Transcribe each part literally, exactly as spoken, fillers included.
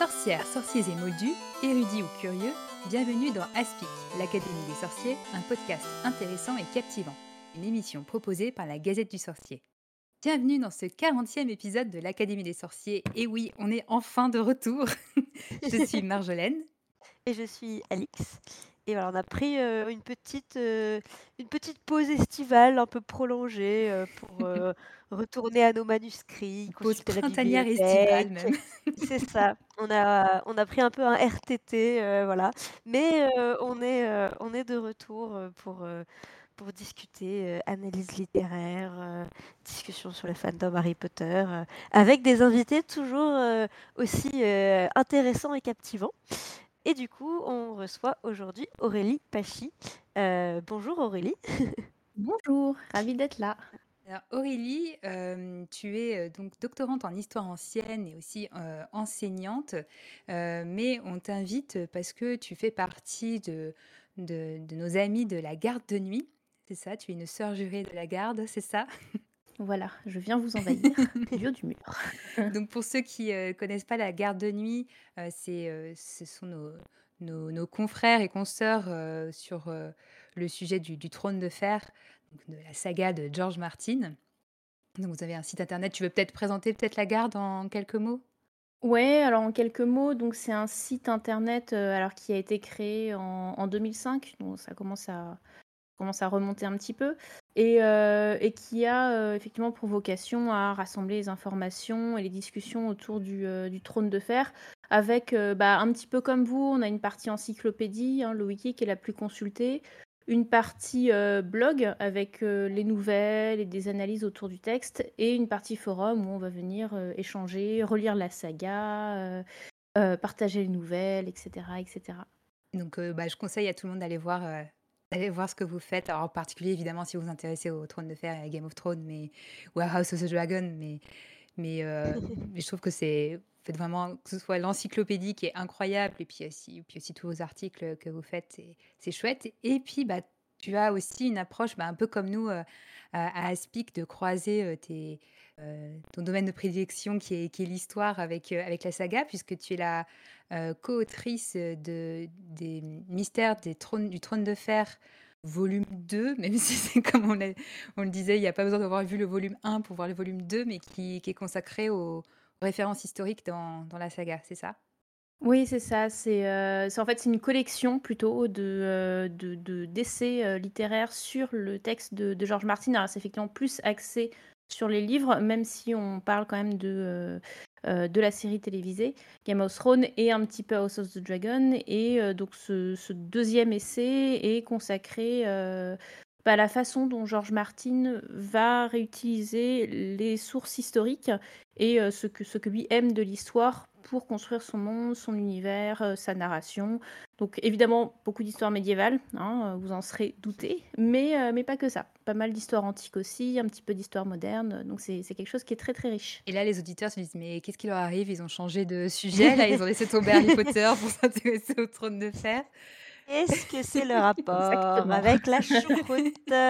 Sorcières, sorciers et moldus, érudits ou curieux, bienvenue dans Aspic, l'Académie des sorciers, un podcast intéressant et captivant, une émission proposée par la Gazette du Sorcier. Bienvenue dans ce quarantième épisode de l'Académie des sorciers, et oui, on est enfin de retour. Je suis Marjolaine. Et je suis Alix. Et voilà, on a pris euh, une, petite, euh, une petite pause estivale un peu prolongée euh, pour euh, retourner à nos manuscrits, Pause consulter la printanière et estivale bibliothèque. même. C'est ça. On a, on a pris un peu un R T T, euh, voilà. Mais euh, on, est, euh, on est de retour euh, pour, euh, pour discuter euh, analyse littéraire, euh, discussion sur le fandom Harry Potter, euh, avec des invités toujours euh, aussi euh, intéressants et captivants. Et du coup, on reçoit aujourd'hui Aurélie Pachy. Euh, bonjour Aurélie. Bonjour, ravie d'être là. Alors Aurélie, euh, tu es euh, donc doctorante en histoire ancienne et aussi euh, enseignante, euh, mais on t'invite parce que tu fais partie de, de, de nos amis de la garde de nuit. C'est ça, tu es une sœur jurée de la garde, c'est ça? Voilà, je viens vous envahir du haut du mur. Donc pour ceux qui ne connaissent pas la garde de nuit, euh, c'est, euh, ce sont nos, nos, nos confrères et consoeurs euh, sur euh, le sujet du, du trône de fer, donc de la saga de George Martin. Donc vous avez un site internet, tu veux peut-être présenter peut-être la garde en quelques mots? Ouais, alors en quelques mots, donc c'est un site internet euh, alors qui a été créé en, en deux mille cinq, donc ça commence à, commence à remonter un petit peu, et, euh, et qui a euh, effectivement pour vocation à rassembler les informations et les discussions autour du, euh, du trône de fer, avec euh, bah, un petit peu comme vous, on a une partie encyclopédie, hein, le wiki qui est la plus consultée, une partie euh, blog avec euh, les nouvelles et des analyses autour du texte, et une partie forum où on va venir euh, échanger, relire la saga, euh, euh, partager les nouvelles, et cetera, et cetera. Donc euh, bah, je conseille à tout le monde d'aller voir, euh, d'aller voir ce que vous faites. Alors en particulier évidemment si vous vous intéressez au Trône de Fer et à Game of Thrones, mais, ou à House of the Dragon, mais, mais, euh, mais je trouve que c'est vous faites vraiment que ce soit l'encyclopédie qui est incroyable et puis aussi, puis aussi tous vos articles que vous faites, c'est, c'est chouette. Et puis bah, tu as aussi une approche bah, un peu comme nous euh, à, à Aspic de croiser euh, tes, euh, ton domaine de prédilection qui est, qui est l'histoire avec, euh, avec la saga, puisque tu es la euh, co-autrice de, des Mystères des trônes, du Trône de Fer, volume deux, même si c'est comme on, l'a- on le disait, il n'y a pas besoin d'avoir vu le volume un pour voir le volume deux, mais qui, qui est consacré aux, aux références historiques dans, dans la saga, c'est ça? Oui, c'est ça. C'est euh, c'est- en fait c'est une collection plutôt de, euh, de, de- d'essais euh, littéraires sur le texte de, de George Martin. Alors c'est effectivement plus axé sur les livres, même si on parle quand même de, euh, euh, de la série télévisée Game of Thrones et un petit peu House of the Dragon. Et euh, donc ce, ce deuxième essai est consacré euh, bah, à la façon dont George Martin va réutiliser les sources historiques et euh, ce que, ce que lui aime de l'histoire pour construire son monde, son univers, euh, sa narration. Donc évidemment, beaucoup d'histoires médiévales, hein, euh, vous en serez douté, mais, euh, mais pas que ça. Pas mal d'histoires antiques aussi, un petit peu d'histoire moderne, donc c'est c'est quelque chose qui est très très riche. Et là, les auditeurs se disent, mais qu'est-ce qui leur arrive? Ils ont changé de sujet, là, ils ont laissé tomber Harry Potter pour s'intéresser au Trône de Fer. Est-ce que c'est le rapport Exactement. avec la choucroute?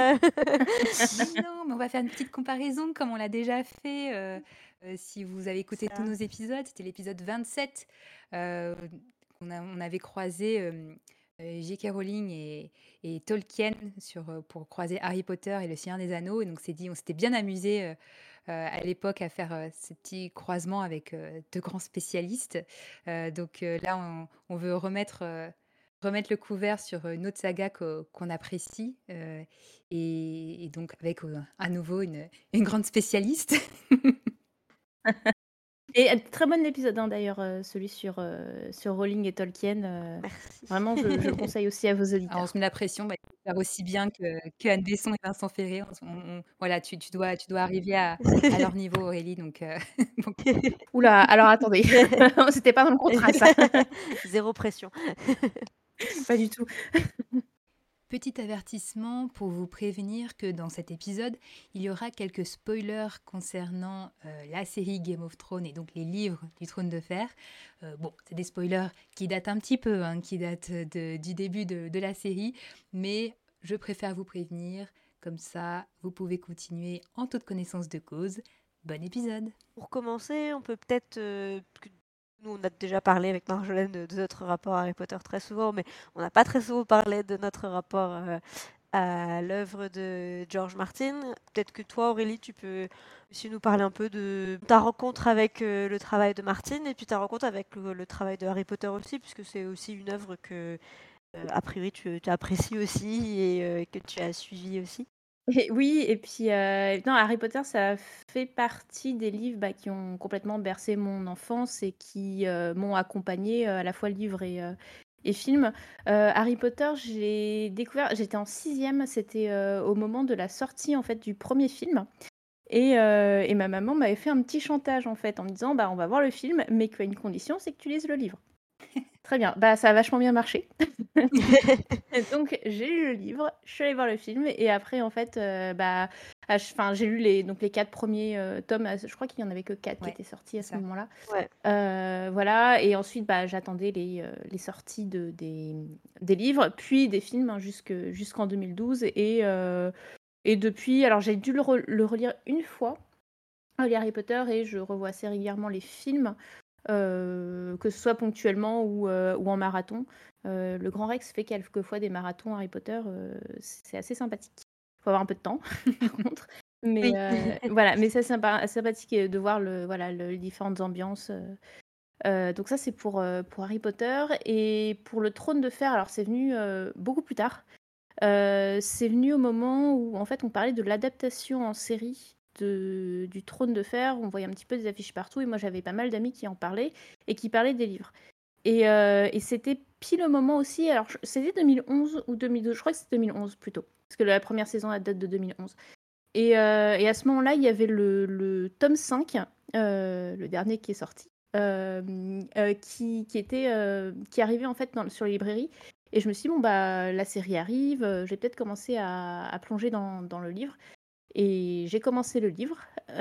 Mais non, mais on va faire une petite comparaison comme on l'a déjà fait. euh, euh, si vous avez écouté tous Ça. nos épisodes, c'était l'épisode vingt-sept. euh, on, a- on avait croisé euh, euh, J K. Rowling et, et Tolkien sur, euh, pour croiser Harry Potter et le Seigneur des Anneaux. Et donc, c'est dit, on s'était bien amusé euh, euh, à l'époque à faire euh, ces petits croisements avec euh, deux grands spécialistes. Euh, donc euh, là, on, on veut remettre, euh, remettre le couvert sur une autre saga qu'o- qu'on apprécie. euh, et, et donc avec euh, à nouveau une, une grande spécialiste. Et euh, très bon épisode hein, d'ailleurs, euh, celui sur, euh, sur Rowling et Tolkien. euh, Merci. vraiment, je, je le conseille aussi à vos Alors on se auditeurs. met la pression, bah, il faut faire aussi bien que, que Anne Besson et Vincent Ferré. On- on- on- voilà, tu, tu dois, tu dois arriver à, à leur niveau, Aurélie. Donc, euh, donc, Oula, alors attendez, c'était pas dans le contrat ça. Zéro pression. Pas du tout. petit avertissement pour vous prévenir que dans cet épisode, il y aura quelques spoilers concernant euh, la série Game of Thrones et donc les livres du Trône de Fer. Euh, bon, c'est des spoilers qui datent un petit peu, hein, qui datent de- du début de, de la série, mais je préfère vous prévenir, comme ça vous pouvez continuer en toute connaissance de cause. Bon épisode! Pour commencer, on peut peut-être euh, nous, on a déjà parlé avec Marjolaine de, de notre rapport à Harry Potter très souvent, mais on n'a pas très souvent parlé de notre rapport euh, à l'œuvre de George Martin. Peut-être que toi, Aurélie, tu peux aussi nous parler un peu de ta rencontre avec euh, le travail de Martin et puis ta rencontre avec le, le travail de Harry Potter aussi, puisque c'est aussi une œuvre que, euh, a priori, tu, tu apprécies aussi et euh, que tu as suivi aussi. Et oui, et puis euh, non, Harry Potter, ça fait partie des livres bah, qui ont complètement bercé mon enfance et qui euh, m'ont accompagné à la fois livre et, euh, et film. Euh, Harry Potter, j'ai découvert, j'étais en sixième, c'était euh, au moment de la sortie en fait du premier film. Et, euh, et ma maman m'avait fait un petit chantage en fait en me disant bah on va voir le film, mais qu'il y a une condition, c'est que tu lises le livre. Très bien, bah ça a vachement bien marché. Donc j'ai lu le livre, je suis allée voir le film et après en fait euh, bah enfin j'ai lu les donc les quatre premiers euh, tomes, je crois qu'il y en avait que quatre qui Ouais, étaient sortis à c'est ce ça. moment-là. Ouais. Euh, voilà, et ensuite bah j'attendais les, euh, les sorties de des, des livres puis des films hein, jusque- jusqu'en deux mille douze et euh, et depuis alors j'ai dû le, re- le relire une fois, euh, les Harry Potter, et je revois assez régulièrement les films. Euh, que ce soit ponctuellement ou, euh, ou en marathon. Euh, le Grand Rex fait quelquefois des marathons Harry Potter, euh, c'est assez sympathique. Il faut avoir un peu de temps, par contre. Mais Oui. euh, voilà, mais c'est sympa, sympathique de voir le, voilà, le- les différentes ambiances. euh. Euh, donc ça, c'est pour, euh, pour Harry Potter. Et pour le Trône de Fer, alors c'est venu euh, beaucoup plus tard. Euh, c'est venu au moment où en fait on parlait de l'adaptation en série de, du Trône de Fer. On voyait un petit peu des affiches partout et moi j'avais pas mal d'amis qui en parlaient et qui parlaient des livres. Et, euh, et c'était pile au moment aussi, alors je- c'était deux mille onze ou deux mille douze, je crois que c'était deux mille onze plutôt, parce que la première saison elle date de deux mille onze. Et, euh, et à ce moment-là, il y avait le, le tome cinq, euh, le dernier qui est sorti, euh, euh, qui, qui, était, euh, qui arrivait en fait dans, sur les librairies. Et je me suis dit, bon, bah, la série arrive, euh, je vais peut-être commencer à, à plonger dans, dans le livre. Et j'ai commencé le livre.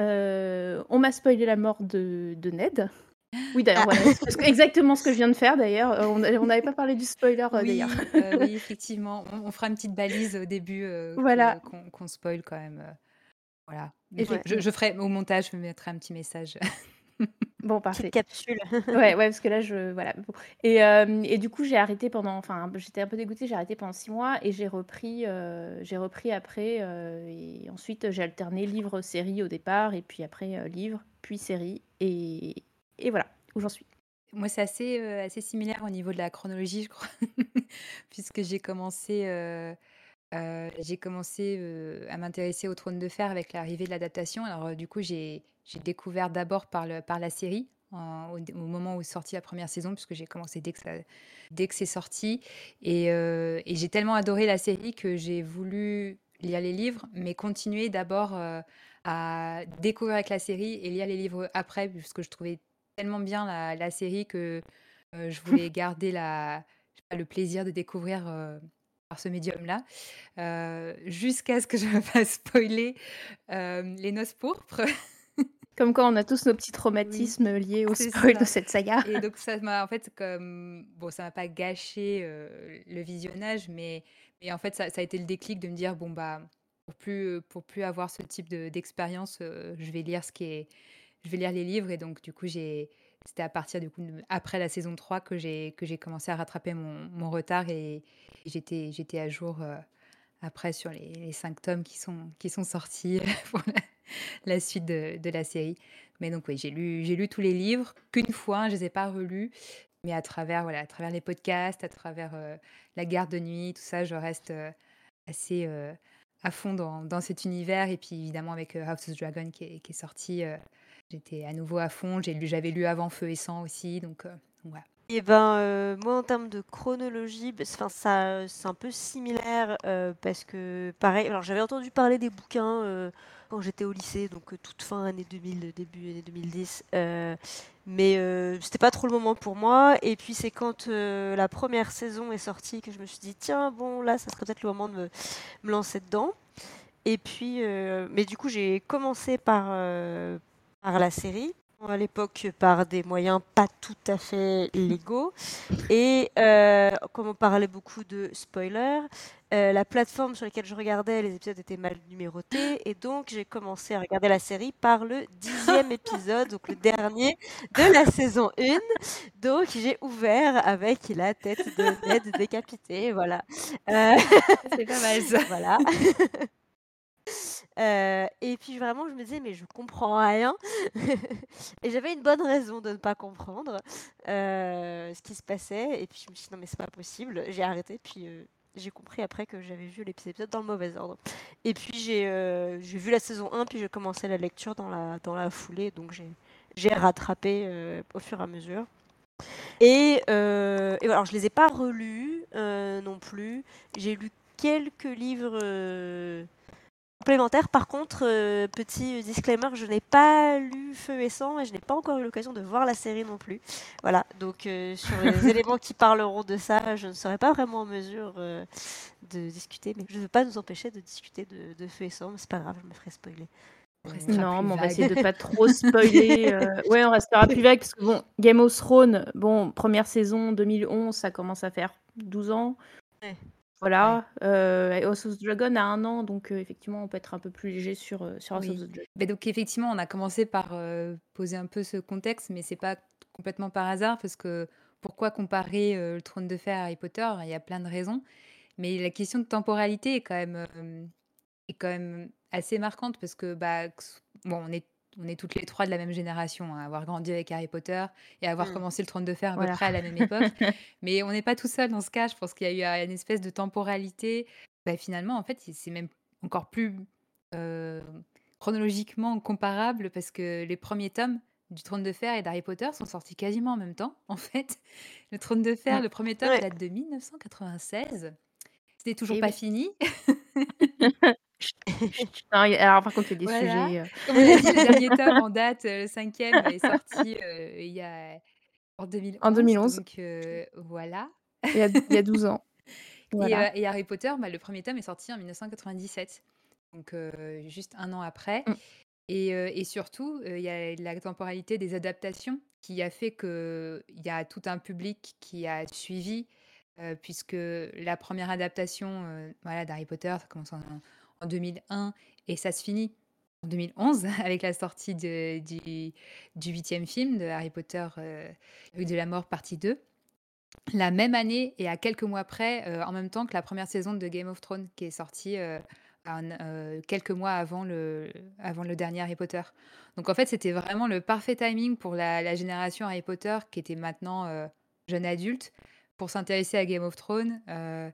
Euh, on m'a spoilé la mort de, de Ned. Oui, d'ailleurs, Ah. voilà, c'est parce que- exactement ce que je viens de faire, d'ailleurs. Euh, on on n'avait pas parlé du spoiler, euh, d'ailleurs. Oui, euh, oui, effectivement. On, on fera une petite balise au début euh, que- Voilà, qu'on qu'on spoil quand même. euh, voilà. Mais je, Ouais. je- effectivement. je ferai au montage, je mettrai un petit message. Bon, Petite parfait. capsule. Ouais, ouais, parce que là, je. Voilà. Bon. Et, euh, et du coup, j'ai arrêté pendant. Enfin, j'étais un peu dégoûtée, j'ai arrêté pendant six mois et j'ai repris, euh, j'ai repris après. Euh, et ensuite, j'ai alterné livre-série au départ, et puis après, euh, livre, puis série. Et, et voilà où j'en suis. Moi, c'est assez, euh, assez similaire au niveau de la chronologie, je crois, puisque j'ai commencé, euh, euh, j'ai commencé euh, à m'intéresser au Trône de Fer avec l'arrivée de l'adaptation. Alors, euh, du coup, j'ai j'ai découvert d'abord par, le, par la série, en- au, au moment où est sortie la première saison, puisque j'ai commencé dès que, ça, dès que c'est sorti. Et, euh, et j'ai tellement adoré la série que j'ai voulu lire les livres, mais continuer d'abord euh, à découvrir avec la série et lire les livres après, puisque je trouvais tellement bien la, la série que euh, je voulais garder la, je sais pas, le plaisir de découvrir euh, par ce médium-là, euh, jusqu'à ce que je me fasse spoiler euh, les noces pourpres. Comme quoi, on a tous nos petits Oui, traumatismes liés au c'est spoil de ça. cette saga. Et donc ça m'a en fait comme bon, ça m'a pas gâché euh, le visionnage, mais mais en fait ça, ça a été le déclic de me dire bon bah pour plus pour plus avoir ce type de d'expérience, euh, je vais lire ce qui est je vais lire les livres. Et donc du coup j'ai c'était à partir du coup de- après la saison trois que j'ai que j'ai commencé à rattraper mon, mon retard, et j'étais j'étais à jour euh, après sur les, les cinq tomes qui sont qui sont sortis pour la, la suite de, de la série. Mais donc oui, j'ai lu j'ai lu tous les livres qu'une fois, hein, je les ai pas relus, mais à travers voilà à travers les podcasts, à travers euh, la garde de nuit, tout ça, je reste euh, assez euh, à fond dans, dans cet univers. Et puis évidemment avec euh, House of the Dragon qui est, qui est sorti, euh, j'étais à nouveau à fond. J'ai lu, j'avais lu avant Feu et Sang aussi, donc, euh, donc voilà. Et ben, euh, moi, en termes de chronologie, bah, c'est- 'fin, ça, c'est un peu similaire euh, parce que, pareil, alors j'avais entendu parler des bouquins euh, quand j'étais au lycée, donc euh, toute fin année deux mille, début année deux mille dix, euh, mais euh, c'était pas trop le moment pour moi. Et puis c'est quand euh, la première saison est sortie que je me suis dit, tiens, bon, là, ça serait peut-être le moment de me, me lancer dedans. Et puis, euh, mais du coup, j'ai commencé par, euh, par la série. à l'époque par des moyens pas tout à fait légaux. Et euh, comme on parlait beaucoup de spoilers, euh, la plateforme sur laquelle je regardais, les épisodes étaient mal numérotés. Et donc, j'ai commencé à regarder la série par le dixième épisode, donc le dernier de la saison un. Donc, j'ai ouvert avec la tête de Ned décapitée. Voilà. Euh, C'est pas mal ça. voilà. Euh, et puis vraiment, je me disais, mais je comprends rien. Et j'avais une bonne raison de ne pas comprendre euh, ce qui se passait. Et puis je me suis dit, non, mais c'est pas possible. J'ai arrêté. Puis euh, j'ai compris après que j'avais vu l'épisode dans le mauvais ordre. Et puis j'ai euh, j'ai vu la saison un, puis j'ai commencé la lecture dans la, dans la foulée. Donc j'ai j'ai rattrapé euh, au fur et à mesure. Et, euh, et voilà, alors je les ai pas relus euh, non plus. J'ai lu quelques livres. Euh, complémentaire. Par contre, euh, petit disclaimer, je n'ai pas lu Feu et Sang et je n'ai pas encore eu l'occasion de voir la série non plus. Voilà, donc euh, sur les éléments qui parleront de ça, je ne serai pas vraiment en mesure euh, de discuter, mais je ne veux pas nous empêcher de discuter de, de Feu et Sang, mais c'est pas grave, je me ferai spoiler. On Euh, restera Non, plus mais on va vague. essayer de pas trop spoiler. euh, Ouais, on restera plus vague parce que bon, Game of Thrones, bon, première saison deux mille onze, ça commence à faire douze ans. Ouais. Voilà. Euh, et House of the Dragon a un an, donc euh, effectivement, on peut être un peu plus léger sur, euh, sur House of Oui. the Dragon. Mais donc effectivement, on a commencé par euh, poser un peu ce contexte, mais c'est pas complètement par hasard, parce que pourquoi comparer euh, le Trône de Fer à Harry Potter? Il y a plein de raisons, mais la question de temporalité est quand même, euh, est quand même assez marquante, parce que bah, que ce- bon, on est, on est toutes les trois de la même génération, hein, à avoir grandi avec Harry Potter et à avoir Mm. commencé le Trône de Fer à peu Voilà. près à la même époque. Mais on n'est pas tout seul dans ce cas. Je pense qu'il y a eu euh, une espèce de temporalité. Bah, finalement, en fait, c'est même encore plus euh, chronologiquement comparable, parce que les premiers tomes du Trône de Fer et d'Harry Potter sont sortis quasiment en même temps, en fait. Le Trône de Fer, Mm. le premier tome Ouais. date de mille neuf cent quatre-vingt-seize. C'était toujours Et pas oui. fini. Chut, chut. Non, y- alors par contre, il y a des Voilà. sujets. euh, Comme on a dit, le dernier tome en date, euh, le cinquième, est sorti euh, il y a en En deux mille onze. deux mille onze, Donc euh, voilà. il y a, il y a douze ans. Et, Voilà. euh, et Harry Potter, bah, le premier tome est sorti en mille neuf cent quatre-vingt-dix-sept. Donc euh, juste un an après. Mm. Et, euh, et surtout, euh, il y a la temporalité des adaptations qui a fait qu'il y a tout un public qui a suivi, euh, puisque la première adaptation euh, voilà, d'Harry Potter, ça commence en, en deux mille un et ça se finit en deux mille onze avec la sortie de- du, du huitième film de Harry Potter, euh, Rue de la Mort, partie deux. La même année et à quelques mois près, euh, en même temps que la première saison de Game of Thrones, qui est sortie euh, un- euh, quelques mois avant le, avant le dernier Harry Potter. Donc en fait, c'était vraiment le parfait timing pour la, la génération Harry Potter, qui était maintenant euh, jeune adulte, pour s'intéresser à Game of Thrones euh,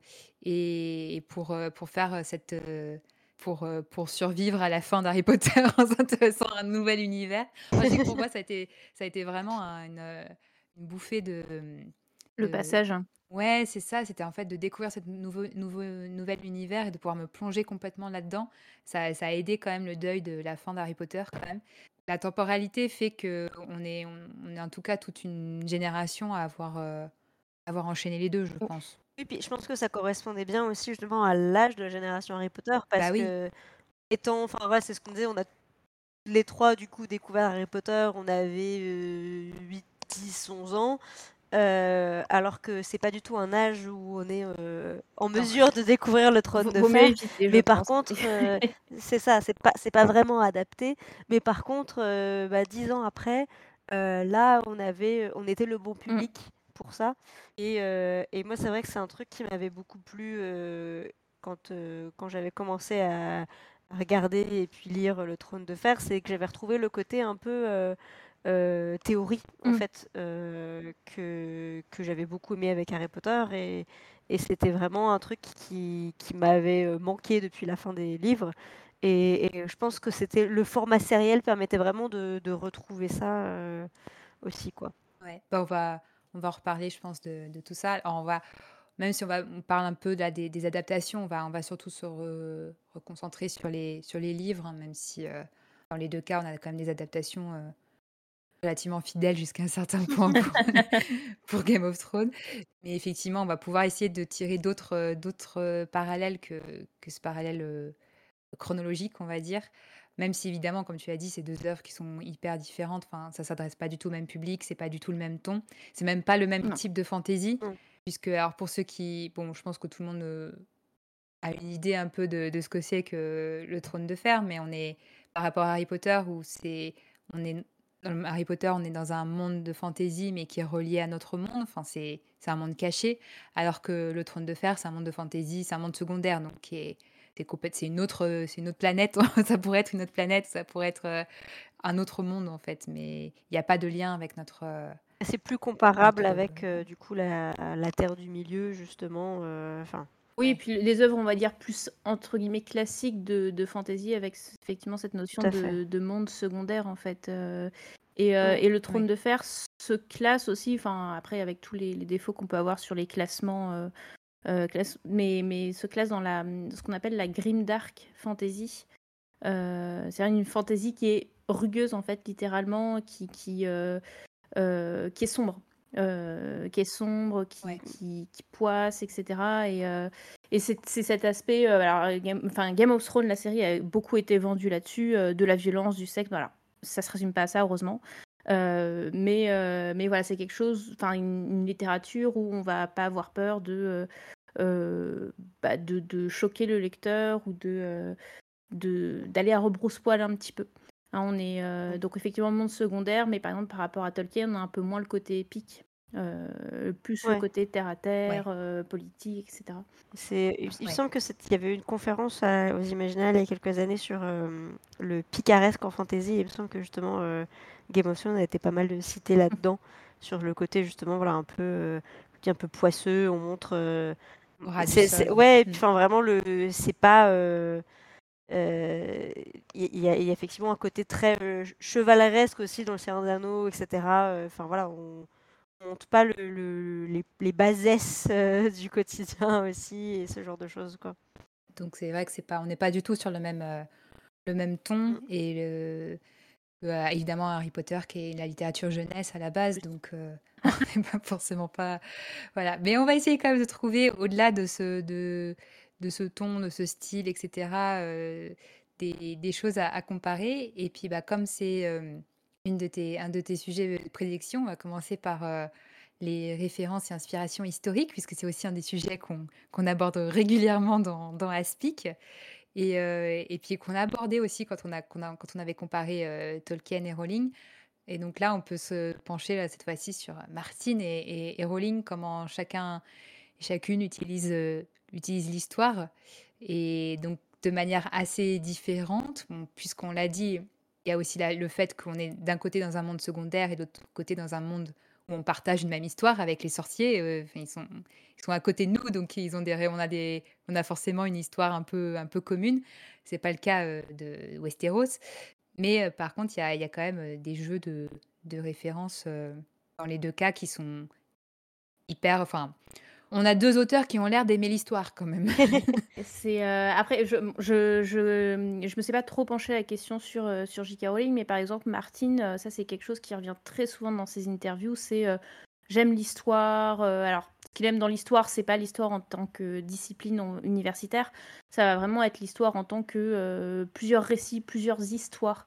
et, et pour, euh, pour faire cette... euh, pour, euh, pour survivre à la fin d'Harry Potter en s'intéressant à un nouvel univers. Moi, je sais que pour moi, ça a été, ça a été vraiment un- une, euh, une bouffée de, Le de... passage. hein. Ouais, c'est ça, c'était en fait de découvrir ce nouveau, nouveau, nouvel univers et de pouvoir me plonger complètement là-dedans. Ça, ça a aidé quand même le deuil de la fin d'Harry Potter quand même. La temporalité fait que on est, on, on est en tout cas toute une génération à avoir, euh, avoir enchaîné les deux, je Oh. pense. Et puis je pense que ça correspondait bien aussi justement à l'âge de la génération Harry Potter, parce Bah oui, que étant, enfin ouais, c'est ce qu'on disait, on a les trois du coup découvert Harry Potter, on avait euh, huit, dix, onze ans, euh, alors que c'est pas du tout un âge où on est euh, en non. mesure de découvrir le Trône Vaut, de vaut mieux Fer. éviter, je Mais par pense. contre, euh, c'est ça, c'est pas, c'est pas vraiment adapté. Mais par contre, euh, bah, dix ans après, euh, là, on avait, on était le bon Mm. public pour ça. Et, euh, et moi, c'est vrai que c'est un truc qui m'avait beaucoup plu euh, quand, euh, quand j'avais commencé à, à regarder et puis lire Le Trône de Fer, c'est que j'avais retrouvé le côté un peu euh, euh, théorie, en Mm. fait, euh, que, que j'avais beaucoup aimé avec Harry Potter. Et, et c'était vraiment un truc qui, qui m'avait euh, manqué depuis la fin des livres. Et, et je pense que c'était le format sériel permettait vraiment de, de retrouver ça euh, aussi, quoi. Ouais. Bah, on va, on va en reparler, je pense, de, de tout ça. Alors, on va, même si on, va, on parle un peu là, des, des adaptations, on va, on va surtout se re- reconcentrer sur les, sur les livres, hein, même si euh, dans les deux cas, on a quand même des adaptations euh, relativement fidèles jusqu'à un certain point pour, pour Game of Thrones. Mais effectivement, on va pouvoir essayer de tirer d'autres euh, d'autres euh, parallèles que, que ce parallèle euh, chronologique, on va dire. même si évidemment, comme tu as dit, c'est deux œuvres qui sont hyper différentes. Enfin, ça s'adresse pas du tout au même public, c'est pas du tout le même ton, c'est même pas le même Non. type de fantasy. Mmh. Puisque, alors pour ceux qui, bon, je pense que tout le monde euh, a une idée un peu de, de ce que c'est que le Trône de Fer, mais on est par rapport à Harry Potter où c'est, on est dans le Harry Potter, on est dans un monde de fantasy mais qui est relié à notre monde. Enfin, c'est c'est un monde caché, alors que le Trône de Fer, c'est un monde de fantasy, c'est un monde secondaire, donc qui est c'est complète- c'est une autre, c'est une autre planète. Ça pourrait être une autre planète, ça pourrait être euh, un autre monde en fait, mais il n'y a pas de lien avec notre euh, C'est plus comparable notre. avec, heu, du coup, la la Terre du Milieu justement, heu, enfin Oui, et Ouais, puis les œuvres, on va dire, plus entre guillemets classiques de, de fantasy, avec c- effectivement cette notion tout à fait. de, de monde secondaire, en fait. euh, et, euh, Mmh. et le Trône ouais, de Fer s- se classe aussi, enfin, après, avec tous les, les défauts qu'on peut avoir sur les classements, euh, euh, classe- mais, mais se classe dans la, ce qu'on appelle la grimdark fantasy. Euh, c'est-à-dire une fantasy qui est rugueuse, en fait, littéralement, qui, qui, euh, euh, qui est sombre. Euh, qui est sombre, qui, ouais. qui, qui poisse, et cetera. Et, euh, et c'est c'est cet aspect. euh, alors, Game, enfin, Game of Thrones, la série a beaucoup été vendue là-dessus, euh, de la violence, du sexe. Voilà, ça se résume pas à ça, heureusement. Euh, mais, euh, mais voilà, c'est quelque chose, enfin, une, une littérature où on va pas avoir peur de, euh, euh, bah, de, de choquer le lecteur ou de, euh, de d'aller à rebrousse-poil un petit peu. Hein, on est euh, Mmh. donc effectivement monde secondaire, mais par exemple par rapport à Tolkien, on a un peu moins le côté épique, euh, plus le Ouais. côté terre à terre, Ouais, euh, politique, et cetera. C'est il il me ouais. semble que c'est il y avait eu une conférence à aux Imaginales il y a quelques années sur, hem, le picaresque en fantasy et il me semble que justement, heu, Game of Thrones a été pas mal, heu, cité là-dedans, sur le côté justement, voilà, un peu, heu, un peu poisseux. On montre, heu, Au ras du c'est c'est sol, ouais. ouais, et puis Mm. enfin vraiment le c'est pas, heu heu, il y a il y a effectivement un côté très, heu, ch chevaleresque aussi dans Le Seigneur des Anneaux et cetera, heu, enfin voilà, on on montre pas le le les les bassesses, heu, du quotidien aussi et ce genre de choses, quoi. Donc c'est vrai que c'est pas, on n'est pas du tout sur le même, euh, le même ton Mmh. et le, euh, évidemment Harry Potter qui est la littérature jeunesse à la base, Oui. donc euh, on n'est pas forcément pas, voilà. Mais on va essayer quand même de trouver au-delà de ce de de ce ton, de ce style, et cetera euh, des, des choses à, à comparer. Et puis bah comme c'est euh, une de tes un de tes sujets de prédilection, on va commencer par euh, les références et inspirations historiques, puisque c'est aussi un des sujets qu'on qu'on aborde régulièrement dans, dans Aspic. Et, euh, et puis qu'on a abordé aussi quand on, a, qu'on a- quand on avait comparé euh, Tolkien et Rowling. Et donc là, on peut se pencher là, cette fois-ci sur Martin et, et- et Rowling, comment chacun et chacune utilise, euh, utilise l'histoire. Et donc de manière assez différente, bon, puisqu'on l'a dit, il y a aussi la- le fait qu'on est d'un côté dans un monde secondaire et de l'autre côté dans un monde où on partage une même histoire avec les sorciers. euh, enfin, ils sont, ils sont à côté de nous, donc ils ont des, on a des, on a forcément une histoire un peu, un peu commune. C'est pas le cas euh, de Westeros, mais euh, par contre, il y a, il y a quand même euh, des jeux de, de référence euh, dans les deux cas qui sont hyper. Enfin, on a deux auteurs qui ont l'air d'aimer l'histoire quand même. Et C'est euh, après, je, je, je, je me sais pas trop pencher la question sur, euh, sur J K. Rowling, mais par exemple, Martine, euh, ça c'est quelque chose qui revient très souvent dans ses interviews, c'est euh, j'aime l'histoire. euh, alors, ce qu'il aime dans l'histoire, c'est pas l'histoire en tant que discipline en- universitaire, ça va vraiment être l'histoire en tant que euh, plusieurs récits, plusieurs histoires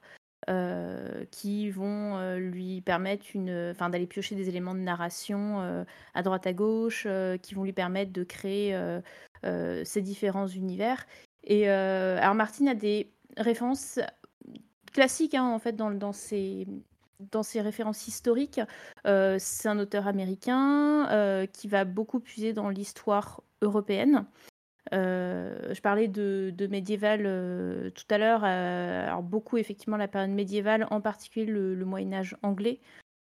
euh, qui vont euh, lui permettre une, enfin, d'aller piocher des éléments de narration euh, à droite à gauche, euh, qui vont lui permettre de créer euh, euh, ces différents univers. Et euh, alors Martine a des références classiques hein, en fait dans, dans ses dans ses références historiques. Euh, c'est un auteur américain euh, qui va beaucoup puiser dans l'histoire européenne. Euh, je parlais de, de médiéval euh, tout à l'heure. euh, alors beaucoup effectivement la période médiévale, en particulier le, le Moyen Âge anglais,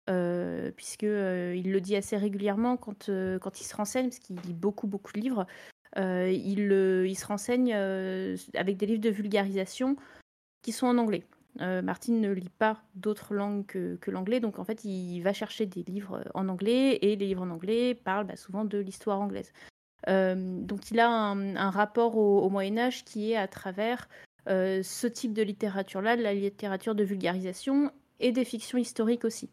euh, puisque euh, il le dit assez régulièrement quand, euh, quand il se renseigne, parce qu'il lit beaucoup beaucoup de livres. Euh, il, euh, il se renseigne euh, avec des livres de vulgarisation qui sont en anglais. Euh, Martine ne lit pas d'autres langues que, que l'anglais, donc en fait il va chercher des livres en anglais, et les livres en anglais parlent bah, souvent de l'histoire anglaise. Euh, donc il a un, un rapport au, au Moyen Âge qui est à travers euh, ce type de littérature-là, de la littérature de vulgarisation et des fictions historiques aussi.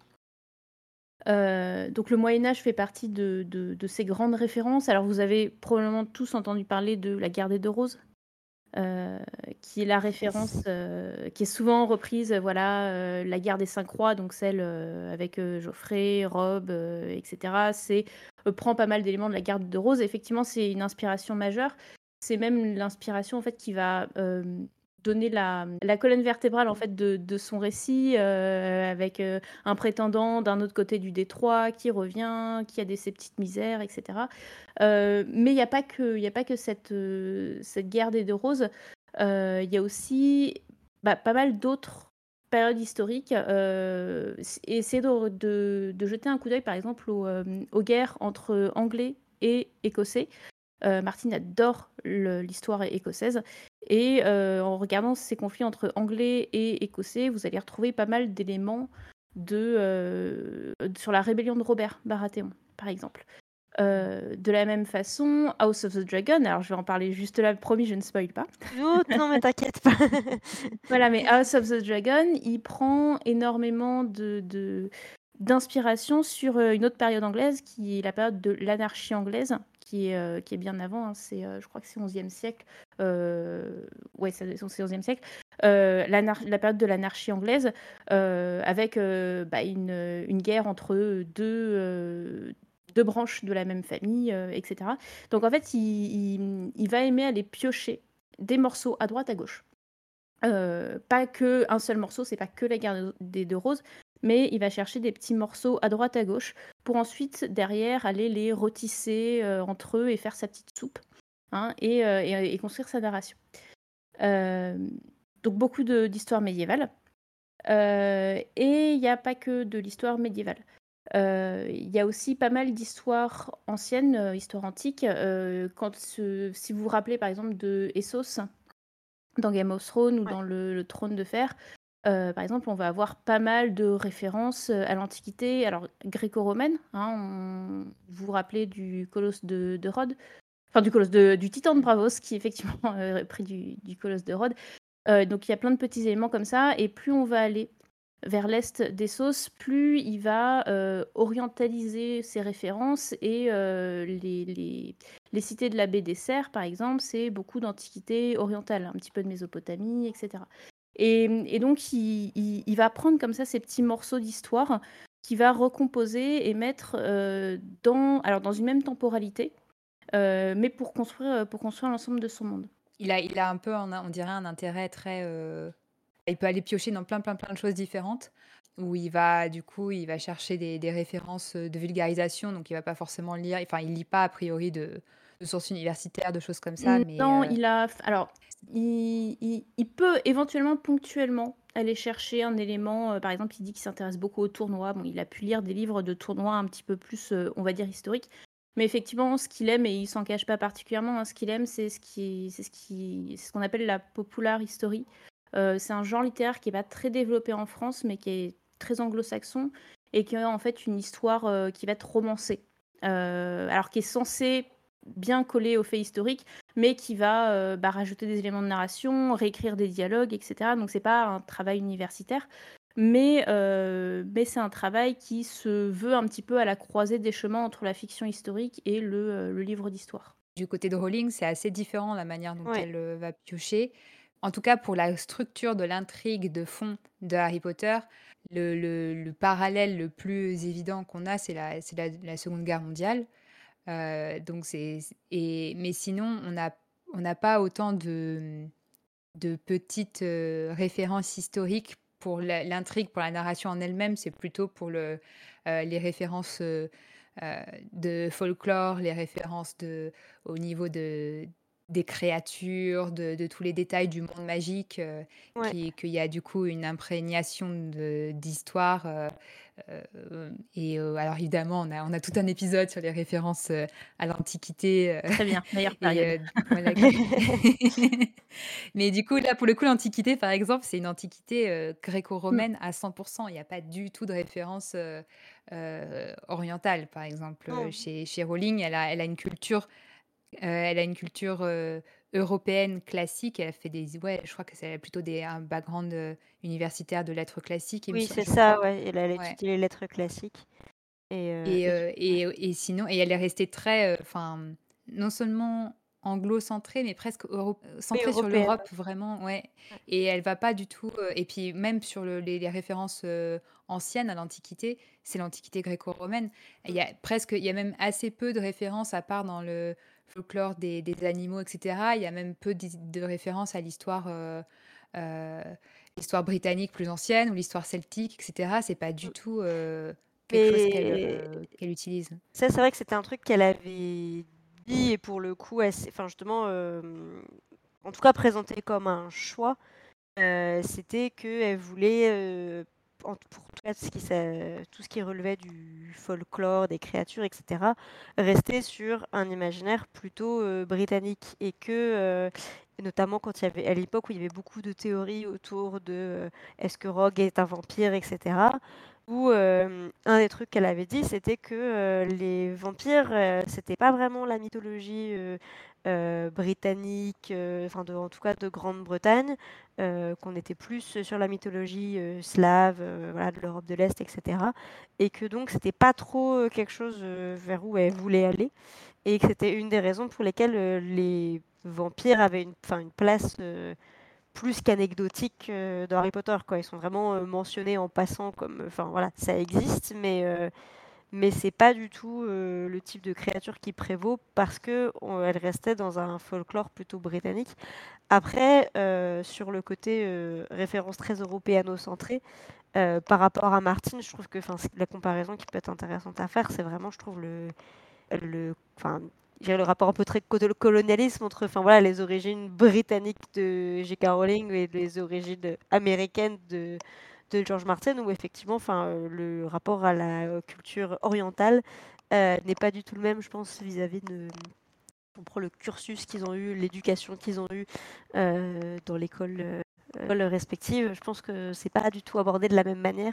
Euh, donc le Moyen Âge fait partie de, de, de ces grandes références. Alors vous avez probablement tous entendu parler de la guerre des deux roses. euh, qui est la référence euh, qui est souvent reprise, euh, voilà, euh, la guerre des cinq rois, donc celle euh, avec euh, Geoffrey, Robb, euh, et cetera. C'est euh, prend pas mal d'éléments de la garde de Rose. Effectivement, c'est une inspiration majeure. C'est même l'inspiration en fait qui va euh, donner la, la colonne vertébrale en fait de, de son récit, euh, avec euh, un prétendant d'un autre côté du détroit qui revient, qui a des, ses petites misères, et cetera. Euh, mais il n'y a pas que, il y a pas que cette, euh, cette guerre des deux roses. Euh, Il y a aussi bah, pas mal d'autres périodes historiques. Euh, et essayer de, de, de jeter un coup d'œil, par exemple, aux, euh, aux guerres entre Anglais et Écossais. Euh, Martine adore le- l'histoire écossaise. Et euh, en regardant ces conflits entre Anglais et Écossais, vous allez retrouver pas mal d'éléments de, euh, sur la rébellion de Robert Baratheon, par exemple. Euh, de la même façon, House of the Dragon, alors je vais en parler juste là, promis, je ne spoil pas. Oh, non, mais t'inquiète pas. Voilà, mais House of the Dragon, il prend énormément de, de- d'inspiration sur euh, une autre période anglaise, qui est la période de l'anarchie anglaise, qui est, euh, qui est bien avant, hein, c'est, euh, je crois que c'est onzième siècle. Euh, ouais, c'est c'est onzième siècle. Euh, l'anar- la période de l'anarchie anglaise, euh, avec euh, bah, une, une guerre entre deux, euh, deux branches de la même famille, euh, et cetera. Donc en fait, il, il- il va aimer aller piocher des morceaux à droite, à gauche. Euh, pas que un seul morceau, c'est pas que la guerre des deux roses, mais il va chercher des petits morceaux à droite à gauche pour ensuite derrière aller les rôtisser euh, entre eux et faire sa petite soupe, hein, et, euh, et- et construire sa narration. Euh, donc beaucoup de- d'histoires médiévales. Euh, et il n'y a pas que de l'histoire médiévale. Euh, Il y a aussi pas mal d'histoires anciennes, euh, histoires antiques. Euh, quand ce- si vous vous rappelez par exemple de Essos, dans Game of Thrones ou Ouais. dans le, le Trône de Fer, euh, par exemple, on va avoir pas mal de références euh, à l'Antiquité, alors gréco-romaine, hein, on- vous vous rappelez du colosse de, de Rhodes, enfin du colosse de, du Titan de Bravos, qui est effectivement euh, pris du, du colosse de Rhodes. Euh, donc il y a plein de petits éléments comme ça, et plus on va aller vers l'est des sauces, plus il va euh, orientaliser ses références et euh, les, les, les cités de la baie des Cerfs, par exemple, c'est beaucoup d'antiquité orientale, un petit peu de Mésopotamie, et cetera. Et, et donc il, il- il va prendre comme ça ces petits morceaux d'histoire qu'il va recomposer et mettre euh, dans, alors dans une même temporalité, euh, mais pour construire, pour construire l'ensemble de son monde. Il a, il a un peu, un- on dirait, un intérêt très. euh, Il peut aller piocher dans plein, plein, plein de choses différentes. Où il va, du coup, il va chercher des, des références euh, de vulgarisation. Donc, il va pas forcément lire. Enfin, il lit pas a priori de, de sources universitaires, de choses comme ça. Mais Non, euh, il a. Alors, il, il- il peut éventuellement, ponctuellement, aller chercher un élément. euh, par exemple, il dit qu'il s'intéresse beaucoup aux tournois. Bon, il a pu lire des livres de tournois un petit peu plus, euh, on va dire, historiques. Mais effectivement, ce qu'il aime, et il s'en cache pas particulièrement, hein, ce qu'il aime, c'est ce qui, c'est ce qui, c'est ce qu'on appelle la popular history. Euh, c'est un genre littéraire qui est pas très développé en France, mais qui est très anglo-saxon et qui a en fait une histoire euh, qui va être romancée. Euh, alors qui est censée bien coller aux faits historiques, mais qui va euh, bah, rajouter des éléments de narration, réécrire des dialogues, et cetera. Donc c'est pas un travail universitaire, mais, euh, mais c'est un travail qui se veut un petit peu à la croisée des chemins entre la fiction historique et le, euh, le livre d'histoire. du côté de Rowling, c'est assez différent la manière dont Ouais. elle euh, va piocher. En tout cas, pour la structure de l'intrigue de fond de Harry Potter, le, le- le parallèle le plus évident qu'on a, c'est la, c'est la, la Seconde Guerre mondiale. Euh, donc c'est et mais sinon on n'a on n'a pas autant de de petites euh, références historiques pour la- l'intrigue, pour la narration en elle-même. C'est plutôt pour le euh, les références euh, euh, de folklore, les références de au niveau de des créatures, de, de tous les détails du monde magique, euh, Ouais. qui qu'il y a du coup une imprégnation de- d'histoire. euh, euh, et euh, alors évidemment, on a, on a tout un épisode sur les références euh, à l'Antiquité. euh, Très bien, meilleure et période. euh, voilà. qui- Mais du coup, là, pour le coup, l'Antiquité, par exemple, c'est une Antiquité euh, Mm. gréco-romaine à cent pour cent. Il n'y a pas du tout de référence euh, euh, orientale, par exemple. Euh, Non. Chez, chez Rowling, elle a, elle a une culture, euh, elle a une culture euh, européenne classique. Elle a fait des, ouais, je crois que c'est plutôt des, un background euh, universitaire de lettres classiques, il me Oui, sem- c'est je ça, crois. ouais. Elle a Ouais. étudié les lettres classiques. Et, euh, Et, et du euh, ouais. et, et sinon, et elle est restée très, euh, enfin, non seulement anglo-centrée, mais presque euro Oui, centrée sur européenne, l'Europe ouais. vraiment, ouais. Ouais. Et elle va pas du tout, heu et puis même sur le les les références, heu, anciennes à l'Antiquité, c'est l'Antiquité gréco-romaine. Il y Mmh. a presque il y a même assez peu de références à part dans le folklore des des animaux et cetera. Il y a même peu d'his de références à l'histoire, heu heu, l'histoire britannique plus ancienne ou l'histoire celtique et cetera. C'est pas du Mmh. tout, heu, quelque chose qu'elle, Mais heu, qu'elle utilise. ça, c'est vrai que c'était un truc qu'elle avait dit et pour le coup, elle s'est enfin justement, hem, en tout cas présenté comme un choix, heu, c'était qu'elle voulait, heu, en pour tout cas ce qui s'a tout ce qui relevait du folklore, des créatures et cetera, rester sur un imaginaire plutôt, heu, britannique et que, heu, notamment quand il y avait à l'époque où il y avait beaucoup de théories autour de, heu, est-ce que Rogue est un vampire et cetera, où, hem, un des trucs qu'elle avait dit, c'était que, heu, les vampires, heu, c'était pas vraiment la mythologie, heu heu, britannique, heu, enfin de en tout cas de Grande-Bretagne, heu, qu'on était plus sur la mythologie, heu, slave, heu, voilà, de l'Europe de l'Est et cetera et que donc c'était pas trop, heu, quelque chose, heu, vers où elle voulait aller et que c'était une des raisons pour lesquelles, heu, les vampires avaient une enfin une place, heu, plus qu'anecdotique, heu, dans Harry Potter, quoi. Ils sont vraiment, heu, mentionnés en passant comme, enfin voilà, ça existe mais heu, mais c'est pas du tout, heu, le type de créature qui prévaut parce qu'on elle restait dans un folklore plutôt britannique. Après, heu, sur le côté, heu, référence très européano-centrée, heu, par rapport à Martine, je trouve que enfin, c la comparaison qui peut être intéressante à faire, c'est vraiment, je trouve, le le enfin, je dirais le rapport un peu très coto colonialisme entre, enfin, voilà, les origines britanniques de J K. Rowling et les origines américaines de de George Martin où effectivement, enfin, heu, le rapport à la, heu, culture orientale, heu, n'est pas du tout le même, je pense, vis-à-vis de on prend le cursus qu'ils ont eu, l'éducation qu'ils ont eue, heu, dans l'école, heu, écoles respectives, je pense que c'est pas du tout abordé de la même manière.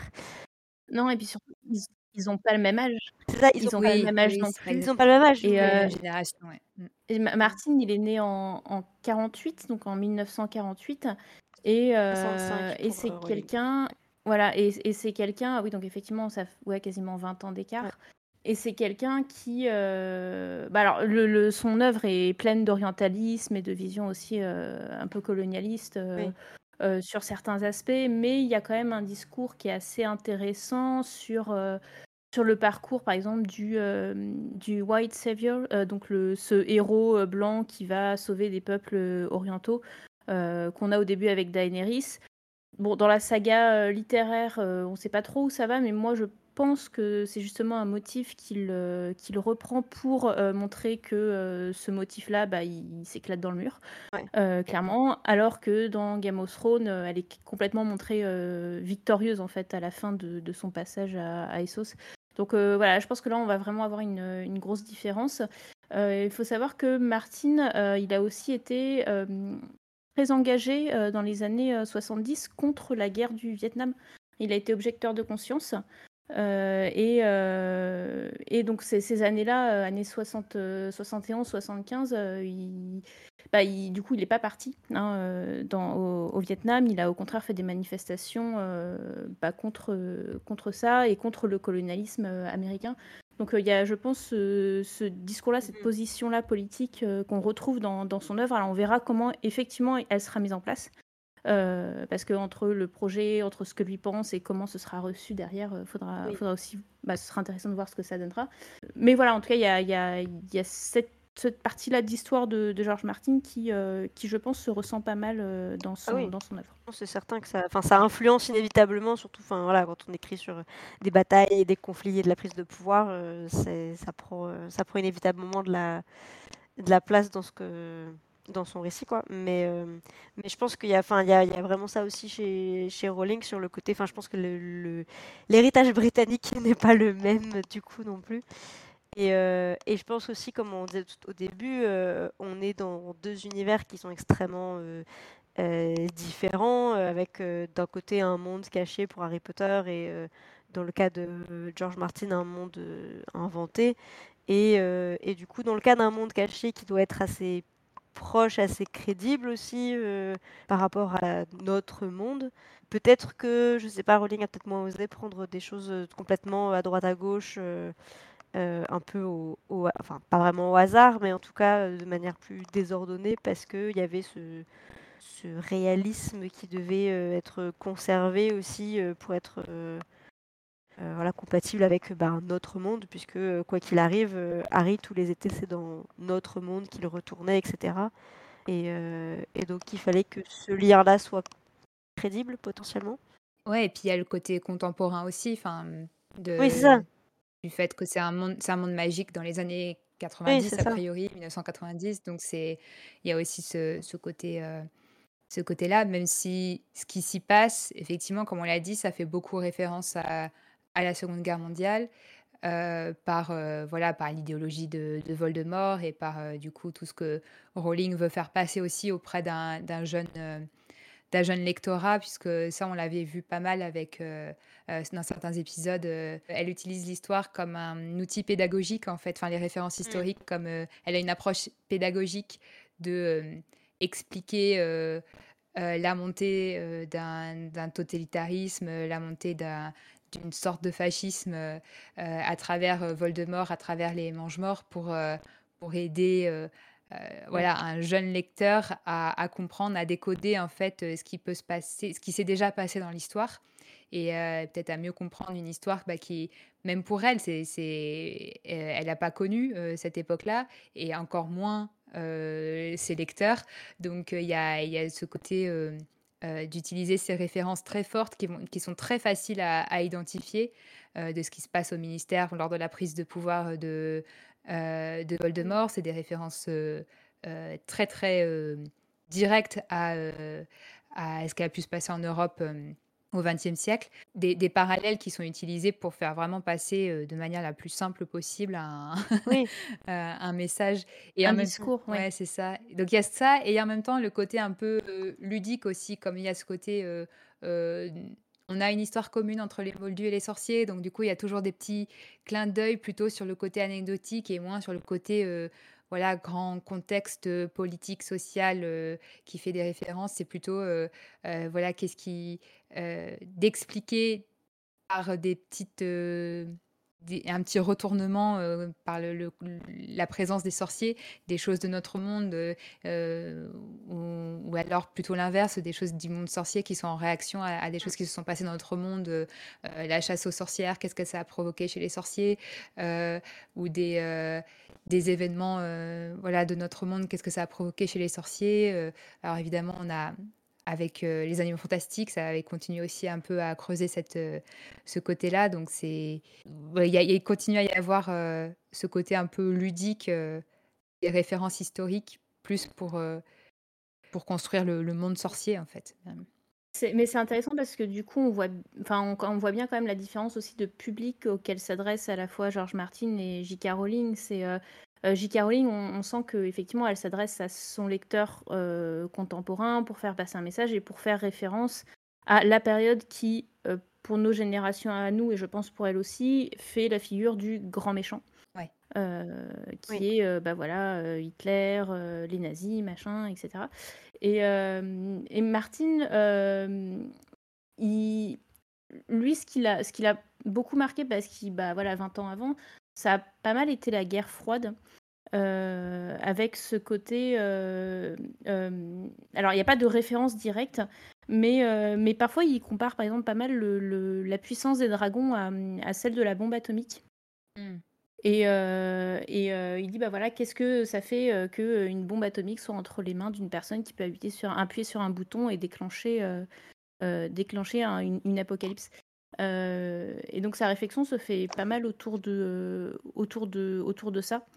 Non et puis surtout, ils ils ont pas le même âge. C'est ça, ils ont Ils ont pas le Oui, même âge oui, non c'est pas plus ils ont exact pas le même âge, et pas la heu même mais génération, ouais. Mmh. et Ma mmh, Martin, il est né en en quarante-huit, donc en mille neuf cent quarante-huit et heu soixante-cinq et pour, c'est heu, Rowling. quelqu'un voilà et et c'est quelqu'un ah oui, donc effectivement, ça f ouais, quasiment vingt ans Ouais. d'écart et c'est quelqu'un qui, heu, bah, alors le le son œuvre est pleine d'orientalisme et de vision aussi, heu, un peu colonialiste, heu Oui. heu, sur certains aspects, mais il y a quand même un discours qui est assez intéressant sur, heu, sur le parcours, par exemple, du, hem, du white savior, heu, donc le ce héros, heu, blanc qui va sauver des peuples, heu, orientaux, heu, qu'on a au début avec Daenerys. Bon, dans la saga, heu, littéraire, heu, on ne sait pas trop où ça va, mais moi je pense que c'est justement un motif qu'il, heu, qu'il reprend pour, heu, montrer que, heu, ce motif-là, bah, il il s'éclate dans le mur, Ouais. heu, clairement. Alors que dans Game of Thrones, heu, elle est complètement montrée, heu, victorieuse en fait à la fin de de son passage à à Essos. Donc, heu, voilà, je pense que là on va vraiment avoir une, une grosse différence. Heu, il faut savoir que Martin, heu, il a aussi été, hem, très engagé, heu, dans les années, heu, soixante-dix contre la guerre du Vietnam. Il a été objecteur de conscience, heu et heu et donc ces ces années-là, heu, années soixante, heu, soixante et onze soixante-quinze, heu, il bah, il du coup, il est pas parti, hein, heu, dans au au Vietnam. Il a au contraire fait des manifestations, heu, bah, contre, heu, contre ça et contre le colonialisme, heu, américain. Donc, heu, il y a, je pense, ce ce discours-là, cette Mmh. position-là politique, heu, qu'on retrouve dans dans son œuvre. Alors on verra comment effectivement elle sera mise en place, heu, parce qu'entre le projet, entre ce que lui pense et comment ce sera reçu derrière, heu, faudra Oui. faudra aussi bah, ce sera intéressant de voir ce que ça donnera. Mais voilà, en tout cas, il y a il y a il y a cette cette partie-là d'histoire de de George Martin qui, heu, qui je pense se ressent pas mal, heu, dans Ah son oui, dans son œuvre. non, c'est certain que ça enfin, ça influence inévitablement, surtout, enfin, voilà, quand on écrit sur, heu, des batailles et des conflits et de la prise de pouvoir, heu, c'est ça prend, heu, ça prend inévitablement de la de la place dans ce que dans son récit, quoi. Mais, hem, mais je pense qu'il y a enfin, il y a il y a vraiment ça aussi chez chez Rowling sur le côté enfin, je pense que le le l'héritage britannique n'est pas le même, du coup, non plus et heu et je pense aussi, comme on disait tout au début, heu, on est dans deux univers qui sont extrêmement, heu heu, différents, heu, avec, heu, d'un côté un monde caché pour Harry Potter et heu, dans le cas de George Martin, un monde, heu, inventé et heu et du coup, dans le cas d'un monde caché qui doit être assez proche, assez crédible aussi, heu, par rapport à notre monde, peut-être que, je sais pas, Rowling a peut-être moins osé prendre des choses, heu, complètement à droite à gauche, heu euh, un peu au, au- enfin pas vraiment au hasard, mais en tout cas euh, de manière plus désordonnée parce qu'il y avait ce, ce réalisme qui devait euh, être conservé aussi euh, pour être euh, euh, voilà, compatible avec bah, notre monde, puisque euh, quoi qu'il arrive, euh, Harry tous les étés c'est dans notre monde qu'il retournait, et cetera. Et, euh, et donc il fallait que ce lien-là soit crédible potentiellement. Ouais, et puis il y a le côté contemporain aussi, enfin, Oui, c'est ça. de du fait que c'est un monde c'est un monde magique dans les années Oui, quatre-vingt-dix c'est a ça. priori, mille neuf cent quatre-vingt-dix, donc c'est il y a aussi ce ce côté, heu, ce côté-là, même si ce qui s'y passe, effectivement, comme on l'a dit, ça fait beaucoup référence à à la Seconde Guerre mondiale, heu, par, heu, voilà, par l'idéologie de de Voldemort et par, heu, du coup, tout ce que Rowling veut faire passer aussi auprès d'un d'un jeune, heu d'un jeune lectorat, puisque ça, on l'avait vu pas mal avec, heu heu, dans certains épisodes, heu, elle utilise l'histoire comme un outil pédagogique, en fait, enfin, les références Mm. historiques comme, heu, elle a une approche pédagogique de, hem, expliquer, heu heu, la montée, heu, d'un d'un totalitarisme, heu, la montée d'un d'une sorte de fascisme, heu heu, à travers, heu, Voldemort, à travers les Mange-Morts pour, heu, pour aider, heu heu, Ouais. voilà, un jeune lecteur à à comprendre, à décoder, en fait, heu, ce qui peut se passer ce qui s'est déjà passé dans l'histoire et heu, peut-être à mieux comprendre une histoire, bah, qui même pour elle, c'est c'est, heu, elle n'a pas connu, heu, cette époque-là et encore moins, heu, ses lecteurs. Donc heu, il y a il y a ce côté, heu heu, d'utiliser ces références très fortes qui vont qui sont très faciles à à identifier, heu, de ce qui se passe au ministère lors de la prise de pouvoir, de, heu, de Mm. Voldemort. C'est des références, heu heu, très, très, hem, directes à, heu, à ce qui a pu se passer en Europe, hem, au vingtième siècle. Des des parallèles qui sont utilisés pour faire vraiment passer, heu, de manière la plus simple possible un Oui. un un message et en Un même Mm. discours, oui. ouais, c'est ça. Donc il y a ça et en même temps le côté un peu, heu, ludique aussi, comme il y a ce côté, heu heu, on a une histoire commune entre les Moldus et les sorciers, donc du coup, il y a toujours des petits clins d'œil plutôt sur le côté anecdotique et moins sur le côté, heu, voilà, grand contexte, heu, politique, social, heu, qui fait des références. C'est plutôt, heu heu, voilà, qu'est-ce qui, heu, d'expliquer par des petites, heu, des un petit retournement, heu, par le le la présence des sorciers, des choses de notre monde, heu heu, ou ou alors plutôt l'inverse, des choses du monde sorcier qui sont en réaction à à des Mm. choses qui se sont passées dans notre monde, heu heu, la chasse aux sorcières, qu'est-ce que ça a provoqué chez les sorciers? Heu, ou des, heu, des événements, heu, voilà, de notre monde, qu'est-ce que ça a provoqué chez les sorciers? Heu, alors évidemment, on a avec, heu, les Animaux Fantastiques, ça avait continué aussi un peu à creuser cette, heu, ce côté-là. Donc c'est ouais, il y a il continue à y avoir, heu, ce côté un peu ludique, heu, des références historiques plus pour, heu, pour construire le le monde sorcier, en fait, même. C'est mais c'est intéressant parce que du coup, on voit enfin, on on voit bien quand même la différence aussi de public auquel s'adresse à la fois George Martin et J K. Rowling. C'est, heu heu, J K. Rowling, on on sent qu'effectivement, elle s'adresse à son lecteur, heu, contemporain pour faire passer un message et pour faire référence à la période qui, heu, pour nos générations à nous et je pense pour elle aussi, fait la figure du grand méchant. Ouais. Heu, Oui. qui est, heu, bah, voilà, heu, Hitler, heu, les nazis, machin, et cetera. Et, hem, et Martin, hem, il lui, ce qui l'a ce qui l'a beaucoup marqué parce qu'il bah, voilà, vingt ans avant, ça a pas mal été la guerre froide, heu, avec ce côté, heu, hem, alors il y a pas de référence directe, mais, heu, mais parfois il compare, par exemple, pas mal le le la puissance des dragons à, mmh, à celle de la bombe atomique. Mmh. Et, heu et heu, il dit: «Bah, voilà, qu'est-ce que ça fait, heu, qu'une bombe atomique soit entre les mains d'une personne qui peut appuyer sur appuyer sur un bouton et déclencher, heu heu, déclencher un une une apocalypse?» Heu et donc sa réflexion se fait pas mal autour de, autour de autour de ça,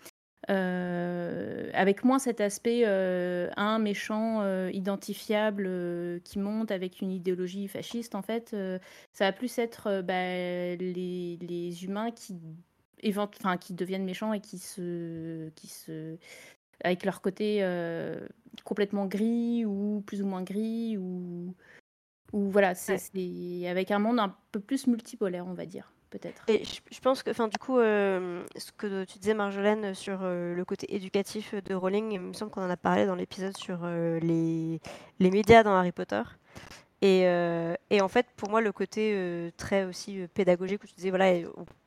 heu, avec moins cet aspect, heu, un méchant, heu, identifiable, heu, qui monte avec une idéologie fasciste, en fait, heu, ça va plus être, heu, bah, les les humains qui évent enfin, qui deviennent méchants et qui se qui se avec leur côté, heu, complètement gris ou plus ou moins gris ou ou voilà, c'est Ouais. c'est avec un monde un peu plus multipolaire, on va dire, peut-être. Et je, je pense que, enfin, du coup, euh, ce que tu disais, Marjolaine, sur euh, le côté éducatif de Rowling, il me semble qu'on en a parlé dans l'épisode sur euh, les, les médias dans Harry Potter. Et, euh, et en fait, pour moi, le côté euh, très aussi euh, pédagogique, où tu disais, voilà, on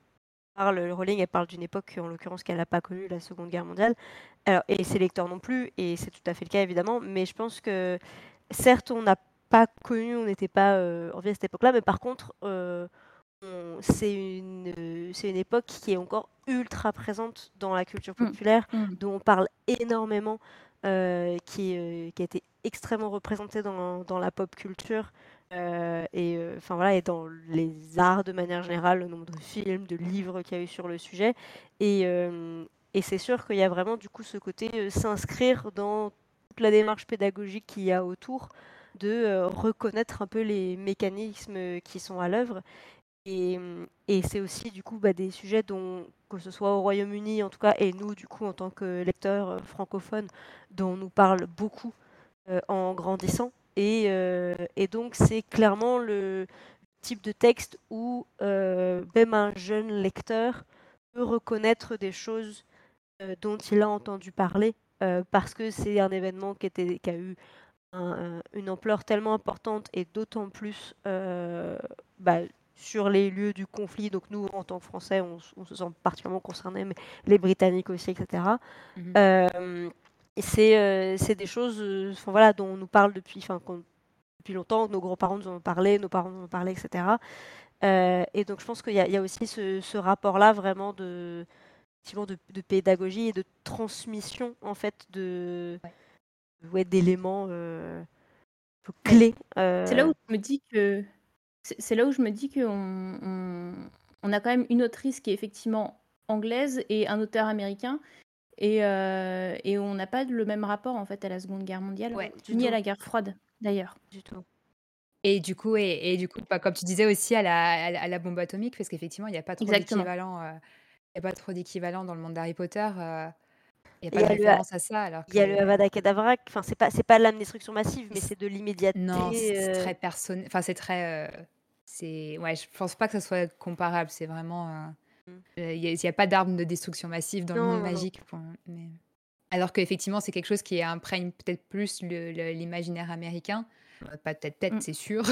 parle, Rowling, elle parle d'une époque, en l'occurrence, qu'elle n'a pas connue, la Seconde Guerre mondiale. Alors, et ses lecteurs non plus, et c'est tout à fait le cas, évidemment, mais je pense que, certes, on n'a pas connu, on n'était pas euh, en vie à cette époque-là, mais par contre, euh, on- c'est une, euh, c'est une époque qui est encore ultra présente dans la culture Mm. populaire, Mm. dont on parle énormément, euh, qui, euh, qui a été extrêmement représentée dans, dans la pop culture. euh, et euh, enfin voilà, et dans les arts de manière générale, le nombre de films, de livres qu'il y a eu sur le sujet. Et, euh, et c'est sûr qu'il y a vraiment du coup ce côté euh, s'inscrire dans toute la démarche pédagogique qu'il y a autour, de euh, reconnaître un peu les mécanismes qui sont à l'œuvre. Et, mmh, et c'est aussi du coup bah, des sujets dont, que ce soit au Royaume-Uni en tout cas, et nous du coup en tant que lecteurs euh, francophones, dont on nous parle beaucoup euh, en grandissant. Et, euh, et donc c'est clairement le type de texte où euh, même un jeune lecteur peut reconnaître des choses euh, dont il a entendu parler, euh, parce que c'est un événement qui, était, qui a eu un- un- une ampleur tellement importante, et d'autant plus euh, bah, sur les lieux du conflit. Donc nous, en tant que Français, on, s- on se sent particulièrement concernés, mais les Britanniques aussi, et cetera. Mhm. Euh, et c'est euh, c'est des choses euh, enfin, voilà, dont on nous parle depuis, enfin, qu'on- depuis longtemps, nos grands-parents nous en ont parlé, nos parents nous en ont parlé, et cetera. Euh, et donc je pense qu'il y, a il y a aussi ce, ce rapport-là vraiment de, effectivement, de, de pédagogie et de transmission en fait de, Ouais. ouais, d'éléments euh, Mais clés. c'est là euh, où je me dis que c'est c'est là où je me dis que on, on, on a quand même une autrice qui est effectivement anglaise et un auteur américain. Et, euh, et on n'a pas le même rapport en fait à la Seconde Guerre mondiale, Ouais. du ni à tout, la guerre froide d'ailleurs. du tout. Et du coup, et, et du coup, bah, comme tu disais aussi à la, à la, à la bombe atomique, parce qu'effectivement, il n'y a pas trop Exactement. d'équivalent, euh, il y a pas trop d'équivalent dans le monde d'Harry Potter. euh, Il n'y a Et pas il de y a le, A- référence à ça, alors il y a le que Avada Kedavra, enfin c'est pas c'est pas l'âme destruction massive, mais c- c'est de non, c- l'immédiateté. c'est euh, très personnel. Enfin, c'est très, euh, c'est, ouais, je pense pas que ça soit comparable. C'est vraiment, euh, mm. euh, il n'y a, il y a pas d'arme de destruction massive dans le Non, monde non, non. magique. pour- mais... Alors qu'effectivement, c'est quelque chose qui imprègne peut-être plus le- le- l'imaginaire américain. Euh, Pas peut-être, peut-être, Mm. c'est sûr.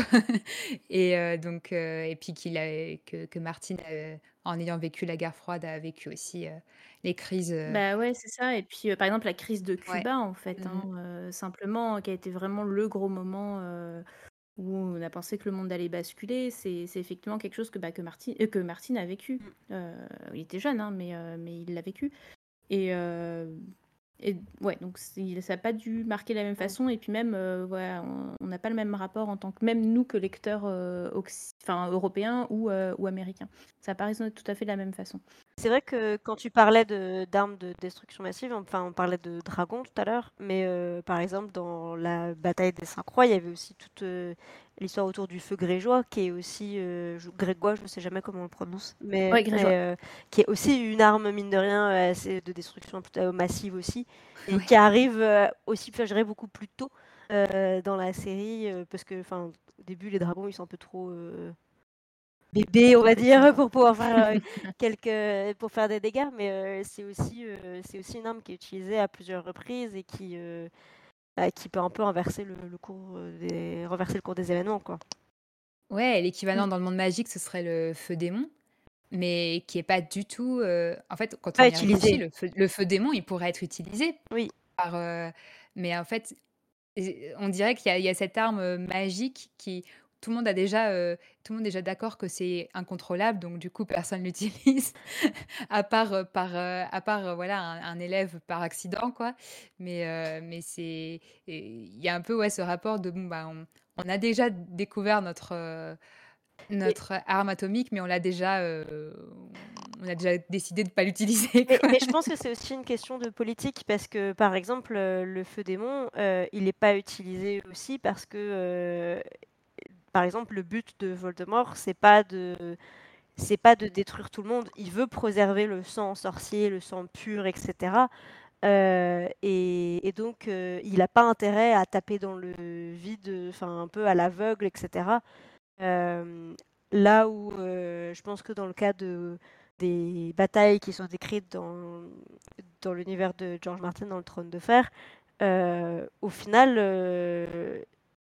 Et euh, donc, euh, et puis qu'il a, que, que Martine, euh, en ayant vécu la guerre froide, a vécu aussi euh, les crises. euh, Bah ouais, c'est ça. Et puis euh, par exemple la crise de Ouais. Cuba en fait, hein, Mhm. euh, simplement, qui a été vraiment le gros moment euh, où on a pensé que le monde allait basculer. C'est c'est effectivement quelque chose que, bah, que, Martine, euh, que Martine a vécu. Mm. Euh, il était jeune, hein, mais, euh, mais il l'a vécu. Et, euh, et ouais, donc c'est- ça n'a pas dû marquer de la même Mm. façon. Et puis même, euh, voilà, on on n'a pas le même rapport en tant que, même nous, que lecteurs euh, occ- enfin, européens ou, euh, ou américains. Ça n'a pas résonné tout à fait de la même façon. C'est vrai que quand tu parlais de d'armes de destruction massive, enfin on parlait de dragons tout à l'heure, mais euh, par exemple dans la bataille des Cinq-Croix, il y avait aussi toute euh, l'histoire autour du feu grégeois, qui est aussi euh, je- grégois, je ne sais jamais comment on le prononce, mais, Ouais, mais, Grégeois. euh, qui est aussi une arme mine de rien euh, assez de destruction plutôt massive aussi, et Ouais. qui arrive euh, aussi, enfin, je dirais, beaucoup plus tôt euh, dans la série, euh, parce que enfin au début les dragons ils sont un peu trop euh, bébé, on va dire, Effectivement. pour pouvoir faire euh, quelques, pour faire des dégâts, mais euh, c'est aussi, euh, c'est aussi une arme qui est utilisée à plusieurs reprises et qui, euh, bah, qui peut un peu inverser le, le cours euh, des, renverser le cours des événements, quoi. Ouais, l'équivalent Mm. dans le monde magique, ce serait le feu démon, mais qui est pas du tout. euh, En fait, quand on Pas y réfléchit, utilisé, le feu, le feu démon, il pourrait être utilisé oui. par. euh, Mais en fait, et on dirait qu'il y a, il y a cette arme euh, magique qui. Tout le monde a déjà, euh, tout le monde est déjà d'accord que c'est incontrôlable, donc du coup personne l'utilise, à part euh, par, euh, à part euh, voilà un, un élève par accident quoi. Mais euh, mais c'est, et il y a un peu ouais ce rapport de bon bah on, on a déjà découvert notre euh, Mais, notre arme atomique, mais on l'a déjà, euh, on a déjà décidé de pas l'utiliser mais, quoi. mais je pense que c'est aussi une question de politique parce que, par exemple, euh, le feu démon, euh, il n'est pas utilisé aussi parce que, euh, par exemple, le but de Voldemort, c'est pas de c'est pas de détruire tout le monde. Il veut préserver le sang sorcier, le sang pur, et cetera. Euh, et, et donc, euh, il n'a pas intérêt à taper dans le vide, enfin un peu à l'aveugle, et cetera. Euh, Là où euh, je pense que dans le cas de, des batailles qui sont décrites dans, dans l'univers de George Martin, dans le Trône de Fer, euh, au final, euh,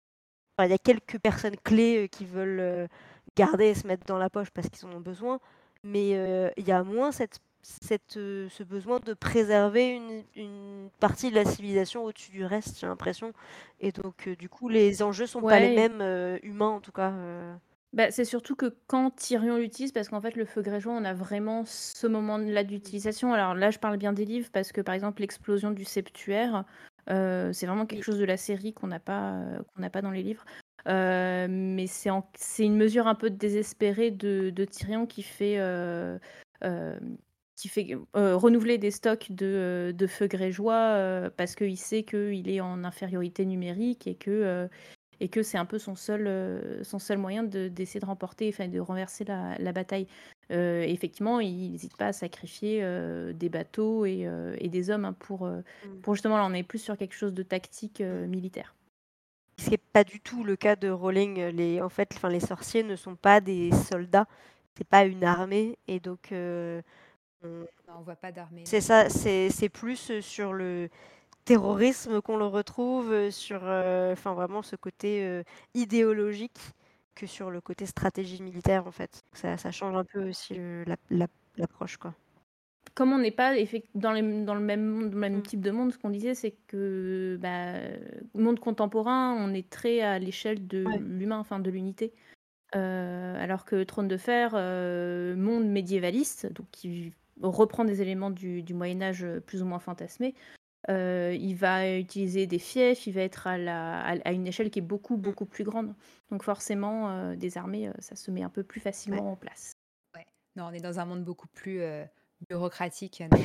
enfin, il y a quelques personnes clés euh, qui veulent euh, garder et se mettre dans la poche parce qu'ils en ont besoin. mais euh, il y a moins cette, cette, euh, ce besoin de préserver une, une partie de la civilisation au-dessus du reste, j'ai l'impression. Et donc, euh, du coup, les enjeux sont pas les Ouais, mêmes, euh, humains en tout cas. euh. bah, c'est surtout que quand Tyrion l'utilise, parce qu'en fait, le feu grégeois, on a vraiment ce moment-là d'utilisation. Alors là, je parle bien des livres, parce que par exemple, l'explosion du septuaire, euh, c'est vraiment quelque Oui, chose de la série qu'on n'a pas, euh, qu'on n'a pas dans les livres. Euh, mais c'est en- c'est une mesure un peu désespérée de, de Tyrion qui fait, euh, euh, qui fait euh, renouveler des stocks de, euh, de feu grégeois euh, parce qu'il sait qu'il est en infériorité numérique et que euh, et que c'est un peu son seul, euh, son seul moyen de- d'essayer de remporter, enfin de renverser la, la bataille. Euh, et effectivement, il n'hésite pas à sacrifier euh, des bateaux et, euh, et des hommes hein, pour, euh, mm, pour justement, là on est plus sur quelque chose de tactique mm. euh, militaire. Ce n'est pas du tout le cas de Rowling. Les, en fait, enfin, les sorciers ne sont pas des soldats, c'est pas une armée, et donc euh, on- Non, on voit pas d'armée, c'est non. ça, c'est c'est plus sur le terrorisme qu'on le retrouve, euh, sur euh, enfin vraiment ce côté euh, idéologique que sur le côté stratégie militaire en fait. Ça, ça change un peu aussi le- la- la- l'approche quoi. Comme on n'est pas effect- dans, les- dans le même, monde- le même Mm. type de monde, ce qu'on disait, c'est que bah, monde contemporain, on est très à l'échelle de Ouais. l'humain, enfin de l'unité. Euh, alors que Trône de Fer, euh, monde médiévaliste, donc qui reprend des éléments du, du Moyen Âge euh, plus ou moins fantasmés, euh, il va utiliser des fiefs, il va être à, la, à, à une échelle qui est beaucoup, Mm. beaucoup plus grande. Donc forcément, euh, des armées, euh, ça se met un peu plus Ouais. facilement en place. Ouais. Non, on est dans un monde beaucoup plus euh, bureaucratique, non.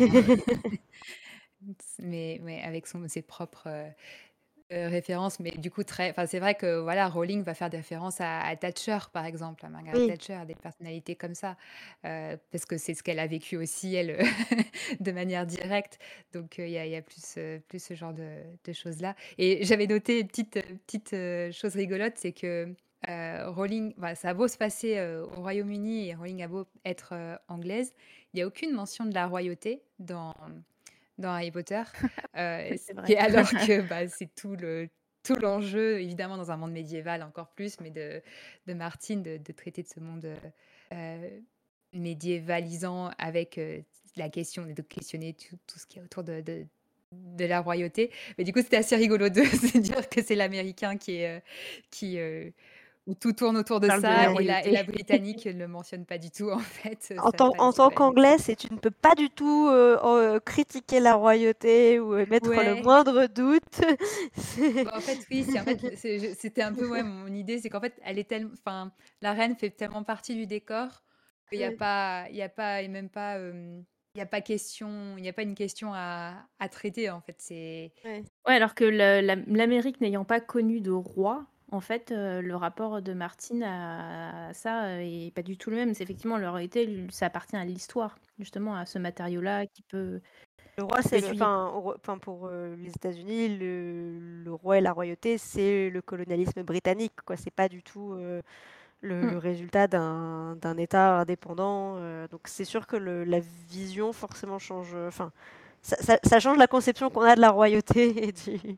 mais, mais avec son, ses propres euh, euh, références. Mais du coup, très, enfin, c'est vrai que voilà, Rowling va faire des références à, à Thatcher, par exemple, à Margaret Oui. Thatcher, à des personnalités comme ça, euh, parce que c'est ce qu'elle a vécu aussi, elle, de manière directe. Donc, euh, il y, a, il y a plus, euh, plus ce genre de, de choses-là. Et j'avais noté une petite, petite euh, chose rigolote, c'est que euh, Rowling, voilà, ça a beau se passer euh, au Royaume-Uni et Rowling a beau être euh, anglaise, il n'y a aucune mention de la royauté dans, dans Harry Potter. Euh, C'est vrai. et alors que bah, c'est tout le tout l'enjeu, évidemment dans un monde médiéval encore plus, mais de, de Martine, de, de traiter de ce monde euh, euh, médiévalisant avec euh, la question, et de questionner tout, tout ce qui est autour de, de, de la royauté. Mais du coup, c'était assez rigolo de se dire que c'est l'Américain qui est... euh, qui, euh, où tout tourne autour de Parle de la ça, et la, et royauté. la Britannique ne le mentionne pas du tout, en fait. En Ça tant, en passe, tant ouais, du coup. qu'anglais, c'est tu ne peux pas du tout euh, euh, critiquer la royauté ou euh, mettre le Ouais. moindre doute. C'est- Bah, en fait, oui, c'est en fait, c'est- je- c'était un peu ouais, mon idée, c'est qu'en fait, elle est tellement, enfin, la reine fait tellement partie du décor qu'il n'y a Ouais. pas, il y a pas, et même pas, euh, il y a pas question, il n'y a pas une question à, à traiter, en fait. C'est, Ouais. Ouais, alors que le- la- l'Amérique n'ayant pas connu de roi, en fait, euh, le rapport de Martine à, à ça euh, est pas du tout le même. C'est effectivement, la royauté, lui, ça appartient à l'histoire, justement, à ce matériau-là qui peut, Le roi, qui peut c'est le, essuyer. enfin, au ro- enfin, pour euh, les États-Unis, le, le roi et la royauté, c'est le colonialisme britannique, quoi. C'est pas du tout euh, le, Mm. le résultat d'un d'un État indépendant. euh, donc c'est sûr que le- la vision forcément change. euh, Enfin, ça, ça- ça change la conception qu'on a de la royauté et, du,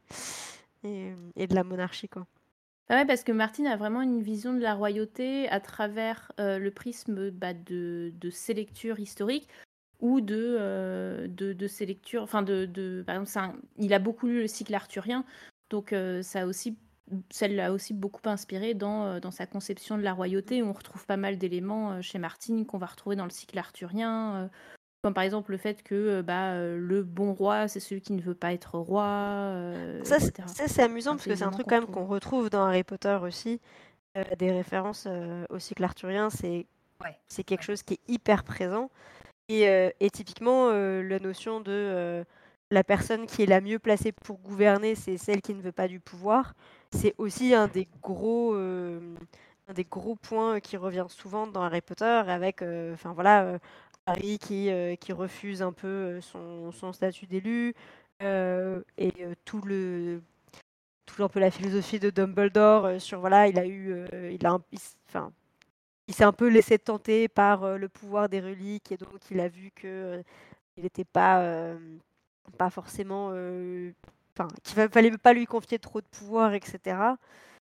et, et de la monarchie, quoi. Ah ouais, parce que Martine a vraiment une vision de la royauté à travers euh, le prisme bah, de, de ses lectures historiques ou de, euh, de, de ses lectures. Enfin, de, de, par exemple, c'est un- il a beaucoup lu le cycle arthurien, donc euh, ça, a aussi, ça l'a aussi beaucoup inspiré dans, euh, dans sa conception de la royauté. On retrouve pas mal d'éléments euh, chez Martine qu'on va retrouver dans le cycle arthurien. euh, Comme par exemple le fait que euh, bah, euh, le bon roi, c'est celui qui ne veut pas être roi, euh, Ça, c'est et cetera. ça, c'est amusant Enfin, parce c'est que des c'est un éléments truc qu'on quand même retrouve. qu'on retrouve dans Harry Potter aussi. Euh, des références euh, au cycle arthurien, c'est ouais, c'est quelque ouais. chose qui est hyper présent. Et, euh, et typiquement, euh, la notion de euh, la personne qui est la mieux placée pour gouverner, c'est celle qui ne veut pas du pouvoir. C'est aussi un des gros, euh, un des gros points qui revient souvent dans Harry Potter, avec, euh, enfin voilà, euh, Harry qui, euh, qui refuse un peu euh, son, son statut d'élu, euh, et euh, tout le, tout un peu la philosophie de Dumbledore euh, sur voilà, il a eu, euh, il a, un- il s- enfin, il s'est un peu laissé tenter par euh, le pouvoir des reliques et donc il a vu que euh, il n'était pas, euh, pas forcément, euh, enfin, qu'il fa- fallait pas lui confier trop de pouvoir, et cetera.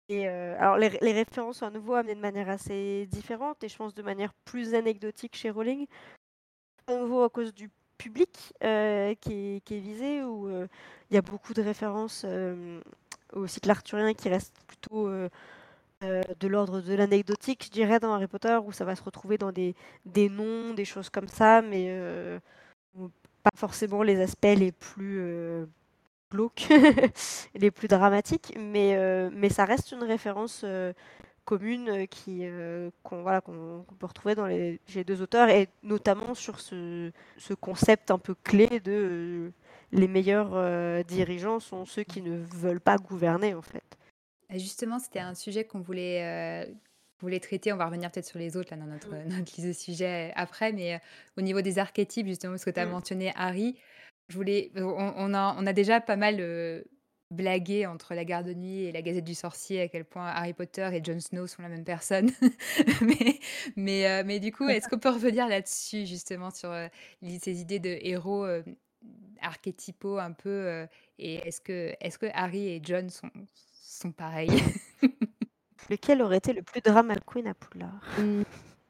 Et heu, alors les les références sont à nouveau amenées de manière assez différente et je pense de manière plus anecdotique chez Rowling. À nouveau à cause du public, heu, qui est qui est visé où, heu, il y a beaucoup de références, hem, au cycle arthurien qui restent plutôt, heu heu, de l'ordre de l'anecdotique, je dirais, dans Harry Potter, où ça va se retrouver dans des des noms, des choses comme ça, mais heu, ou pas forcément les aspects les plus, heu, glauques, les plus dramatiques, mais heu, mais ça reste une référence, heu, commune, heu, qui, heu, qu'on voilà, qu'on qu'on peut retrouver dans les chez les deux auteurs et notamment sur ce ce concept un peu clé de, heu, les meilleurs, heu, dirigeants sont ceux qui ne veulent pas gouverner, en fait. Et justement, c'était un sujet qu'on voulait, heu, qu'on voulait traiter. On va revenir peut-être sur les autres là dans notre, Mmh. notre liste de sujets après, mais, heu, au niveau des archétypes justement, parce que tu as Mmh. mentionné Harry, je voulais on on a on a déjà pas mal, heu, blagué entre La Garde de Nuit et La Gazette du Sorcier, à quel point Harry Potter et Jon Snow sont la même personne. Mais mais, heu, mais du coup, est-ce qu'on peut revenir là-dessus justement sur, heu, l'i ces idées de héros, hem, archétypaux un peu, heu, et est-ce que est-ce que Harry et Jon sont sont pareils? Lequel aurait été le plus drama queen à Poudlard? Mmh.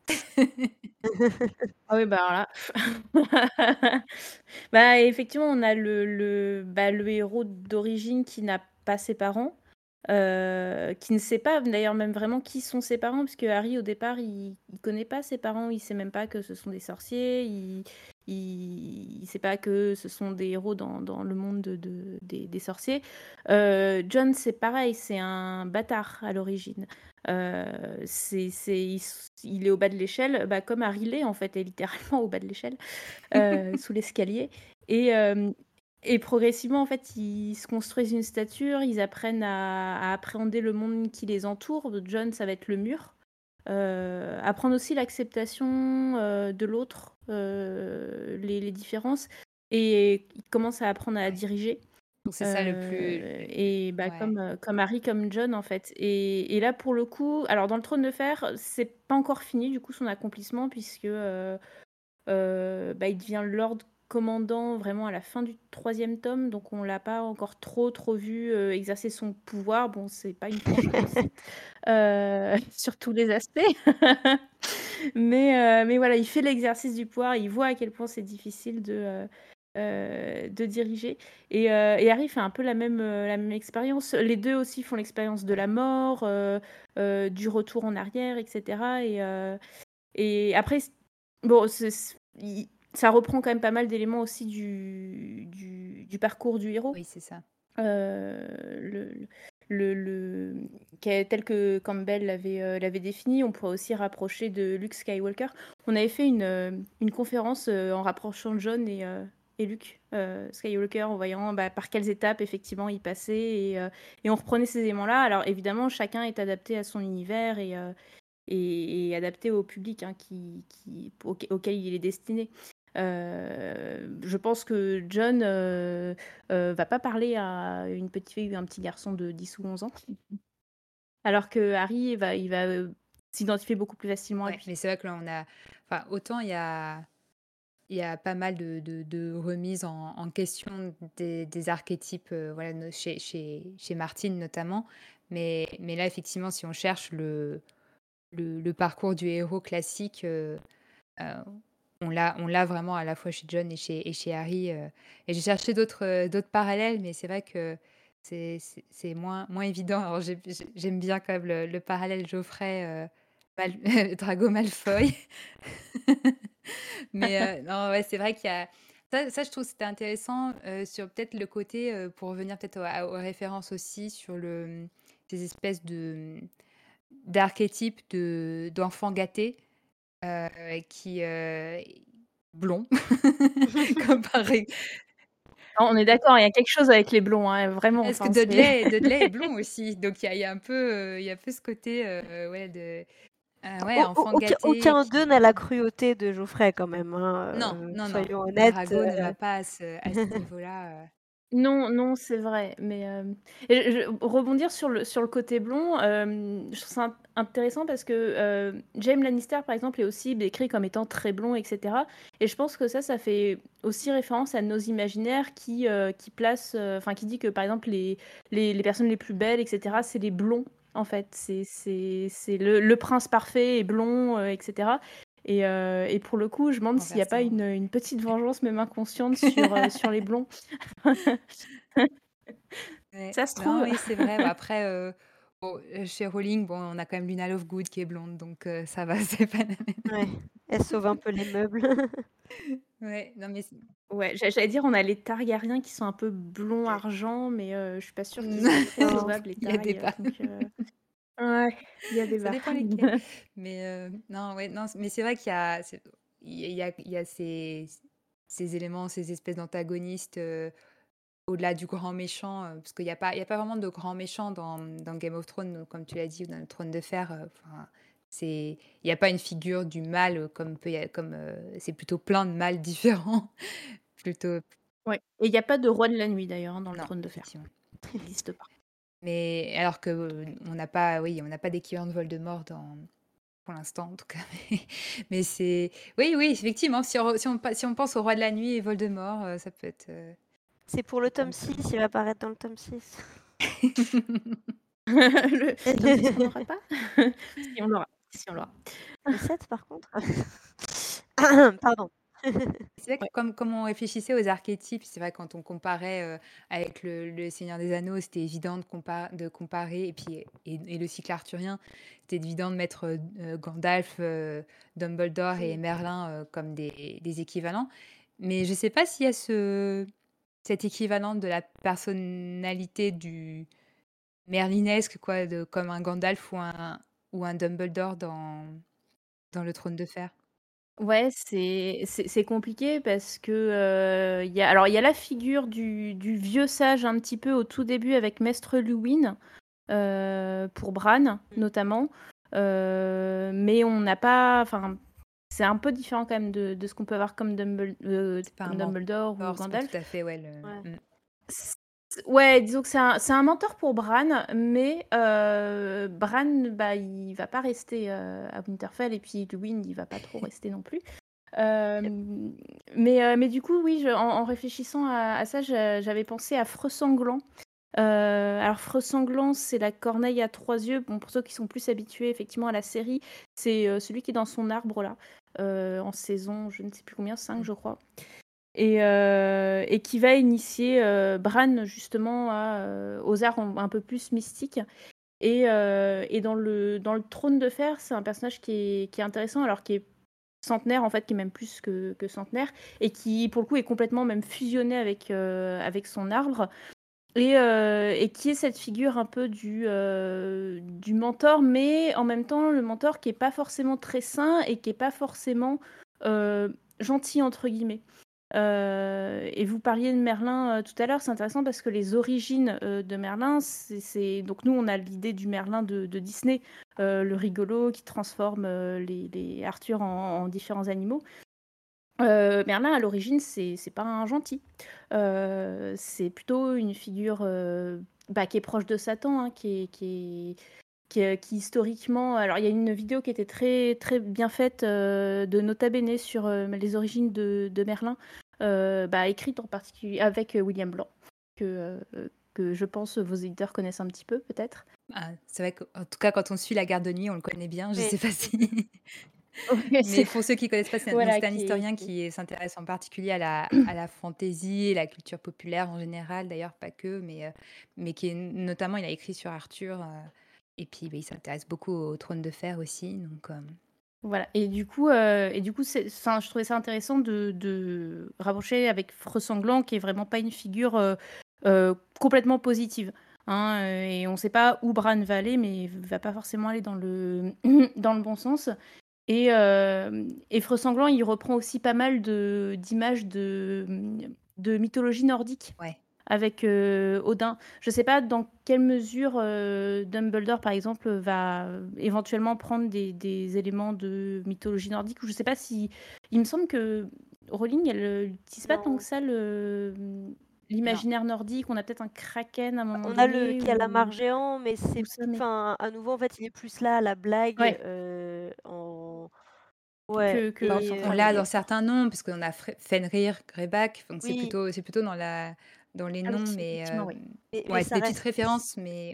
Ah oui, bah, alors là, bah, effectivement, on a le le bah, le héros d'origine qui n'a pas ses parents, heu, qui ne sait pas d'ailleurs même vraiment qui sont ses parents, puisque Harry au départ, il il connaît pas ses parents, il sait même pas que ce sont des sorciers, il il il sait pas que ce sont des héros dans dans le monde de de des des sorciers. Heu, Jon, c'est pareil, c'est un bâtard à l'origine. Heu, c'est c'est il s il est au bas de l'échelle, bah, comme Harry l'est en fait, est littéralement au bas de l'échelle, heu, sous l'escalier et hem et progressivement en fait, ils se construisent une stature, ils apprennent à à appréhender le monde qui les entoure. Jon, ça va être le mur. Heu, apprendre aussi l'acceptation, heu, de l'autre, heu, les les différences et il commence à apprendre à Ouais, diriger. donc c'est ça le Heu plus et bah, ouais. comme, heu, comme Harry, comme Jon, en fait et et là, pour le coup alors dans le Trône de Fer, c'est pas encore fini, du coup, son accomplissement puisque, heu heu, bah, il devient Lord Commandant vraiment à la fin du troisième tome, donc on l'a pas encore trop, trop vu, heu, exercer son pouvoir. Bon, c'est pas une franche réussite, heu, sur tous les aspects. Mais heu, mais voilà, il fait l'exercice du pouvoir, il voit à quel point c'est difficile de, heu heu, de diriger et heu et Harry fait un peu la même, heu, la même expérience. Les deux aussi font l'expérience de Ouais. la mort, heu heu, du retour en arrière et cetera et heu et après s bon, c'est c i ça reprend quand même pas mal d'éléments aussi du du du parcours du héros. Oui, c'est ça. Heu, le le le que tel que Campbell l'avait, heu, l'avait défini, on pourrait aussi rapprocher de Luke Skywalker. On avait fait une, heu, une conférence, heu, en rapprochant Jon et heu et Luke, heu, Skywalker, en voyant, bah, par quelles étapes effectivement il passait et heu et on reprenait ces éléments-là. Alors évidemment, chacun est adapté à son univers et heu et et adapté au public, hein, qui qui auquel auquel il est destiné. Heu, je pense que Jon, heu heu, va pas parler à une petite fille ou un petit garçon de dix ou onze ans. Alors que Harry va il va, heu, s'identifier beaucoup plus facilement à Ouais, lui. mais c'est vrai que là, on a enfin, autant il y a il y a pas mal de de de remises en en question des des archétypes, heu, voilà, no chez chez chez Martine notamment, mais mais là, effectivement, si on cherche le le le parcours du héros classique, heu heu, on l'a on l'a vraiment à la fois chez Jon et chez et chez Harry, heu et j'ai cherché d'autres, heu, d'autres parallèles, mais c'est vrai que c'est c'est c'est moins moins évident. Alors j'ai j'ai j'aime bien quand même le le parallèle Geoffrey, heu, Mal Drago Malfoy. Mais heu, non, ouais, c'est vrai qu'il y a ça ça je trouve que c'était intéressant, heu, sur peut-être le côté, heu, pour revenir peut-être aux à aux références aussi sur le, mmh, ces espèces de, mmh, d'archétypes de d'enfants gâtés, heu, qui, heu, blonds, comme par ex Non, on est d'accord, il y a quelque chose avec les blonds, hein, vraiment, parce que enfin, c'est Dudley Dudley est blond aussi, donc il y a il y a un peu, heu, il y a un peu ce côté, heu, ouais, de, heu, ouais, Au au enfant aucun gâté aucun d'eux qui n'a la cruauté de Geoffrey quand même, hein, non, heu, non, non, soyons honnêtes, Drago ne heu va pas à ce à ce niveau-là, heu Non, non, c'est vrai, mais hem et je je rebondir sur le sur le côté blond, hem, je trouve ça int intéressant parce que, heu, Jaime Lannister, par exemple, est aussi décrit comme étant très blond et cetera et je pense que ça, ça fait aussi référence à nos imaginaires qui, heu, qui placent, heu, enfin, qui dit que, par exemple, les les les personnes les plus belles et cetera, c'est les blonds, en fait. C'est c'est c'est le le prince parfait et blond, heu, et cetera et heu et pour le coup, je me demande s'il y a pas Renversement. une, une petite vengeance, même inconsciente, sur, heu, sur les blonds. Ouais. Ça se Non, trouve. oui, c'est vrai. Bah, après, heu, bon, heu, chez Rowling, bon, on a quand même Luna Lovegood qui est blonde, donc heu, ça va, c'est pas la même. Ouais, elle sauve un peu les meubles. Ouais, non, mais c Ouais, j'a j'allais dire, on a les Targaryens qui sont un peu blond argent, mais heu, je suis pas sûre qu'ils soient très Non. sauvables, les il y a Targ, débat. donc heu, ouais, il y a Ça débat. dépend lesquels. Mais heu, non, ouais, non, mais c'est vrai qu'il y a c'est il y a il y a ces ces éléments, ces espèces d'antagonistes, heu, au-delà du grand méchant, heu, parce qu'il y a pas il y a pas vraiment de grand méchant dans, mmh, dans Game of Thrones, donc comme tu l'as dit, ou dans le Trône de Fer, heu, enfin, c'est il y a pas une figure du mal, heu, comme peut y a comme, heu, c'est plutôt plein de mal différents, plutôt Ouais et il y a pas de roi de la nuit d'ailleurs, hein, dans le non, Trône de Fer. effectivement. Il existe pas. Mais alors que, heu, on n'a pas oui, on n'a pas d'équivalent de Voldemort dans pour l'instant en tout cas. Mais mais c'est oui, oui, effectivement, si on si on pa si on pense au Roi de la Nuit et Voldemort, heu, ça peut être, heu, C'est pour le ça peut tome être six, sympa. il va apparaître dans le tome six. Le tome six, on l'aura pas? Si, on l'aura. Si, on l'aura. Le sept par contre? Pardon. C'est vrai que Ouais. comme comme on réfléchissait aux archétypes, c'est vrai quand on comparait, heu, avec le le Seigneur des Anneaux, c'était évident de compa de comparer et puis et et le cycle arthurien, c'était évident de mettre, heu, heu, Gandalf, heu, Dumbledore et Mmh. Merlin, heu, comme des des équivalents. Mais je sais pas s'il y a ce cet équivalent de la personnalité du merlinesque quoi, de comme un Gandalf ou un ou un Dumbledore dans dans le Trône de Fer. Ouais, c'est c'est c'est compliqué parce que, heu, il y a alors il y a la figure du du vieux sage un petit peu au tout début avec Maître Luwin, heu, pour Bran Mmh. notamment, heu, mais on n'a pas enfin, c'est un peu différent quand même de de ce qu'on peut avoir comme Dumble heu, C'est pas un comme Dumbledore ou mentor, c'est pas tout Gandalf. à fait, ouais, le Ouais. mmh. C Ouais, disons que c'est un c'est un mentor pour Bran, mais heu, Bran, bah, il va pas rester, heu, à Winterfell et puis Luwin, il va pas trop rester non plus. Hem, mais heu, mais du coup, oui, je en en réfléchissant à à ça, je j'avais pensé à Freux Sanglant. Heu, alors Freux Sanglant, c'est la corneille à trois yeux. Bon, pour ceux qui sont plus habitués effectivement à la série, c'est, heu, celui qui est dans son arbre là, heu, en saison je ne sais plus combien, cinq Mmh. je crois et heu et qui va initier, heu, Bran justement à, heu, aux arts un un peu plus mystiques et heu et dans le dans le Trône de Fer, c'est un personnage qui est qui est intéressant alors qui est centenaire en fait, qui est même plus que que centenaire et qui pour le coup est complètement même fusionné avec, heu, avec son arbre et heu et qui est cette figure un peu du, heu, du mentor, mais en même temps le mentor qui est pas forcément très sain et qui est pas forcément, heu, «gentil» entre guillemets. Heu et vous parliez de Merlin, heu, tout à l'heure, c'est intéressant parce que les origines, heu, de Merlin, c'est c'est donc nous on a l'idée du Merlin de de Disney, heu, le rigolo qui transforme, heu, les les Arthur en en différents animaux. Heu, Merlin à l'origine, c'est c'est pas un gentil. Heu, c'est plutôt une figure, heu, bah, qui est proche de Satan, hein, qui est qui est qui, heu, qui historiquement alors il y a une vidéo qui était très très bien faite, heu, de Nota Bene sur, heu, les origines de de Merlin, heu, bah, écrite en particulier avec, heu, William Blanc que, heu, que je pense vos éditeurs connaissent un petit peu peut-être? Ah, c'est vrai qu'en tout cas, quand on suit La Garde de Nuit, on le connaît bien. Je Oui. sais pas Mmh si mh. Ouais, mais c'est pour ceux qui connaissent pas, c'est donc voilà c'est un qui est historien qui est qui s'intéresse en particulier à la à la fantaisie et la culture populaire en général, d'ailleurs pas que, mais heu, mais qui est notamment il a écrit sur Arthur, heu et puis, beh, il s'intéresse beaucoup au Trône de Fer aussi, donc hem, Voilà et du coup, heu et du coup, c'est enfin, je trouvais ça intéressant de de rapprocher avec Freux Sanglant qui est vraiment pas une figure, heu heu, complètement positive, hein, heu et on sait pas où Bran va aller, mais il va pas forcément aller dans le dans le bon sens et hem et Freux Sanglant, il reprend aussi pas mal de d'images de, mmh, de mythologie nordique ouais. avec, heu, Odin. Je sais pas dans quelle mesure, heu, Dumbledore, par exemple, va, heu, éventuellement prendre des des éléments de mythologie nordique ou je sais pas si il me semble que Rowling, elle, heu, utilise pas tant que Non. ça le, mmh, Non. l'imaginaire nordique. On a peut-être un kraken à un moment On a le donné ou calamar géant, mais ou c'est ça, mais enfin, à nouveau, en fait, il est plus là à la blague, ouais, heu, en ouais que que Bah, sur et on enfin, l'a heu dans certains noms, parce qu'on a Fre Fenrir, Greyback, donc c'est oui, plutôt c'est plutôt dans la dans les ah oui, noms, mais effectivement, oui. hem, mais mais ouais, c'est ça des petites reste références, mais ouais.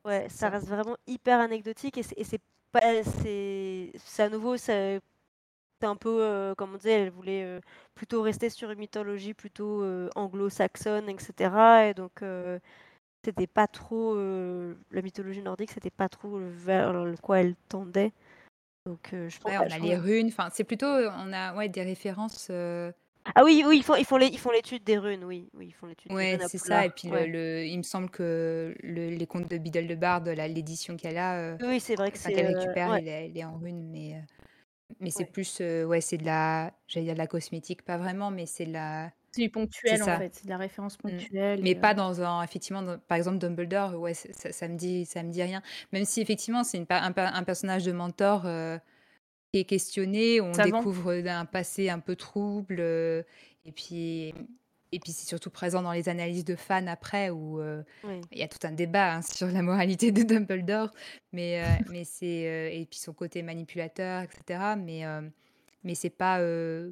Ouais, c'est ça ça. reste vraiment hyper anecdotique et c'est et c'est pas c'est c'est à nouveau, c'est c'est un peu, heu, comme on disait, elle voulait, heu, plutôt rester sur une mythologie plutôt, heu, anglo-saxonne et cetera et donc heu, c'était pas trop, heu, la mythologie nordique, c'était pas trop vers le quoi elle tendait donc heu, je pense Ouais, bah, on je a les trouve runes, enfin, c'est plutôt, heu, on a, ouais, des références, heu ah oui, oui, ils font ils font l'é ils font l'étude des runes, oui, oui, ils font l'étude des ouais, runes à c'est ça et Poudlard, puis le ouais. le il me semble que le les contes de Bildebard, la l'édition qu'elle a, heu, Oui, oui, c'est vrai que enfin c'est, qu'elle heu, récupère, ouais, il est il est en runes, mais heu, mais c'est ouais, plus, heu, ouais, c'est de la j'allais dire de la cosmétique, pas vraiment, mais c'est de la C'est du c'est ponctuel, en ça. fait, c'est de la référence Mmh. ponctuelle Mais et heu pas dans un effectivement, dans par exemple Dumbledore, ouais, ç ça ça me dit ça me dit rien. Même si effectivement c'est une pa un pa un personnage de mentor, heu, qui est questionné, où on savant. découvre, heu, un passé un peu trouble, heu et puis et puis c'est surtout présent dans les analyses de fans après où, heu, oui, il y a tout un débat, hein, sur la moralité de Dumbledore, mais heu, mais c'est, heu et puis son côté manipulateur et cetera, mais hem, mais c'est pas, heu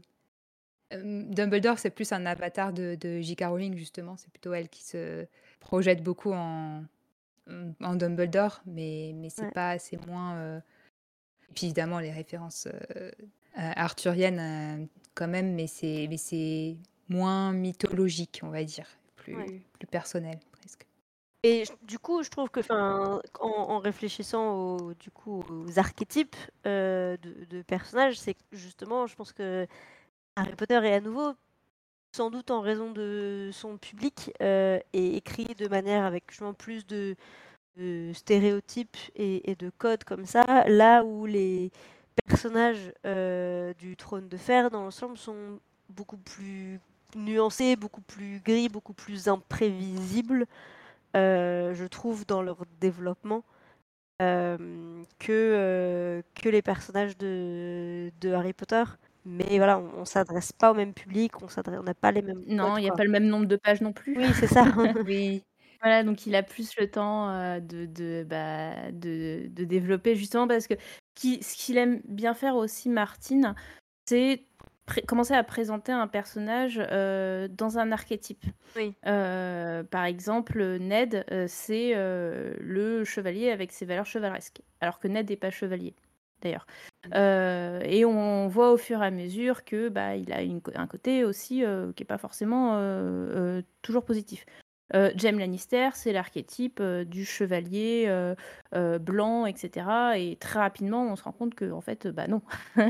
Hem, Dumbledore, c'est plus un avatar de de J K. Rowling justement, c'est plutôt elle qui se projette beaucoup en, mmh, en Dumbledore, mais mais c'est ouais. pas c'est moins, heu et puis évidemment les références, heu, heu, arthuriennes, heu, quand même, mais c'est mais c'est moins mythologique, on va dire, Ouais. plus plus personnel presque. Et j du coup, je trouve que, enfin, en en réfléchissant aux du coup, aux archétypes, heu, de de personnages, c'est que justement, je pense que Harry Potter est à nouveau, sans doute en raison de son public, heu, est écrit de manière avec justement plus de de stéréotypes et et de codes comme ça, là où les personnages, heu, du Trône de Fer dans l'ensemble sont beaucoup plus nuancés, beaucoup plus gris, beaucoup plus imprévisibles. Heu, je trouve dans leur développement, hem, que, heu, que les personnages de de Harry Potter. Mais voilà, on on s'adresse pas au même public, on s'adresse on n'a pas les mêmes Non, codes, il y a quoi. pas le même nombre de pages non plus. Oui, c'est ça. Oui, Voilà, donc il a plus le temps, heu, de de, bah, de de développer justement parce que qui ce qu'il aime bien faire aussi Martin, c'est pré commencer à présenter un personnage, heu, dans un archétype. Oui. Heu, par exemple, Ned, heu, c'est, heu, le chevalier avec ses valeurs chevaleresques, alors que Ned n'est pas chevalier, d'ailleurs. Mmh. Heu et on voit au fur et à mesure que, bah, il a une co un côté aussi, heu, qui est pas forcément, heu heu, toujours positif. Heu, Jaime Lannister, c'est l'archétype, heu, du chevalier, heu heu, blanc et cetera et très rapidement, on se rend compte qu'en fait, bah, non.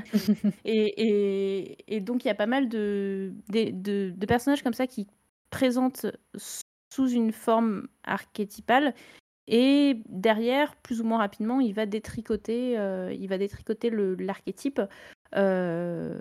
Et et et donc il y a pas mal de des de de personnages comme ça qui présentent s sous une forme archétypale et derrière, plus ou moins rapidement, il va détricoter, heu, il va détricoter le l'archétype, heu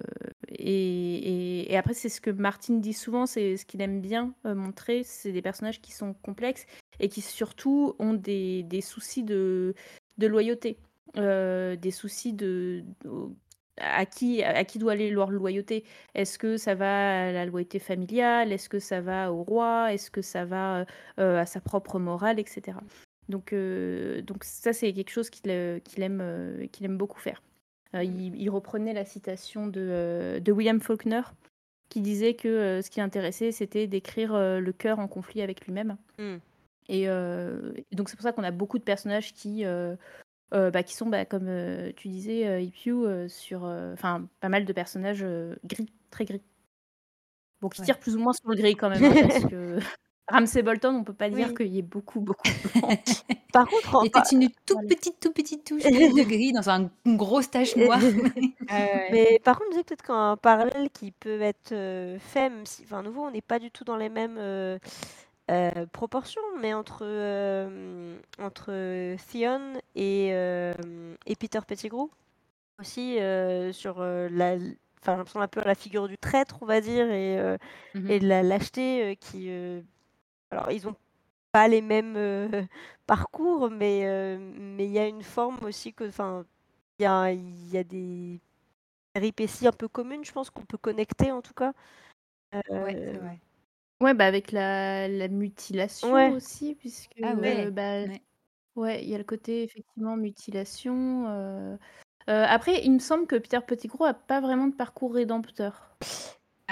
et et et après c'est ce que Martin dit souvent, c'est ce qu'il aime bien, heu, montrer, c'est des personnages qui sont complexes et qui surtout ont des des soucis de de loyauté, heu, des soucis de au à qui à qui doit aller leur loyauté? Est-ce que ça va à la loyauté familiale? Est-ce que ça va au roi? Est-ce que ça va, heu, à sa propre morale et cetera? Donc heu, donc ça, c'est quelque chose qu'il, heu, qu'il aime, heu, qu'il aime beaucoup faire. Heu, Mmh. il il reprenait la citation de, heu, de William Faulkner qui disait que, heu, ce qui l'intéressait, c'était d'écrire, heu, le cœur en conflit avec lui-même Mmh. et heu, et donc c'est pour ça qu'on a beaucoup de personnages qui, heu heu, bah, qui sont, bah, comme, heu, tu disais, heu, Ipiou, heu, sur, heu, enfin, pas mal de personnages, heu, gris, très gris. Bon, qui ouais. tirent plus ou moins sur le gris quand même, hein, parce que Ramsay Bolton, on peut pas dire Oui. qu'il y ait beaucoup, beaucoup de blanc. Par contre, Il en y a peut-être une toute Voilà. petite, toute petite touche de de gris dans un une grosse tache noire. Ouais, ouais. mais par contre, je disais peut-être qu'un parallèle qui peut être, heu, fait, même si enfin, à nouveau, on n'est pas du tout dans les mêmes, heu heu, proportions, mais entre, hem, entre Theon et hem et Peter Pettigrew aussi, heu, sur, heu, la l enfin, j'ai l'impression un peu à la figure du traître, on va dire et heu Mmh. et de la lâcheté, heu, qui, heu alors ils ont pas les mêmes, heu, parcours, mais heu, mais il y a une forme aussi que enfin, il y a il y a des péripéties un peu communes, je pense qu'on peut connecter en tout cas. Ouais, c'est Hem, vrai. Ouais, bah, avec la la mutilation ouais, aussi puisque, Ah heu, ouais, bah, ouais. ouais, il y a le côté effectivement mutilation, heu heu, après il me semble que Peter Pettigrew a pas vraiment de parcours rédempteur.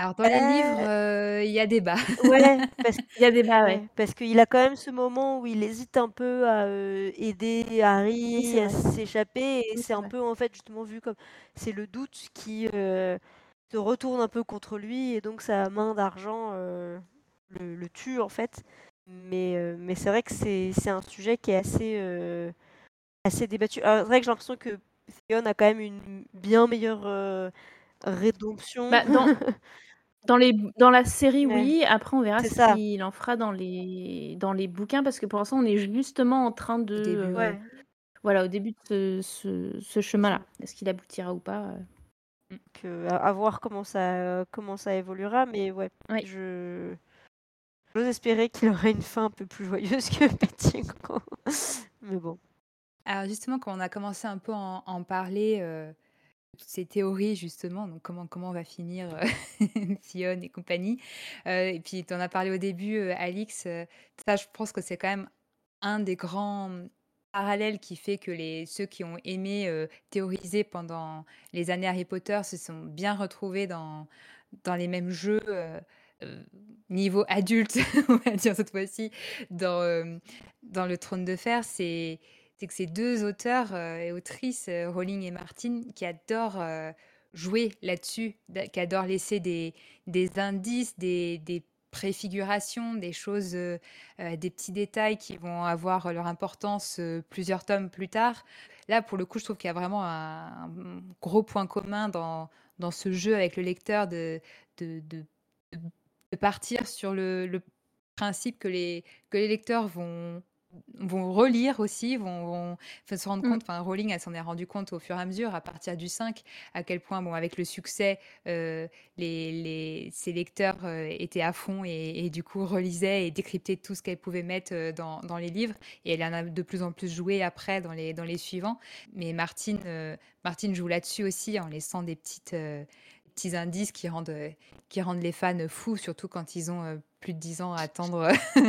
Alors dans le livre, Heu heu, il y a débat. Ouais, parce Il y a débat, ouais. ouais, parce qu'il a quand même ce moment où il hésite un peu à, heu, aider Oui, c'est Harry à vrai. s'échapper et Oui, c'est c'est un vrai. peu, en fait, justement vu comme c'est le doute qui, heu, se retourne un peu contre lui et donc sa main d'argent, heu, le le tue, en fait. Mais heu, mais c'est vrai que c'est c'est un sujet qui est assez, heu, assez débattu. Alors c'est vrai que j'ai l'impression que Theon a quand même une bien meilleure, heu, rédemption. Bah, dans dans les b dans la série, Ouais, oui. Après, on verra c'est ce ça. qu'il en fera dans les dans les bouquins parce que pour l'instant, on est justement en train de, Au début, heu, ouais. Ouais. voilà, au début de ce ce ce chemin-là. Est-ce qu'il aboutira ou pas, heu? Mmh. Que à à voir comment ça comment ça évoluera, mais ouais, Oui. je j'ose espérer qu'il aura une fin un peu plus joyeuse que Pettigrew. Mais bon. Alors justement, quand on a commencé un peu à en en parler, heu, toutes ces théories justement, donc comment comment va finir, heu, Theon et compagnie, heu et puis tu en as parlé au début, heu, Alix, heu, ça je pense que c'est quand même un des grands, mmh, parallèles qui fait que les ceux qui ont aimé, heu, théoriser pendant les années Harry Potter se sont bien retrouvés dans dans les mêmes jeux, heu heu, niveau adulte, on va dire cette fois-ci, dans, hem, dans le Trône de Fer. C'est c'est que ces deux auteurs, heu et autrices, heu, Rowling et Martin, qui adorent, heu, jouer là-dessus, da qui adorent laisser des des indices, des des préfigurations, des choses, heu heu, des petits détails qui vont avoir leur importance, heu, plusieurs tomes plus tard. Là, pour le coup, je trouve qu'il y a vraiment un, mmh, gros point commun dans dans ce jeu avec le lecteur de de de de de partir sur le le principe que les que les lecteurs vont vont relire aussi, vont vont enfin, se rendre Mmh. compte, enfin Rowling, elle s'en est rendue compte au fur et à mesure, à partir du cinq, à quel point, bon, avec le succès, heu, les les ses lecteurs, heu, étaient à fond et et du coup relisaient et décryptaient tout ce qu'elle pouvait mettre, heu, dans dans les livres et elle en a de plus en plus joué après dans les dans les suivants. Mais Martine, heu, Martine joue là-dessus aussi en laissant des petites, heu, petits indices qui rendent, heu, qui rendent les fans fous, surtout quand ils ont, heu, plus de dix ans à attendre.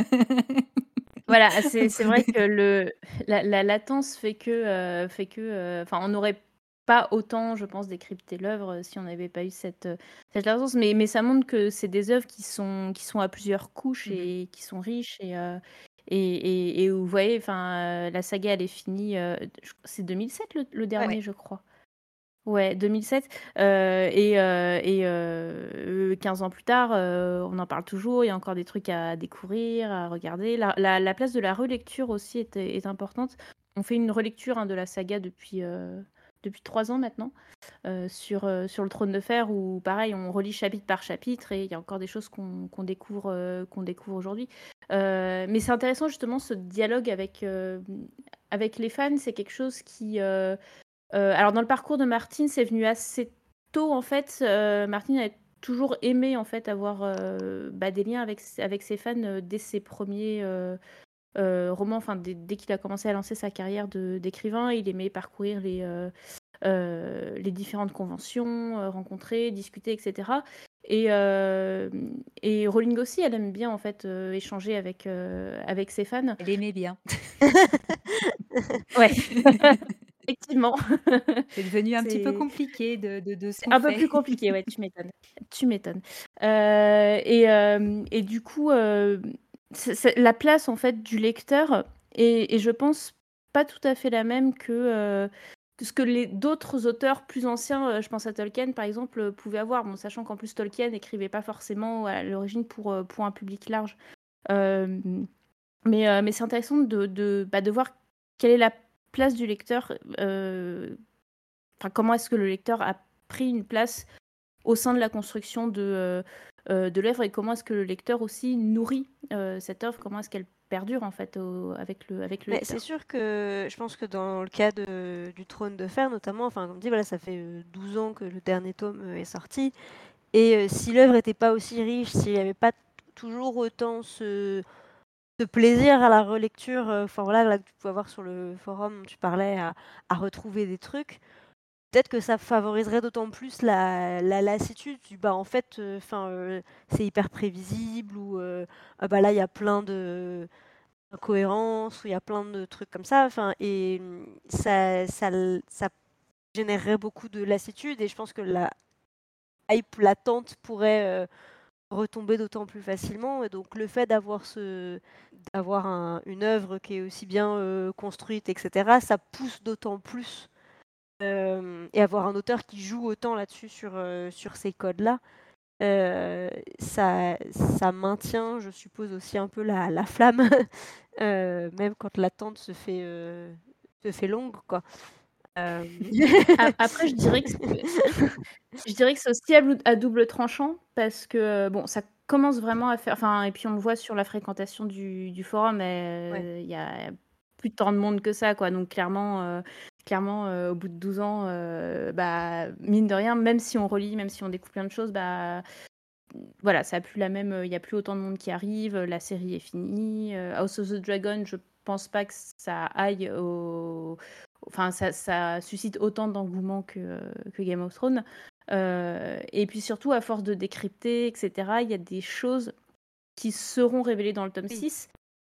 Voilà, c'est c'est vrai Prenez que le la la latence fait que, heu, fait que, heu, enfin, on n'aurait pas autant, je pense, décrypté l'œuvre, heu, si on n'avait pas eu cette, heu, cette latence. Mais mais ça montre que c'est des œuvres qui sont qui sont à plusieurs couches Mmh mh. et qui sont riches et heu et et et où vous voyez, enfin, heu, la saga, elle est finie, heu, je c'est deux mille sept le le Ouais. dernier, je crois? Ouais, deux mille sept, heu et heu et heu, quinze ans plus tard, heu, on en parle toujours. Il y a encore des trucs à découvrir, à regarder. La la la place de la relecture aussi est est importante. On fait une relecture, hein, de la saga depuis, heu, depuis trois ans maintenant, heu, sur, heu, sur le Trône de Fer où pareil, on relit chapitre par chapitre et il y a encore des choses qu'on qu'on découvre, heu, qu'on découvre aujourd'hui. Heu, mais c'est intéressant justement ce dialogue avec, hem, avec les fans. C'est quelque chose qui, heu Heu, alors dans le parcours de Martine, c'est venu assez tôt en fait, heu, Martine a toujours aimé en fait avoir, heu, bah, des liens avec s avec ses fans, heu, dès ses premiers heu heu, romans, enfin dès dès qu'il a commencé à lancer sa carrière de d'écrivain. Il aimait parcourir les, heu heu, les différentes conventions, heu, rencontrer, discuter et cetera et hem et Rowling aussi, elle aime bien en fait, heu, échanger avec, heu, avec ses fans. Elle aimait bien. Ouais, effectivement. C'est devenu un petit peu C'est compliqué de de de C'est son un peu fait. plus compliqué, ouais, tu m'étonnes. Tu m'étonnes. Heu et hem et du coup, hem, c'est c'est la place, en fait, du lecteur est est je pense pas tout à fait la même que, heu, que ce que les d'autres auteurs plus anciens, heu, je pense à Tolkien, par exemple, heu, pouvaient avoir. Bon, sachant qu'en plus Tolkien n'écrivait pas forcément à l'origine pour, heu, pour un public large. Hem, mais heu, mais c'est intéressant de de, bah, de voir quelle est la place du lecteur, heu, enfin, comment est-ce que le lecteur a pris une place au sein de la construction de, heu heu, de l'œuvre et comment est-ce que le lecteur aussi nourrit, heu, cette œuvre? Comment est-ce qu'elle perdure en fait au avec le avec le Mais c'est lecteur? sûr que je pense que dans le cas de du Trône de Fer notamment, enfin comme dit voilà, ça fait, heu, douze ans que le dernier tome, heu, est sorti et heu, si l'œuvre était pas aussi riche, s'il y avait pas t toujours autant ce ce plaisir à la relecture, heu, enfin voilà, là que tu pouvais avoir sur le forum dont tu parlais à à retrouver des trucs, peut-être que ça favoriserait d'autant plus la la lassitude du bah, en fait, enfin, heu, c'est hyper prévisible ou heu, ah bah, là il y a plein de incohérences, où il y a plein de trucs comme ça, enfin et mmh, ça ça l ça générerait beaucoup de lassitude et je pense que la hype latente pourrait euh, retomber d'autant plus facilement. Et donc le fait d'avoir ce d'avoir un- une œuvre qui est aussi bien euh, construite, et cetera, ça pousse d'autant plus. Euh, et avoir un auteur qui joue autant là-dessus sur, euh, sur ces codes-là, euh, ça, ça maintient, je suppose, aussi un peu la, la flamme, euh, même quand l'attente se fait, euh, se fait longue, quoi. Euh, A- Après, je dirais que c'est- je dirais que c'est aussi à, blou- à double tranchant parce que euh, bon, ça commence vraiment à faire. Enfin, et puis on le voit sur la fréquentation du, du forum, ouais. euh, il y a plus tant de monde que ça, quoi. Donc clairement, euh, clairement, euh, au bout de douze ans, euh, bah mine de rien, même si on relit, même si on découvre plein de choses, bah voilà, ça a plus la même. Il y a plus autant de monde qui arrive. La série est finie. Euh, House of the Dragon, je pense pas que ça aille au. Enfin, ça, ça suscite autant d'engouement que, que Game of Thrones. Euh, et puis surtout, à force de décrypter, et cetera, il y a des choses qui seront révélées dans le tome Oui. six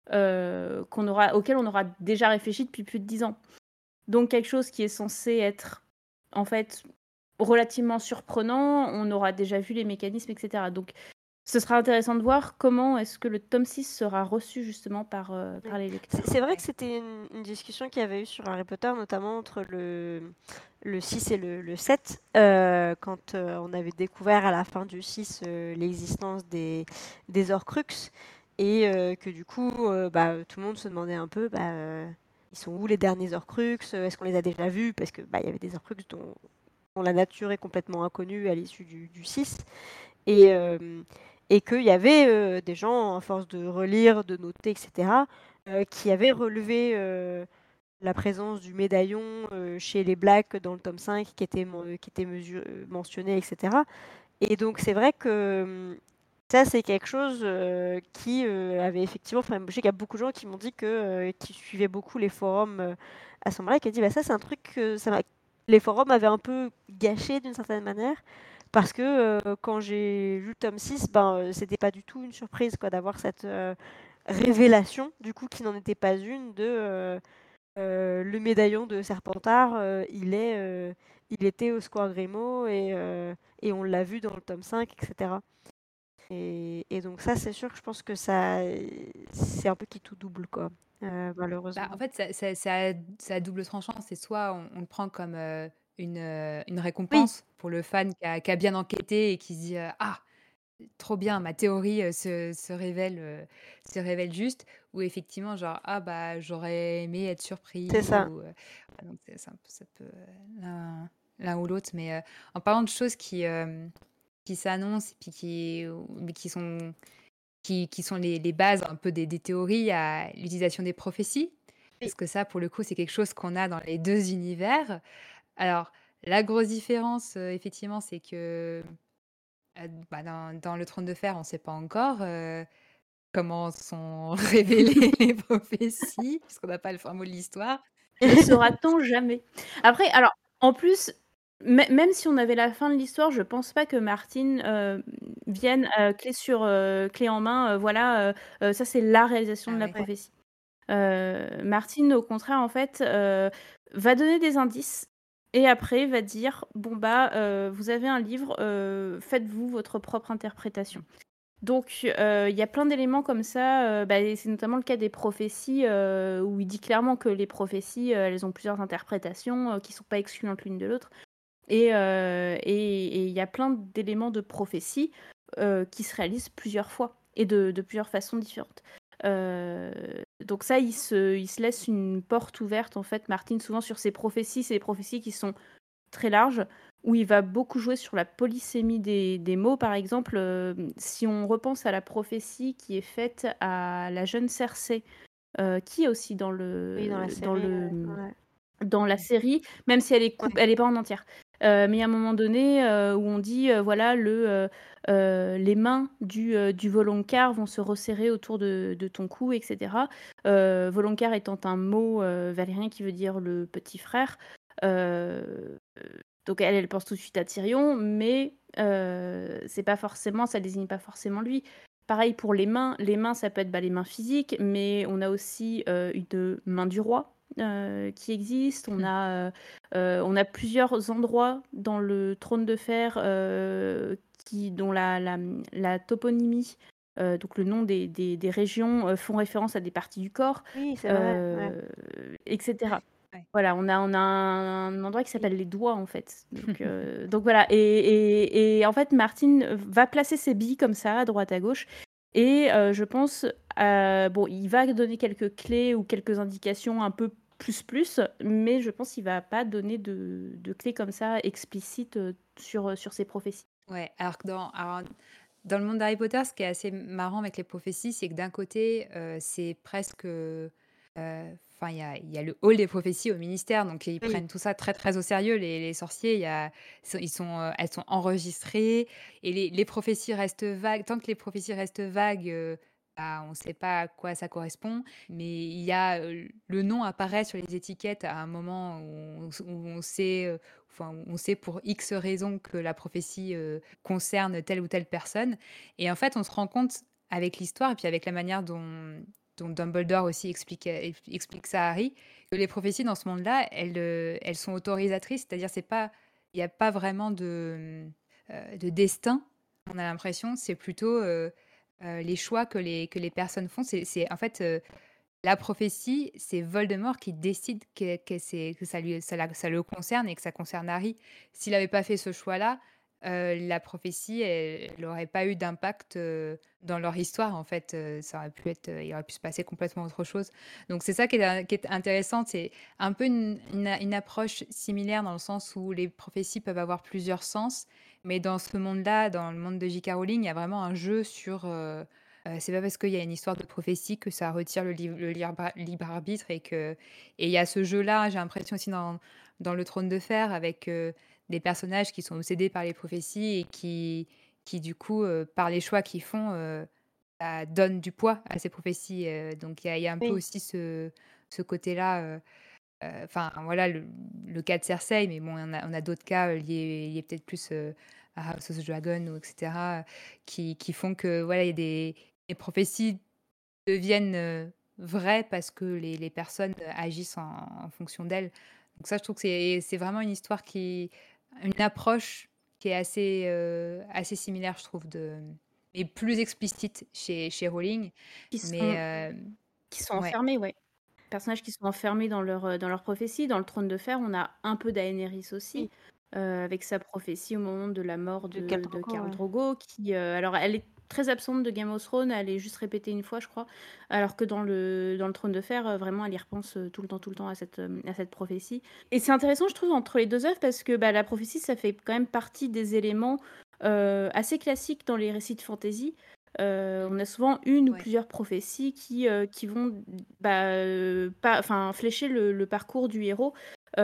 euh, qu'on aura, auxquelles on aura déjà réfléchi depuis plus de dix ans. Donc quelque chose qui est censé être en fait relativement surprenant, on aura déjà vu les mécanismes, et cetera. Donc ce sera intéressant de voir comment est-ce que le tome six sera reçu justement par, euh, par Ouais. les C'est lecteurs. c'est vrai Ouais. que c'était une, une discussion qu'il y avait eu sur Harry Potter, notamment entre le, le six et le, le sept, euh, quand euh, on avait découvert à la fin du six euh, l'existence des, des Horcruxes, et euh, que du coup, euh, bah, tout le monde se demandait un peu, bah, euh, ils sont où les derniers Horcruxes? Est-ce qu'on les a déjà vus? Parce que bah, il y avait des Horcruxes dont, dont la nature est complètement inconnue à l'issue du, du six. Et, euh, et qu'il y avait euh, des gens, à force de relire, de noter, et cetera, euh, qui avaient relevé euh, la présence du médaillon euh, chez les Blacks dans le tome cinq, qui était, men- qui était mesu- euh, mentionné, et cetera. Et donc c'est vrai que hum, ça, c'est quelque chose euh, qui euh, avait effectivement... Enfin, je sais qu'il y a beaucoup de gens qui m'ont dit que, euh, qui suivaient beaucoup les forums euh, à ce moment-là, qui ont dit, bah, ça, c'est un truc que ça m'a- les forums avaient un peu gâché d'une certaine manière. Parce que euh, quand j'ai lu le tome six, ben, euh, c'était pas du tout une surprise quoi, d'avoir cette euh, révélation, du coup, qui n'en était pas une, de euh, euh, le médaillon de Serpentard, euh, il, est, euh, il était au Square Grimaud et, euh, et on l'a vu dans le tome cinq, et cetera. Et, et donc ça, c'est sûr que je pense que ça, c'est un peu qui tout double, quoi, euh, Bah, en malheureusement. fait, ça, ça, ça a, ça a double tranchant. C'est soit on, on le prend comme euh, une, euh, une Oui, récompense pour le fan qui a, qui a bien enquêté et qui se dit euh, ah, trop bien, ma théorie euh, se, se révèle, euh, se révèle juste, ou effectivement, genre ah bah j'aurais aimé être c'est surpris, ça. ou euh, voilà, donc c'est- c'est un peu- ça peut euh, l'un l'un ou l'autre. Mais euh, en parlant de choses qui, euh, qui s'annoncent et puis qui, mais qui sont qui, qui sont les, les bases un peu des, des théories à l'utilisation des prophéties. Oui, Parce que ça, pour le coup, c'est quelque chose qu'on a dans les deux univers. Alors, la grosse différence, euh, effectivement, c'est que euh, bah, dans, dans le Trône de Fer, on ne sait pas encore euh, comment sont révélées les prophéties, puisqu'on n'a pas le fin mot de l'histoire. Ne saura-t-on jamais? Après, alors, en plus, mê- même si on avait la fin de l'histoire, je pense pas que Martine euh, vienne euh, clé sur euh, clé en main. Euh, voilà, euh, euh, ça c'est la réalisation de Ah la ouais. ouais, prophétie. Euh, Martine, au contraire, en fait, euh, va donner des indices et après va dire bon bah, euh, vous avez un livre, euh, faites-vous votre propre interprétation. Donc, euh, il y a plein d'éléments comme ça. Euh, bah, et c'est notamment le cas des prophéties, euh, où il dit clairement que les prophéties, euh, elles ont plusieurs interprétations, euh, qui ne sont pas excluantes l'une de l'autre. Et euh, et- et il y a plein d'éléments de prophétie euh, qui se réalisent plusieurs fois et de, de plusieurs façons différentes. Euh, donc ça, il se, il se laisse une porte ouverte, en fait, Martine, souvent sur ses prophéties. C'est des prophéties qui sont très large, où il va beaucoup jouer sur la polysémie des, des mots. Par exemple, euh, si on repense à la prophétie qui est faite à la jeune Cersei, euh, qui est aussi dans oui, dans la le, dans série. le, euh, ouais. dans la série, même si elle est coupe, Ouais. elle est pas en entière. Euh, mais il y a un moment donné euh, où on dit, euh, voilà, le, euh, euh, les mains du, euh, du Voloncar vont se resserrer autour de, de ton cou, et cetera. Euh, Voloncar étant un mot euh, valérien qui veut dire le petit frère. Euh, donc elle, elle pense tout de suite à Tyrion, mais euh, c'est pas forcément, ça désigne pas forcément lui. Pareil pour les mains. Les mains, ça peut être bah, les mains physiques, mais on a aussi euh, une main du roi, euh, qui existent. On a, euh, euh, on a plusieurs endroits dans le trône de fer euh, qui, dont la, la, la toponymie, euh, donc le nom des, des, des régions, euh, font référence à des parties du corps, Oui, c'est vrai, ouais. euh, et cetera. Ouais. Voilà, on a, on a un endroit qui Oui. s'appelle les doigts, en fait. Donc, euh, donc voilà. Et, et, et en fait, Martin va placer ses billes comme ça, à droite, à gauche. Et euh, je pense, euh, bon, il va donner quelques clés ou quelques indications un peu plus plus, mais je pense qu'il va pas donner de, de clés comme ça explicites euh, sur, sur ses prophéties. Ouais, alors que dans, alors, dans le monde d'Harry Potter, ce qui est assez marrant avec les prophéties, c'est que d'un côté, euh, c'est presque. euh, Enfin, il y a, il y a le hall des prophéties au ministère, donc ils Oui. prennent tout ça très très au sérieux. Les, les sorciers, il y a, ils sont, euh, elles sont enregistrées et les, les prophéties restent vagues. Tant que les prophéties restent vagues, euh, bah, on ne sait pas à quoi ça correspond. Mais il y a euh, le nom apparaît sur les étiquettes à un moment où on, où on sait, euh, enfin, on sait pour X raisons que la prophétie euh, concerne telle ou telle personne. Et en fait, on se rend compte avec l'histoire et puis avec la manière dont dont Dumbledore aussi explique, euh, explique ça à Harry, que les prophéties dans ce monde-là, elles, euh, elles sont autorisatrices, c'est-à-dire c'est pas, il n'y a pas vraiment de, euh, de destin, on a l'impression, c'est plutôt euh, euh, les choix que les, que les personnes font. C'est, c'est en fait euh, la prophétie, c'est Voldemort qui décide que, que, c'est, que ça, lui, ça, la- ça le concerne et que ça concerne Harry. S'il n'avait pas fait ce choix-là, euh, la prophétie, elle n'aurait pas eu d'impact euh, dans leur histoire, en fait. Euh, ça aurait pu être, euh, il aurait pu se passer complètement autre chose. Donc c'est ça qui est, qui est intéressant. C'est un peu une, une, une approche similaire dans le sens où les prophéties peuvent avoir plusieurs sens. Mais dans ce monde-là, dans le monde de J K. Rowling, il y a vraiment un jeu sur... euh, euh, c'est pas parce qu'il y a une histoire de prophétie que ça retire le, li- le libre, libre arbitre et que et il y a ce jeu-là, j'ai l'impression aussi dans, dans le Trône de Fer avec euh, des personnages qui sont obsédés par les prophéties et qui, qui du coup, euh, par les choix qu'ils font, euh, ça donne du poids à ces prophéties. euh, donc il y, a il y a un peu Oui. aussi ce, ce côté-là. euh, euh, Enfin, voilà, le, le cas de Cersei, mais bon, on a, on a d'autres cas euh, liés, liés peut-être plus euh, à House of the Dragon, ou et cetera, euh, qui, qui font que, voilà, il y a des, les prophéties deviennent euh, vraies parce que les, les personnes agissent en, en fonction d'elles. Donc ça, je trouve que c'est, c'est vraiment une histoire qui... Une approche qui est assez, euh, assez similaire, je trouve, de, mais plus explicite chez, chez Rowling. Qui Mais sont, euh, qui sont ouais, enfermés, ouais. Personnages qui sont enfermés dans leur, euh, dans leur prophétie. Dans le Trône de Fer, on a un peu Daenerys aussi, Oui. euh, avec sa prophétie au moment de la mort De de, Khal de Drogo, Khal ouais. Drogo, qui, euh, alors elle est très absente de Game of Thrones, elle est juste répétée une fois, je crois, alors que dans le, dans le Trône de Fer, euh, vraiment, elle y repense euh, tout le temps, tout le temps à cette, euh, à cette prophétie. Et c'est intéressant, je trouve, entre les deux œuvres, parce que bah, la prophétie, ça fait quand même partie des éléments euh, assez classiques dans les récits de fantasy. Euh, on a souvent une ou ouais. plusieurs prophéties qui, euh, qui vont bah, euh, pas, enfin, flécher le, le parcours du héros.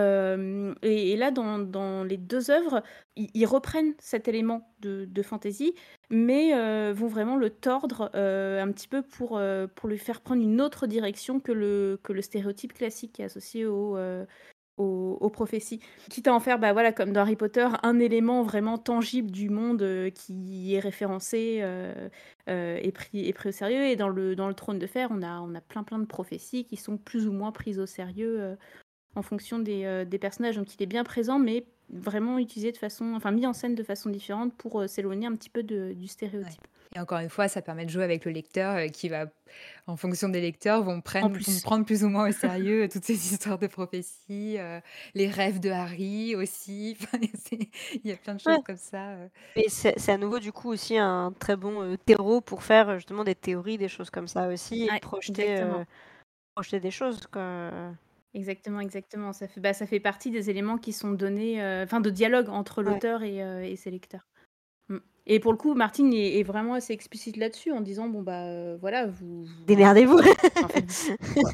Euh, et, et là, dans, dans les deux œuvres, ils, ils reprennent cet élément de, de fantasy, mais euh, vont vraiment le tordre euh, un petit peu pour, euh, pour lui faire prendre une autre direction que le, que le stéréotype classique qui est associé au, euh, aux, aux prophéties. Quitte à en faire, bah voilà, comme dans Harry Potter, un élément vraiment tangible du monde euh, qui est référencé euh, euh, et, pris, et pris au sérieux. Et dans le, dans le Trône de Fer, on a, on a plein plein de prophéties qui sont plus ou moins prises au sérieux euh, en fonction des, euh, des personnages. Donc il est bien présent, mais vraiment utilisé de façon, enfin mis en scène de façon différente pour euh, s'éloigner un petit peu de, du Ouais. stéréotype. Et encore une fois, ça permet de jouer avec le lecteur euh, qui va, en fonction des lecteurs, vont, En prendre, vont plus, prendre plus ou moins au sérieux euh, toutes ces histoires de prophéties, euh, les rêves de Harry aussi. Enfin, c'est- Il y a plein de Ouais. choses comme ça. euh. Mais c'est c'est à nouveau du coup aussi un très bon euh, terreau pour faire euh, justement des théories, des choses comme ça aussi, et ouais, projeter, exactement. euh, projeter des choses, quoi. Exactement, exactement. Ça fait, bah, ça fait partie des éléments qui sont donnés, euh, enfin de dialogue entre Ouais. l'auteur et, euh, et ses lecteurs. Mm. Et pour le coup, Martine est, est vraiment assez explicite là-dessus en disant bon bah euh, voilà, vous, vous- Démerdez-vous. enfin, faites-vous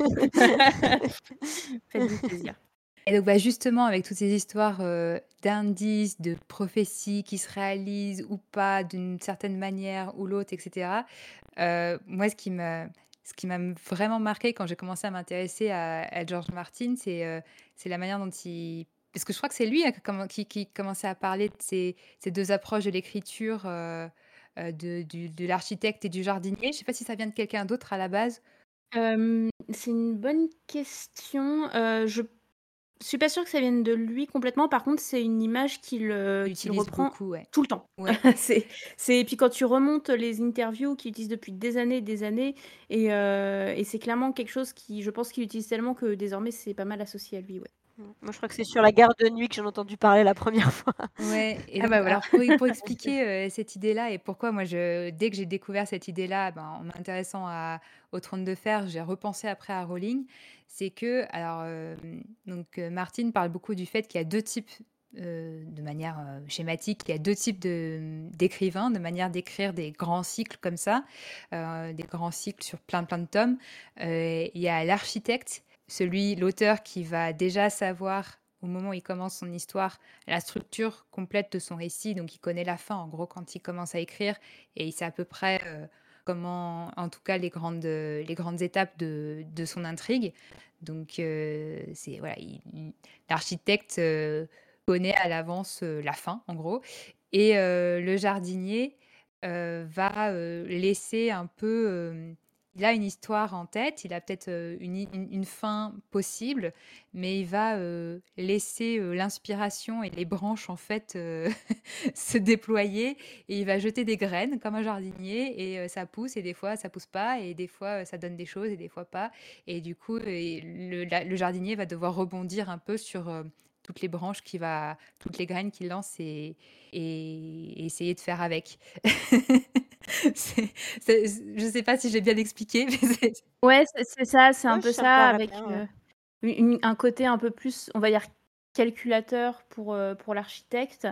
quoi. Faites-vous plaisir. Et donc, bah, justement, avec toutes ces histoires euh, d'indices, de prophéties qui se réalisent ou pas d'une certaine manière ou l'autre, et cetera, euh, moi, ce qui m'a, ce qui m'a vraiment marqué quand j'ai commencé à m'intéresser à, à George Martin, c'est euh, c'est la manière dont il... Parce que je crois que c'est lui hein, qui, comm- qui, qui commençait à parler de ces, ces deux approches de l'écriture, euh, euh, de, du- de l'architecte et du jardinier. Je ne sais pas si ça vient de quelqu'un d'autre à la base Hem, c'est une bonne question. Heu, je suis pas sûre que ça vienne de lui complètement. Par contre, c'est une image qu'il, heu, Il qu'il utilise reprend beaucoup, ouais. tout le temps. Ouais. C'est c'est et puis quand tu remontes les interviews qu'il utilise depuis des années et des années et heu et c'est clairement quelque chose qui je pense qu'il utilise tellement que désormais c'est pas mal associé à lui, ouais. Mmh. Moi, je crois que c'est sur la gare de nuit que j'en ai entendu parler la première fois. Ouais et Ah donc bah voilà. alors pour pour expliquer, heu, cette idée-là et pourquoi moi je dès que j'ai découvert cette idée-là, ben, en m'intéressant à au Trône de Fer, j'ai repensé après à Rowling. C'est que alors, hem, donc heu, Martine parle beaucoup du fait qu'il y a deux types, heu, de manière, heu, schématique, il y a deux types de, mmh, d'écrivains, de manière d'écrire des grands cycles comme ça, heu, des grands cycles sur plein, plein de tomes. Heu, il y a l'architecte, celui l'auteur qui va déjà savoir, au moment où il commence son histoire, la structure complète de son récit. Donc, il connaît la fin, en gros, quand il commence à écrire et il sait à peu près euh, comment, en tout cas, les grandes, les grandes étapes de, de son intrigue. Donc, euh, c'est voilà, il- il- l'architecte euh, connaît à l'avance euh, la fin, en gros. Et euh, le jardinier euh, va euh, laisser un peu. Euh, il a une histoire en tête, il a peut-être euh, une, i- une- une fin possible, mais il va euh, laisser euh, l'inspiration et les branches en fait euh, se déployer et il va jeter des graines comme un jardinier et euh, ça pousse et des fois ça pousse pas et des fois euh, ça donne des choses et des fois pas et du coup euh, le, la- le jardinier va devoir rebondir un peu sur euh, toutes les branches qu'il va, toutes les graines qu'il lance et, et- et essayer de faire avec. C'est- c'est- je sais pas si j'ai bien expliqué, mais c'est Ouais, c'est c'est ça, c'est un Ouais, peu ça me ça paraît avec, bien, ouais. heu, une un côté un peu plus, on va dire, calculateur pour, heu, pour l'architecte,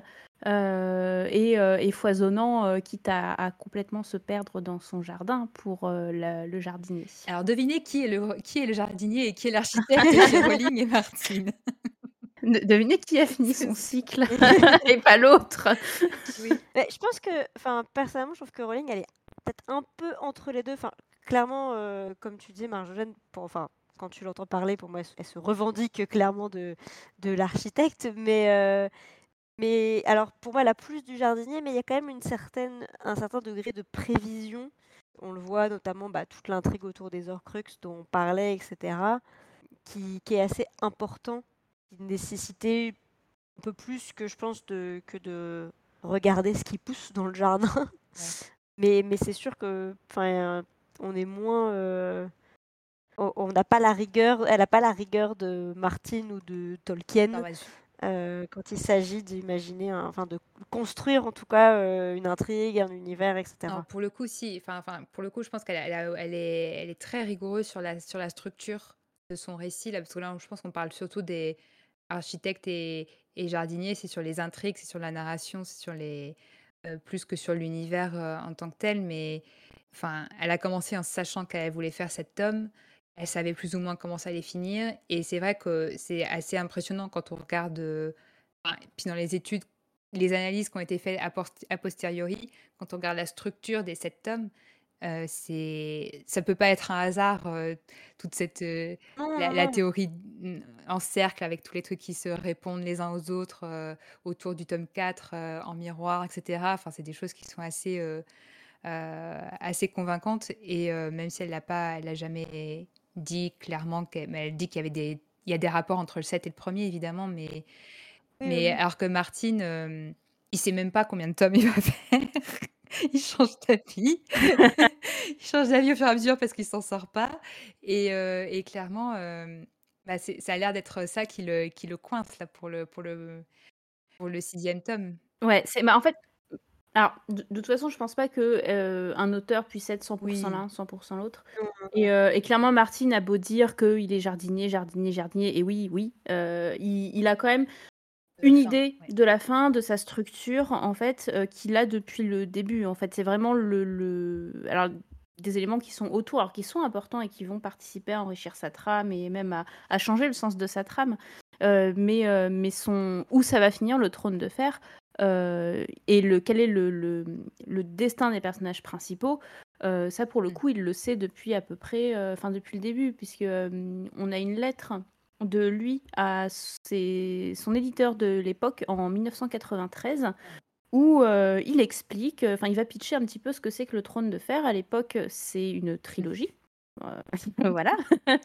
heu et heu et foisonnant, heu, quitte à à complètement se perdre dans son jardin pour, heu, la le jardinier. Alors devinez qui est le qui est le jardinier et qui est l'architecte chez Rowling et Martin? De devinez qui a fini C'est son c'est cycle et pas l'autre. oui. Mais je pense que, enfin, personnellement, je trouve que Rowling, elle est peut-être un peu entre les deux. Enfin, clairement, euh, comme tu dis, Marjolaine, pour, enfin, quand tu l'entends parler, pour moi, elle, se elle se revendique clairement de, de l'architecte. Mais, euh, mais alors, pour moi, elle a plus du jardinier, mais il y a quand même une certaine, un certain degré de prévision. On le voit notamment, bah, toute l'intrigue autour des Horcruxes dont on parlait, et cetera, qui, qui est assez important, qui nécessitait un peu plus que je pense de, que de regarder ce qui pousse dans le jardin. Ouais. Mais, mais c'est sûr que, enfin, on est moins, euh, on on n'a pas la rigueur, elle n'a pas la rigueur de Martin ou de Non, Tolkien bah, je euh, quand il s'agit d'imaginer, un- enfin de construire en tout cas euh, une intrigue, un univers, non, et cetera. pour le coup, si. Enfin enfin, pour le coup, je pense qu'elle a elle a elle est elle est très rigoureuse sur la sur la structure de son récit, là, parce que là, je pense qu'on parle surtout des architectes et et jardiniers. C'est sur les intrigues, c'est sur la narration, c'est sur les heu, plus que sur l'univers, heu, en tant que tel. Mais enfin, elle a commencé en sachant qu'elle voulait faire cet tome. Elle savait plus ou moins comment ça allait finir et c'est vrai que c'est assez impressionnant quand on regarde, heu, enfin, puis dans les études, les analyses qui ont été faites a post a posteriori, quand on regarde la structure des sept tomes, heu, c'est ça peut pas être un hasard, heu, toute cette, heu, Non, la non, la non. théorie, mmh, en cercle avec tous les trucs qui se répondent les uns aux autres, heu, autour du tome quatre, heu, en miroir et cetera. Enfin, c'est des choses qui sont assez, heu heu, assez convaincantes et heu, même si elle l'a pas elle l'a jamais dit clairement qu'elle mais elle dit qu'il y avait des il y a des rapports entre le sept et le premier évidemment, mais Oui, oui, mais oui. alors que Martin, hem, il sait même pas combien de tomes il va faire. Il change d'avis. Il change d'avis au fur et à mesure parce qu'il s'en sort pas et heu et clairement, hem, bah, c'est ça a l'air d'être ça qui le qui le coince là pour le pour le pour le sixième tome. Ouais, c'est bah, en fait, alors de de toute façon, je pense pas que, heu, un auteur puisse être cent pour cent Oui, l'un, cent pour cent l'autre Non, non, et non. heu et clairement Martine a beau dire qu'il est jardinier, jardinier, jardinier et oui, oui, heu, il il a quand même de la une fin, idée ouais. de la fin, de sa structure, en fait, heu, qu'il a depuis le début, en fait. C'est vraiment le le alors des éléments qui sont autour, alors qui sont importants et qui vont participer à enrichir sa trame et même à à changer le sens de sa trame. Heu, mais heu, mais son où ça va finir, le trône de fer, heu et le quel est le le, mmh, le destin des personnages principaux, heu, ça, pour le Mmh. coup, il le sait depuis à peu près, heu, enfin, depuis le début puisque, hem, on a une lettre de lui à ses son éditeur de l'époque en mille neuf cent quatre-vingt-treize où, heu, il explique, enfin, il va pitcher un petit peu ce que c'est que le Trône de Fer. À l'époque, c'est une Mmh. trilogie euh, voilà,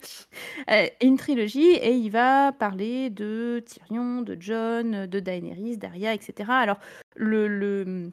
Euh, une trilogie, et il va parler de Tyrion, de Jon, de Daenerys, d'Arya, et cetera. Alors, le, le,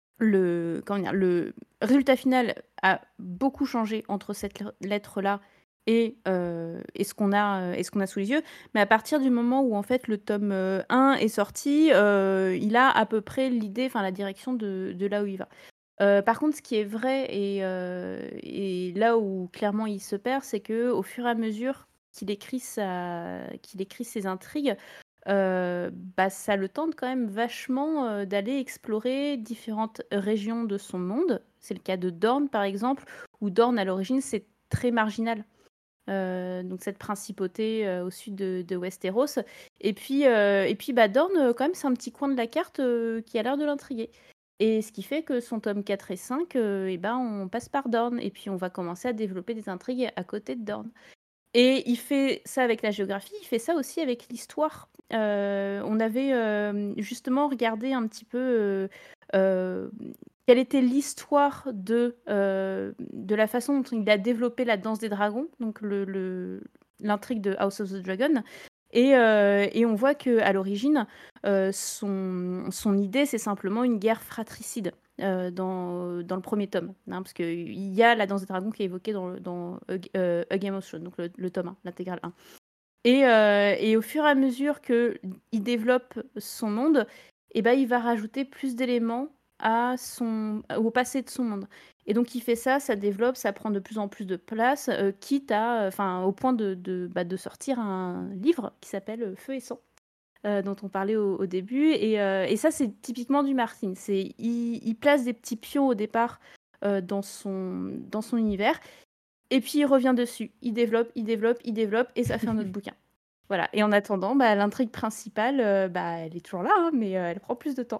le, comment dire, le résultat final a beaucoup changé entre cette lettre-là et, euh, et ce qu'on a, euh, et ce qu'on a sous les yeux. Mais à partir du moment où en fait le tome euh, un est sorti, euh, il a à peu près l'idée, enfin la direction de, de là où il va. Euh, par contre, ce qui est vrai et, euh, et là où clairement il se perd, c'est que au fur et à mesure qu'il écrit sa, qu'il écrit ses intrigues, euh, bah, ça le tente quand même vachement euh, d'aller explorer différentes régions de son monde. C'est le cas de Dorne, par exemple, où Dorne, à l'origine, c'est très marginal. Euh, donc cette principauté euh, au sud de, de Westeros. Et puis, euh, et puis bah, Dorne, euh, quand même, c'est un petit coin de la carte euh, qui a l'air de l'intriguer. Et ce qui fait que son tome quatre et cinq, euh, et ben, on passe par Dorne. Et puis on va commencer à développer des intrigues à côté de Dorne. Et il fait ça avec la géographie, il fait ça aussi avec l'histoire. Euh, on avait euh, justement regardé un petit peu euh, euh, quelle était l'histoire de, euh, de la façon dont il a développé la danse des dragons, donc le, le- l'intrigue de House of the Dragon. Et, euh, et on voit qu'à l'origine, euh, son, son idée, c'est simplement une guerre fratricide euh, dans, dans le premier tome. Hein, parce qu'il y a la danse des dragons qui est évoquée dans, le- dans A, euh, A Game of Thrones, donc le, le tome un, l'intégrale un. Et, euh, et au fur et à mesure qu'il développe son monde, eh ben, il va rajouter plus d'éléments à son, au passé de son monde. Et donc il fait ça, ça développe, ça prend de plus en plus de place, euh, quitte à, enfin, au point de, de, bah, de sortir un livre qui s'appelle Feu et sang. Euh, dont on parlait au, au début. Et, euh, et ça, c'est typiquement du Martin. C'est, il, il place des petits pions au départ euh, dans, son, dans son univers, et puis il revient dessus. Il développe, il développe, il développe, et ça fait un autre bouquin. Voilà. Et en attendant, bah, l'intrigue principale, euh, bah, elle est toujours là, hein, mais euh, elle prend plus de temps.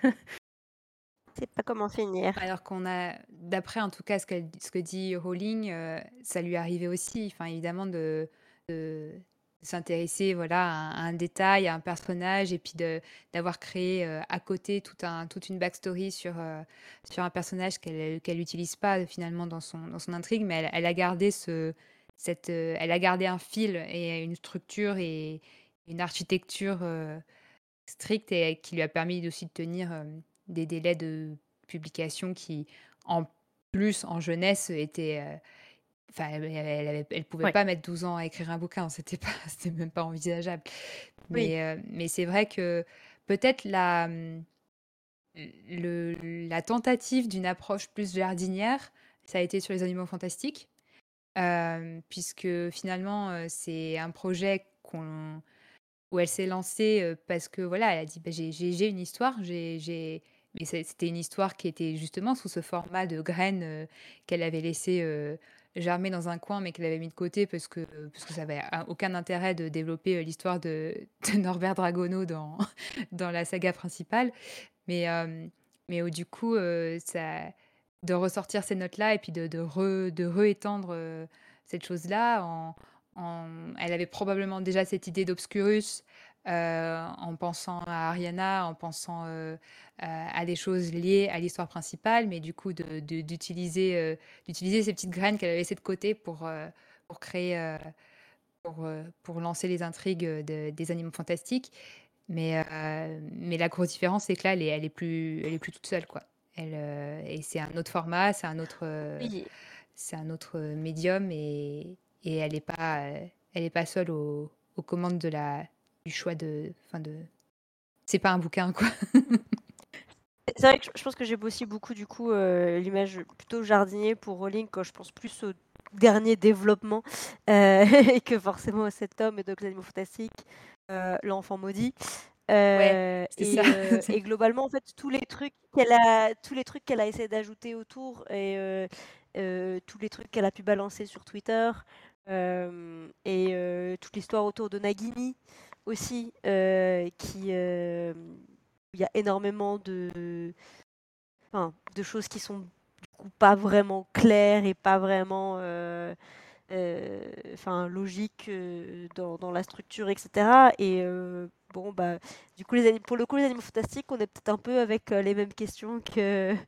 C'est pas comment finir. Alors qu'on a, d'après en tout cas ce que, ce que dit Rowling, euh, ça lui arrivait aussi, enfin évidemment de, de s'intéresser voilà à, un à un détail, à un personnage, et puis de d'avoir créé euh, à côté tout un, toute une backstory sur, euh, sur un personnage qu'elle qu'elle n'utilise pas finalement dans son, dans son intrigue, mais elle, elle a gardé ce, cette, euh, elle a gardé un fil et une structure et une architecture euh, stricte, et qui lui a permis aussi de tenir euh, des délais de publication qui, en plus, en jeunesse, étaient... euh, Enfin, elle, elle, avait- elle pouvait Ouais. pas mettre douze ans à écrire un bouquin, c'était pas, c'était même pas envisageable. Oui. Mais, euh, mais c'est vrai que peut-être la, hum, le, la tentative d'une approche plus jardinière, ça a été sur les animaux fantastiques, euh, puisque finalement, euh, c'est un projet qu'on où elle s'est lancée euh, parce que voilà, elle a dit bah, j'ai j'ai- j'ai une histoire, j'ai j'ai- mais c'est- c'était une histoire qui était justement sous ce format de graines euh, qu'elle avait laissé euh, germer dans un coin, mais qu'elle avait mis de côté parce que parce que ça avait un- aucun intérêt de développer euh, l'histoire de, de Norbert Dragono dans dans la saga principale. Mais euh, mais où, du coup, euh, ça de ressortir ces notes-là et puis de de re, de réétendre euh, cette chose-là en en- elle avait probablement déjà cette idée d'Obscurus euh, en pensant à Ariana, en pensant euh, à, à des choses liées à l'histoire principale, mais du coup de- de- d'utiliser euh, d'utiliser ces petites graines qu'elle avait laissées de côté pour, euh, pour créer, euh, pour, euh, pour lancer les intrigues de- des animaux fantastiques. Mais, euh, mais la grosse différence, c'est que là, elle est, elle est plus, elle est plus toute seule, quoi. Elle, euh, et c'est un autre format, c'est un autre, euh, Oui. c'est un autre médium, et, et elle n'est pas, euh, elle est pas seule aux, aux commandes de la, du choix de, enfin de. C'est pas un bouquin, quoi. C'est vrai que je je pense que j'aime aussi beaucoup du coup euh, l'image plutôt jardinier pour Rowling quand je pense plus au dernier développement euh, et que forcément à cet homme et donc les animaux fantastiques, euh, l'enfant maudit. Ouais, Euh, c'est ça. et, euh, et globalement en fait tous les trucs qu'elle a tous les trucs qu'elle a essayé d'ajouter autour et euh, euh, tous les trucs qu'elle a pu balancer sur Twitter euh, et euh, toute l'histoire autour de Nagini aussi euh, qui euh, il y a énormément de enfin, de choses qui sont du coup pas vraiment claires et pas vraiment euh, euh, enfin, logiques euh, dans, dans la structure, et cetera. Et euh, bon, bah, du coup, les anim- pour le coup, les animaux fantastiques, on est peut-être un peu avec euh, les mêmes questions que,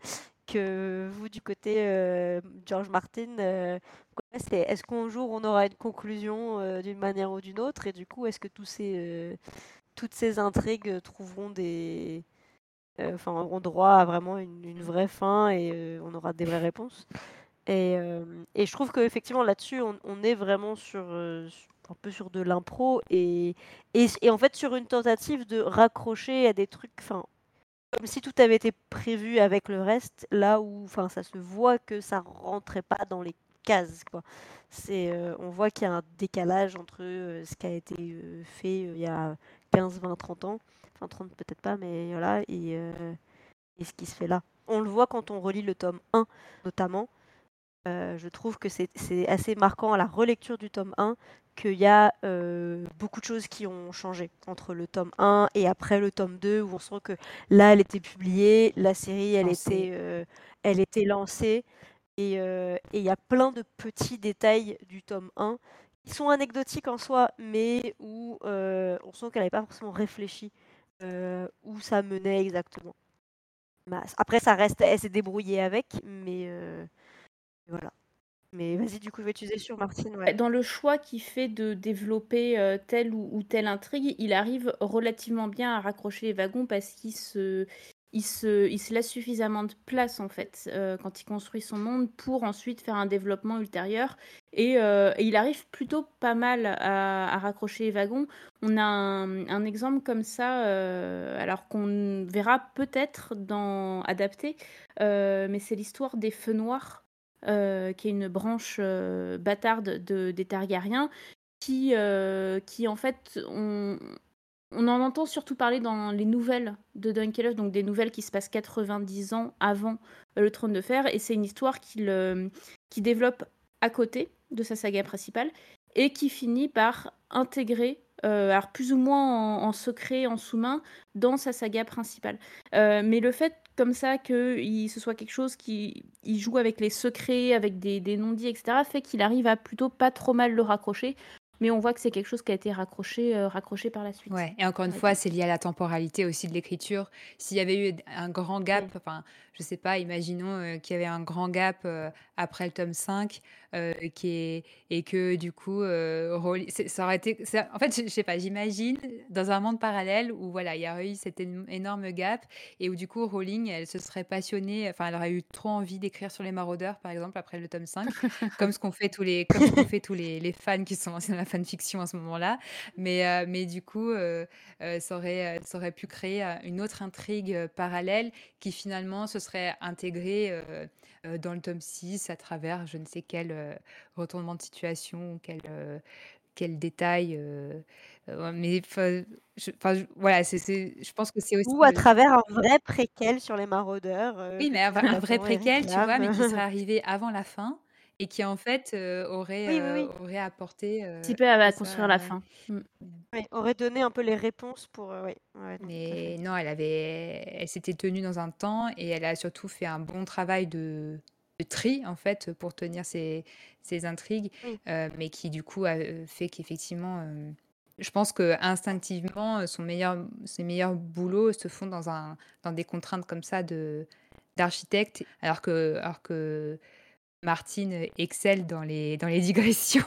que vous, du côté euh, George Martin, euh, quoi, c'est est-ce qu'un jour on aura une conclusion euh, d'une manière ou d'une autre, et du coup, est-ce que tous ces, euh, toutes ces intrigues trouveront des, euh, enfin, auront droit à vraiment une, une vraie fin et euh, on aura des vraies réponses. Et, euh, et je trouve qu'effectivement là-dessus, on, on est vraiment sur, euh, sur- un peu sur de l'impro et, et, et en fait sur une tentative de raccrocher à des trucs, enfin, comme si tout avait été prévu avec le reste, là où, enfin, ça se voit que ça rentrait pas dans les cases, quoi. C'est, euh, on voit qu'il y a un décalage entre euh, ce qui a été euh, fait euh, il y a quinze, vingt, trente ans, enfin trente peut-être pas, mais voilà, et, euh, et ce qui se fait là. On le voit quand on relit le tome un, notamment. Euh, je trouve que c'est c'est assez marquant à la relecture du tome un qu'il y a euh, beaucoup de choses qui ont changé entre le tome un et après le tome deux, où on sent que là, elle était publiée, la série, elle était, Lancé. euh, elle était lancée, et euh, et il y a plein de petits détails du tome un qui sont anecdotiques en soi, mais où euh, on sent qu'elle n'avait pas forcément réfléchi euh, où ça menait exactement. Bah, après, ça reste, elle s'est débrouillée avec, mais euh, voilà. Mais vas-y, du coup, je vais utiliser sur Martine, ouais. Dans le choix qu'il fait de développer euh, telle ou, ou telle intrigue, il arrive relativement bien à raccrocher les wagons parce qu'il se, il se, il se laisse suffisamment de place en fait euh, quand il construit son monde pour ensuite faire un développement ultérieur. Et, euh, et il arrive plutôt pas mal à, à raccrocher les wagons. On a un, un exemple comme ça, euh, alors qu'on verra peut-être dans adapté, euh, mais c'est l'histoire des Feux Noirs. Euh, qui est une branche euh, bâtarde de, des Targaryens, qui, euh, qui en fait, on, on en entend surtout parler dans les nouvelles de Dunkelhoff, donc des nouvelles qui se passent quatre-vingt-dix ans avant euh, le Trône de Fer, et c'est une histoire qu'il euh, qui développe à côté de sa saga principale, et qui finit par intégrer, euh, alors plus ou moins en, en secret, en sous-main, dans sa saga principale. Euh, mais le fait comme ça que il, ce soit quelque chose qui il joue avec les secrets, avec des, des non-dits, et cetera, fait qu'il arrive à plutôt pas trop mal le raccrocher. Mais on voit que c'est quelque chose qui a été raccroché, euh, raccroché par la suite, Ouais, et encore une par fois, exemple. c'est lié à la temporalité aussi de l'écriture. S'il y avait eu un grand gap, Oui. enfin, je sais pas, imaginons euh, qu'il y avait un grand gap euh, après le tome cinq, euh, qui est, et que du coup, euh, Rowling- c'est- ça aurait été. ça- en fait, je, je sais pas, j'imagine dans un monde parallèle où voilà, il y aurait eu cet éno- énorme gap et où du coup, Rowling, elle se serait passionnée, enfin, elle aurait eu trop envie d'écrire sur les maraudeurs, par exemple, après le tome cinq, comme ce qu'ont fait tous les, comme ce qu'ont fait tous les, les fans qui sont lancés dans la fanfiction à ce moment-là. Mais, euh, mais du coup, euh, euh, ça aurait, euh, ça aurait pu créer euh, une autre intrigue euh, parallèle qui finalement se serait intégrée euh, euh, dans le tome six à travers je ne sais quel euh, retournement de situation, quel, euh, quel détail. euh, euh, mais 'fin, je, 'fin, je- voilà, c'est, c'est- je pense que c'est aussi Ou à le. travers un vrai préquel sur les maraudeurs euh, Oui, que mais tout le un, monde un vrai attend et préquel, tu vois, mais qui serait réclame. arrivé avant la fin et qui en fait euh, aurait, Oui, oui, euh, oui. aurait apporté. euh, Participer à, à c'est construire la ça. fin. Mm. Oui, aurait donné un peu les réponses pour. euh, oui, ouais, non, tout à fait. Mais non, elle avait, elle s'était tenue dans un temps et elle a surtout fait un bon travail de, de tri en fait pour tenir ses, ses intrigues, Oui, euh, mais qui du coup a euh, fait qu'effectivement, euh, je pense que instinctivement, son meilleur, ses meilleurs boulots se font dans un, dans des contraintes comme ça de d'architecte, alors que, alors que Martine excelle dans les, dans les digressions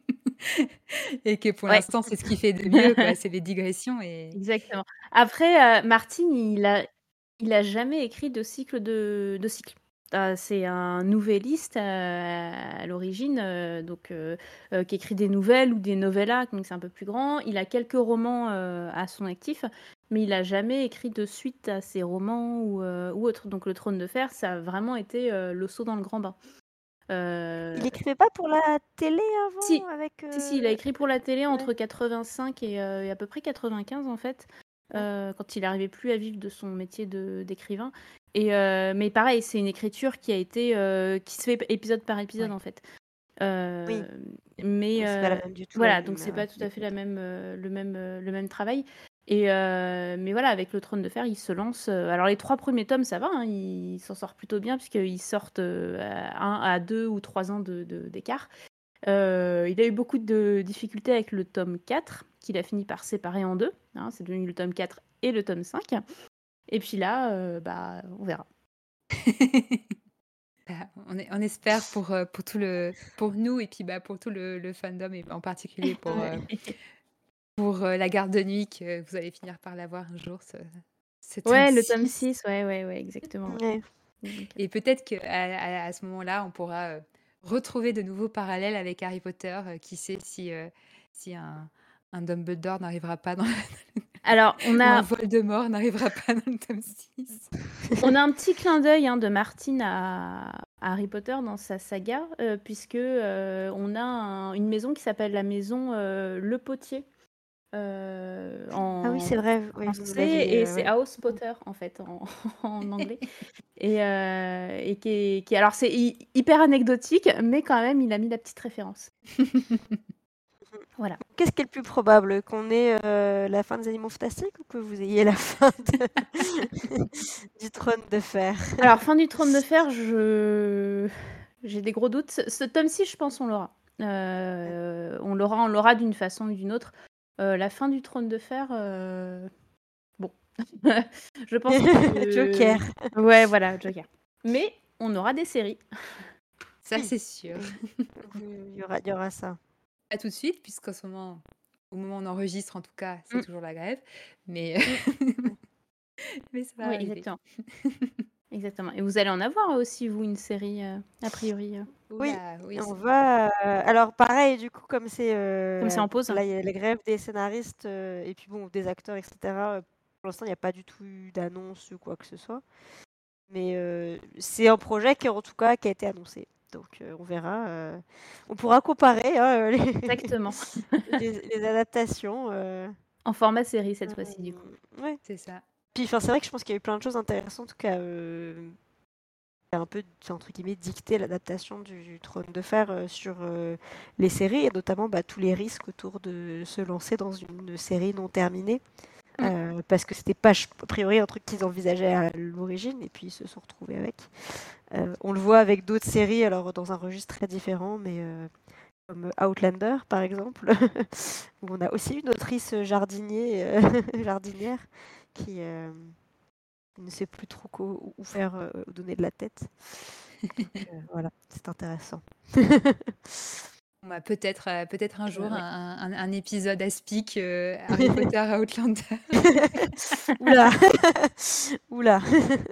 et que pour Ouais. l'instant c'est ce qu'il fait de mieux, quoi, c'est les digressions et Exactement. Après, euh, Martin, il a, il a jamais écrit de cycle de, de cycle. Euh, c'est un nouvelliste euh, à l'origine, euh, donc euh, euh, qui écrit des nouvelles ou des novellas, donc c'est un peu plus grand. Il a quelques romans euh, à son actif, mais il a jamais écrit de suite à ses romans ou, euh, ou autre. Donc le Trône de Fer, ça a vraiment été euh, le saut dans le grand bain. Euh, il écrivait pas pour la télé avant si, avec. si, si, il a euh, écrit pour la télé Ouais, entre quatre-vingt-cinq et, euh, et à peu près quatre-vingt-quinze en fait, ouais. euh, quand il n'arrivait plus à vivre de son métier de, d'écrivain. Et, euh, mais pareil, c'est une écriture qui a été, euh, qui se fait épisode par épisode ouais. en fait. Euh, Oui, mais oui, c'est pas la euh, même du tout la voilà, même donc c'est euh, pas tout à fait la méthode. même, euh, le même, euh, le même travail. Et euh, mais voilà, avec le Trône de Fer, il se lance. euh, alors les trois premiers tomes, ça va, hein, il s'en sort plutôt bien puisqu'ils sortent euh, à un à deux ou trois ans de, de- d'écart. Euh, il a eu beaucoup de difficultés avec le tome quatre, qu'il a fini par séparer en deux. Hein, c'est devenu le tome quatre et le tome cinq. Et puis là, euh, bah, on verra. Bah, on est on espère pour, heu, pour tout le pour nous et puis, bah, pour tout le le fandom et en particulier pour, Ouais. heu, pour, heu, La Garde de Nuit que vous allez finir par l'avoir un jour ce ce tome Ouais, le tome six. six, ouais, ouais, ouais, exactement, ouais. Ouais. Donc Et peut-être qu'à à à ce moment-là, on pourra, heu, retrouver de nouveaux parallèles avec Harry Potter, heu, qui sait si, heu, si un un Dumbledore n'arrivera pas dans alors on ou un a Voldemort n'arrivera pas dans le tome six. on a un petit clin d'œil, hein, de Martine à à Harry Potter dans sa saga, heu, puisque, heu, on a un une maison qui s'appelle la maison, heu, Le Potier, heu, Ah oui, en c'est vrai, oui, vous nous français l'aviez, et heu, c'est ouais. House Potter en fait en en anglais et heu et qui est qui est alors c'est hy hyper anecdotique, mais quand même il a mis la petite référence. Voilà. Qu'est-ce qui est le plus probable? Qu'on ait, heu, la fin des Animaux Fantastiques ou que vous ayez la fin de du Trône de Fer? Alors fin du Trône de Fer, je j'ai des gros doutes. Ce ce tome-ci, je pense on l'aura. Heu, on l'aura on l'aura d'une façon ou d'une autre. Heu, la fin du Trône de Fer, heu, bon, je pense que Joker. ouais, voilà, Joker. Mais on aura des séries. Ça, Oui, c'est sûr. oui, il y aura il y aura ça. Pas tout de suite, puisqu'en ce moment, au moment où on enregistre en tout cas, c'est Mmh, toujours la grève, mais mmh. mais ça va Oui, arriver. exactement, exactement. Et vous allez en avoir aussi, vous, une série, heu, a priori, heu, Ouh Oui, là, oui, on c'est va, heu, alors pareil, du coup, comme c'est, comme c'est heu, en pause? là, il y a les grèves des scénaristes, heu, et puis bon, des acteurs et cetera, heu, pour l'instant, il y a pas du tout eu d'annonce ou quoi que ce soit. Mais, heu, c'est un projet qui, en tout cas, qui a été annoncé. Donc, heu, on verra, heu, on pourra comparer, hein, heu, les Exactement. les les adaptations, heu, En format série cette fois-ci, du coup. hem, ouais. c'est ça. Puis, enfin, c'est vrai que je pense qu'il y a eu plein de choses intéressantes qui a, heu, qui a un peu, enfin, entre guillemets, «dicté» l'adaptation du Trône de Fer, heu, sur, heu, les séries et notamment, bah, tous les risques autour de se lancer dans une série non terminée. Mmh. Heu, parce que c'était pas, ch a priori, un truc qu'ils envisageaient à l'origine et puis ils se sont retrouvés avec. Heu, on le voit avec d'autres séries, alors dans un registre très différent, mais, heu, comme Outlander, par exemple, où on a aussi une autrice jardinier, heu, jardinière qui, hem, ne sait plus trop co où faire, heu, où donner de la tête. Donc, heu, voilà, c'est intéressant. Bon, bah, peut-être, heu, peut-être un Heu, jour ouais. un un un épisode Aspic, heu, Harry Potter Outlander. Ouh là! Ouh là!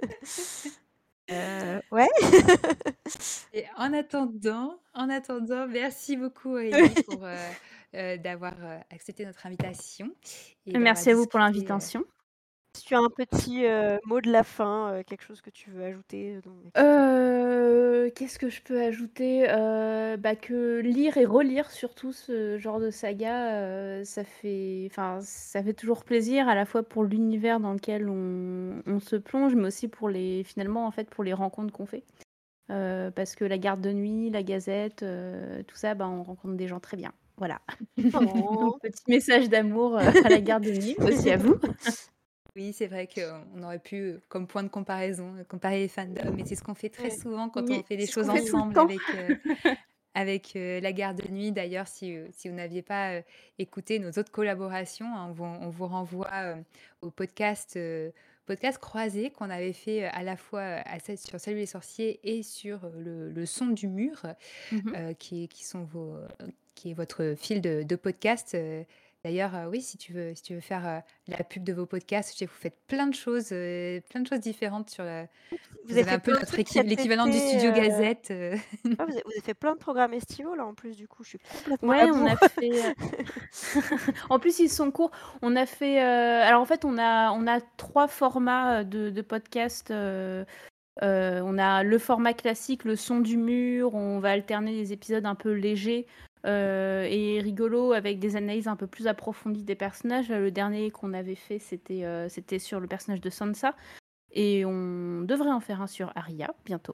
Heu, ouais. Et en attendant en attendant, merci beaucoup Aurélie pour, heu heu, d'avoir, heu, accepté notre invitation et d'avoir Merci à vous pour discuté, heu l'invitation. Si tu as un petit, heu, mot de la fin, heu, quelque chose que tu veux ajouter, heu, dans écoute. Heu, qu'est-ce que je peux ajouter? Heu, bah, que lire et relire surtout ce genre de saga, heu, ça fait enfin, ça fait toujours plaisir à la fois pour l'univers dans lequel on on se plonge, mais aussi pour les finalement, en fait, pour les rencontres qu'on fait. Heu, parce que La Garde de Nuit, La Gazette, heu, tout ça, bah, on rencontre des gens très bien. Voilà. Donc Oh! petit message d'amour, heu, à La Garde de Nuit, mais aussi à vous. Oui, c'est vrai qu'on aurait pu, heu, comme point de comparaison, heu, comparer les fandoms et c'est ce qu'on fait très Ouais. souvent quand on Oui, fait des c'est ce qu'on choses fait tout le ensemble temps. avec, heu, avec, heu, La Garde de Nuit. D'ailleurs, si, heu, si vous n'aviez pas, heu, écouté nos autres collaborations, hein, on vous on vous renvoie, heu, au podcast, heu, podcast croisé qu'on avait fait, heu, à la fois, heu, à celle sur Salut les sorciers et sur, heu, le le son du mur, Mmh. heu, qui est qui sont vos, heu, qui est votre fil de de podcast, heu. D'ailleurs, heu, oui, si tu veux si tu veux faire, heu, la pub de vos podcasts, je sais que vous faites plein de choses, heu, plein de choses différentes sur, heu Vous vous avez avez fait un peu plein de notre trucs équiv cet l'équivalent du été, studio heu, Gazette, heu. ah vous avez vous avez fait plein de programmes estivaux là en plus du coup, je suis complètement à la Ouais, on a bourre. fait, heu en plus, ils sont courts. On a fait, heu, alors en fait, on a on a trois formats, heu, de de podcast, heu heu, on a le format classique, le son du mur, on va alterner des épisodes un peu légers, heu et rigolos avec des analyses un peu plus approfondies des personnages. Le dernier qu'on avait fait, c'était, heu, c'était sur le personnage de Sansa et on devrait en faire un sur Arya bientôt.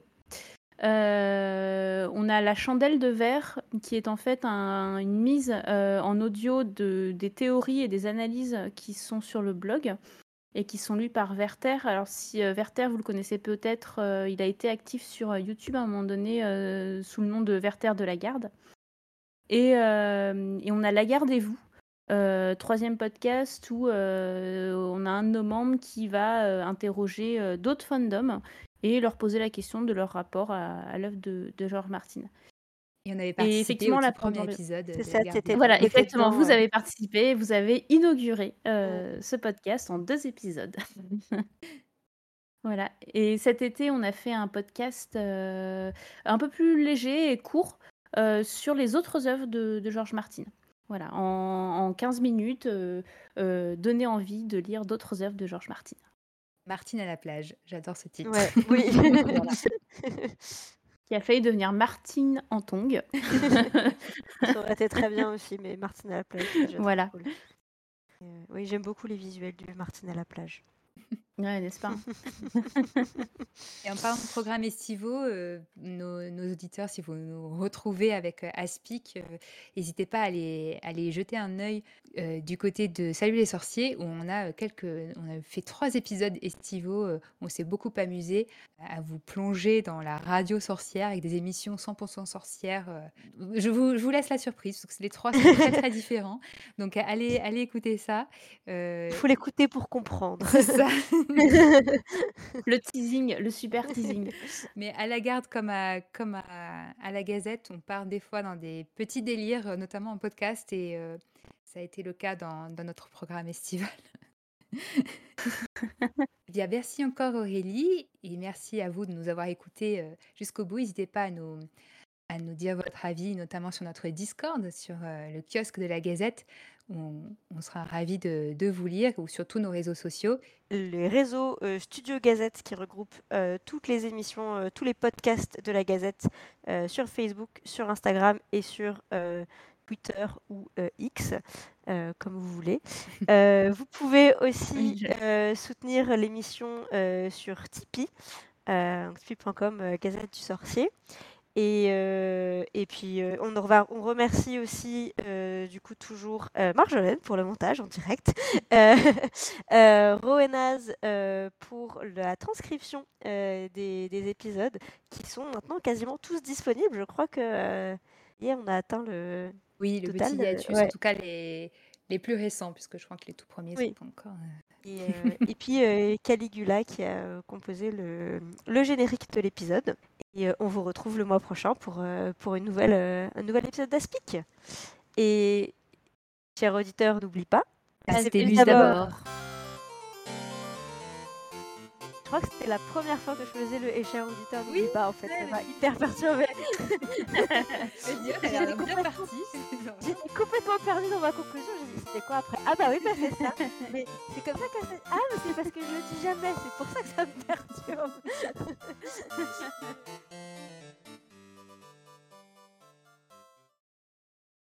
Heu, on a La Chandelle de verre qui est en fait un une mise, heu, en audio de des théories et des analyses qui sont sur le blog et qui sont lues par Werther. Alors si, heu, Werther, vous le connaissez peut-être, heu, il a été actif sur, heu, YouTube à un moment donné, heu, sous le nom de Werther de la Garde et hem et on a La Garde et vous, heu, troisième podcast où, heu, on a un de nos membres qui va, heu, interroger, heu, d'autres fandoms et leur poser la question de leur rapport à, à l'œuvre de, de George Martin. Et on avait Et participé au effectivement, tout là, premier pendant le... épisode C'est de ça, Garde t'étais- des Voilà, Ballons. T'étais exactement. dedans, Vous ouais. avez participé, vous avez inauguré euh, ce podcast en deux épisodes. Voilà. Et cet été, on a fait un podcast euh, un peu plus léger et court euh, sur les autres œuvres de, de George Martin. Voilà, en, en quinze minutes, euh, euh, donner envie de lire d'autres œuvres de George Martin. Martine à la plage, j'adore ce titre. Ouais, oui. Voilà. Qui a failli devenir Martine en tongue. Ça aurait été très bien aussi, mais Martine à la plage, c'est déjà Voilà. très cool. Et, euh, oui, j'aime beaucoup les visuels du Martine à la plage. Ouais, n'est-ce pas? Et en parlant de programmes estivaux, euh, nos, nos auditeurs, si vous nous retrouvez avec euh, Aspic, euh, n'hésitez pas à aller, à aller jeter un œil euh, du côté de Salut les sorciers, où on a, euh, quelques, on a fait trois épisodes estivaux, euh, on s'est beaucoup amusé à vous plonger dans la radio sorcière avec des émissions cent pour cent sorcières. euh. Je, vous, je vous laisse la surprise, parce que les trois sont très très différents. Donc allez, allez écouter ça. Euh, Il faut l'écouter pour comprendre. c'est ça. Le teasing, le super teasing. Mais à la Garde comme à, comme à, à la Gazette, on part des fois dans des petits délires, euh, notamment en podcast, et euh, ça a été le cas dans, dans notre programme estival. Bien, merci encore Aurélie, et merci à vous de nous avoir écoutés euh, jusqu'au bout. N'hésitez pas à nous, à nous dire votre avis, notamment sur notre Discord, sur euh, le kiosque de la Gazette. Où on, on sera ravis de, de vous lire, ou sur tous nos réseaux sociaux. Les réseaux euh, Studio Gazette qui regroupent euh, toutes les émissions, euh, tous les podcasts de la Gazette euh, sur Facebook, sur Instagram et sur euh, Twitter ou euh, X, euh, comme vous voulez. Euh, vous pouvez aussi Oui, je- euh, soutenir l'émission euh, sur Tipeee, euh, donc tipeee point com, euh, Gazette du Sorcier. Et, euh, et puis, euh, on, reva- on remercie aussi, euh, du coup, toujours euh, Marjolaine pour le montage en direct, euh, euh, Roenaz euh, pour la transcription euh, des, des épisodes qui sont maintenant quasiment tous disponibles. Je crois que euh, hier, on a atteint le Oui, le total. petit euh, hiatus, en ouais, tout cas les, les plus récents, puisque je crois que les tout premiers sont oui. pas encore. euh, Et, euh, et puis euh, Caligula qui a euh, composé le, le générique de l'épisode. Et euh, on vous retrouve le mois prochain pour, euh, pour une nouvelle, euh, un nouvel épisode d'Aspic. Et chers auditeurs, n'oublie pas, Astébus d'abord. d'abord. Je crois que c'était la première fois que je faisais le et chers auditeurs, n'oublie Oui, pas en fait. ouais, Ça m'a mais- hyper perturbée. Elle J'ai a bien complètement- parti. J'étais complètement perdue dans ma conclusion. J'ai dit c'était quoi après? Ah bah oui, bah c'est ça. Mais c'est comme ça qu'elle fait. Ah mais c'est parce que je le dis jamais. C'est pour ça que ça me perturbe.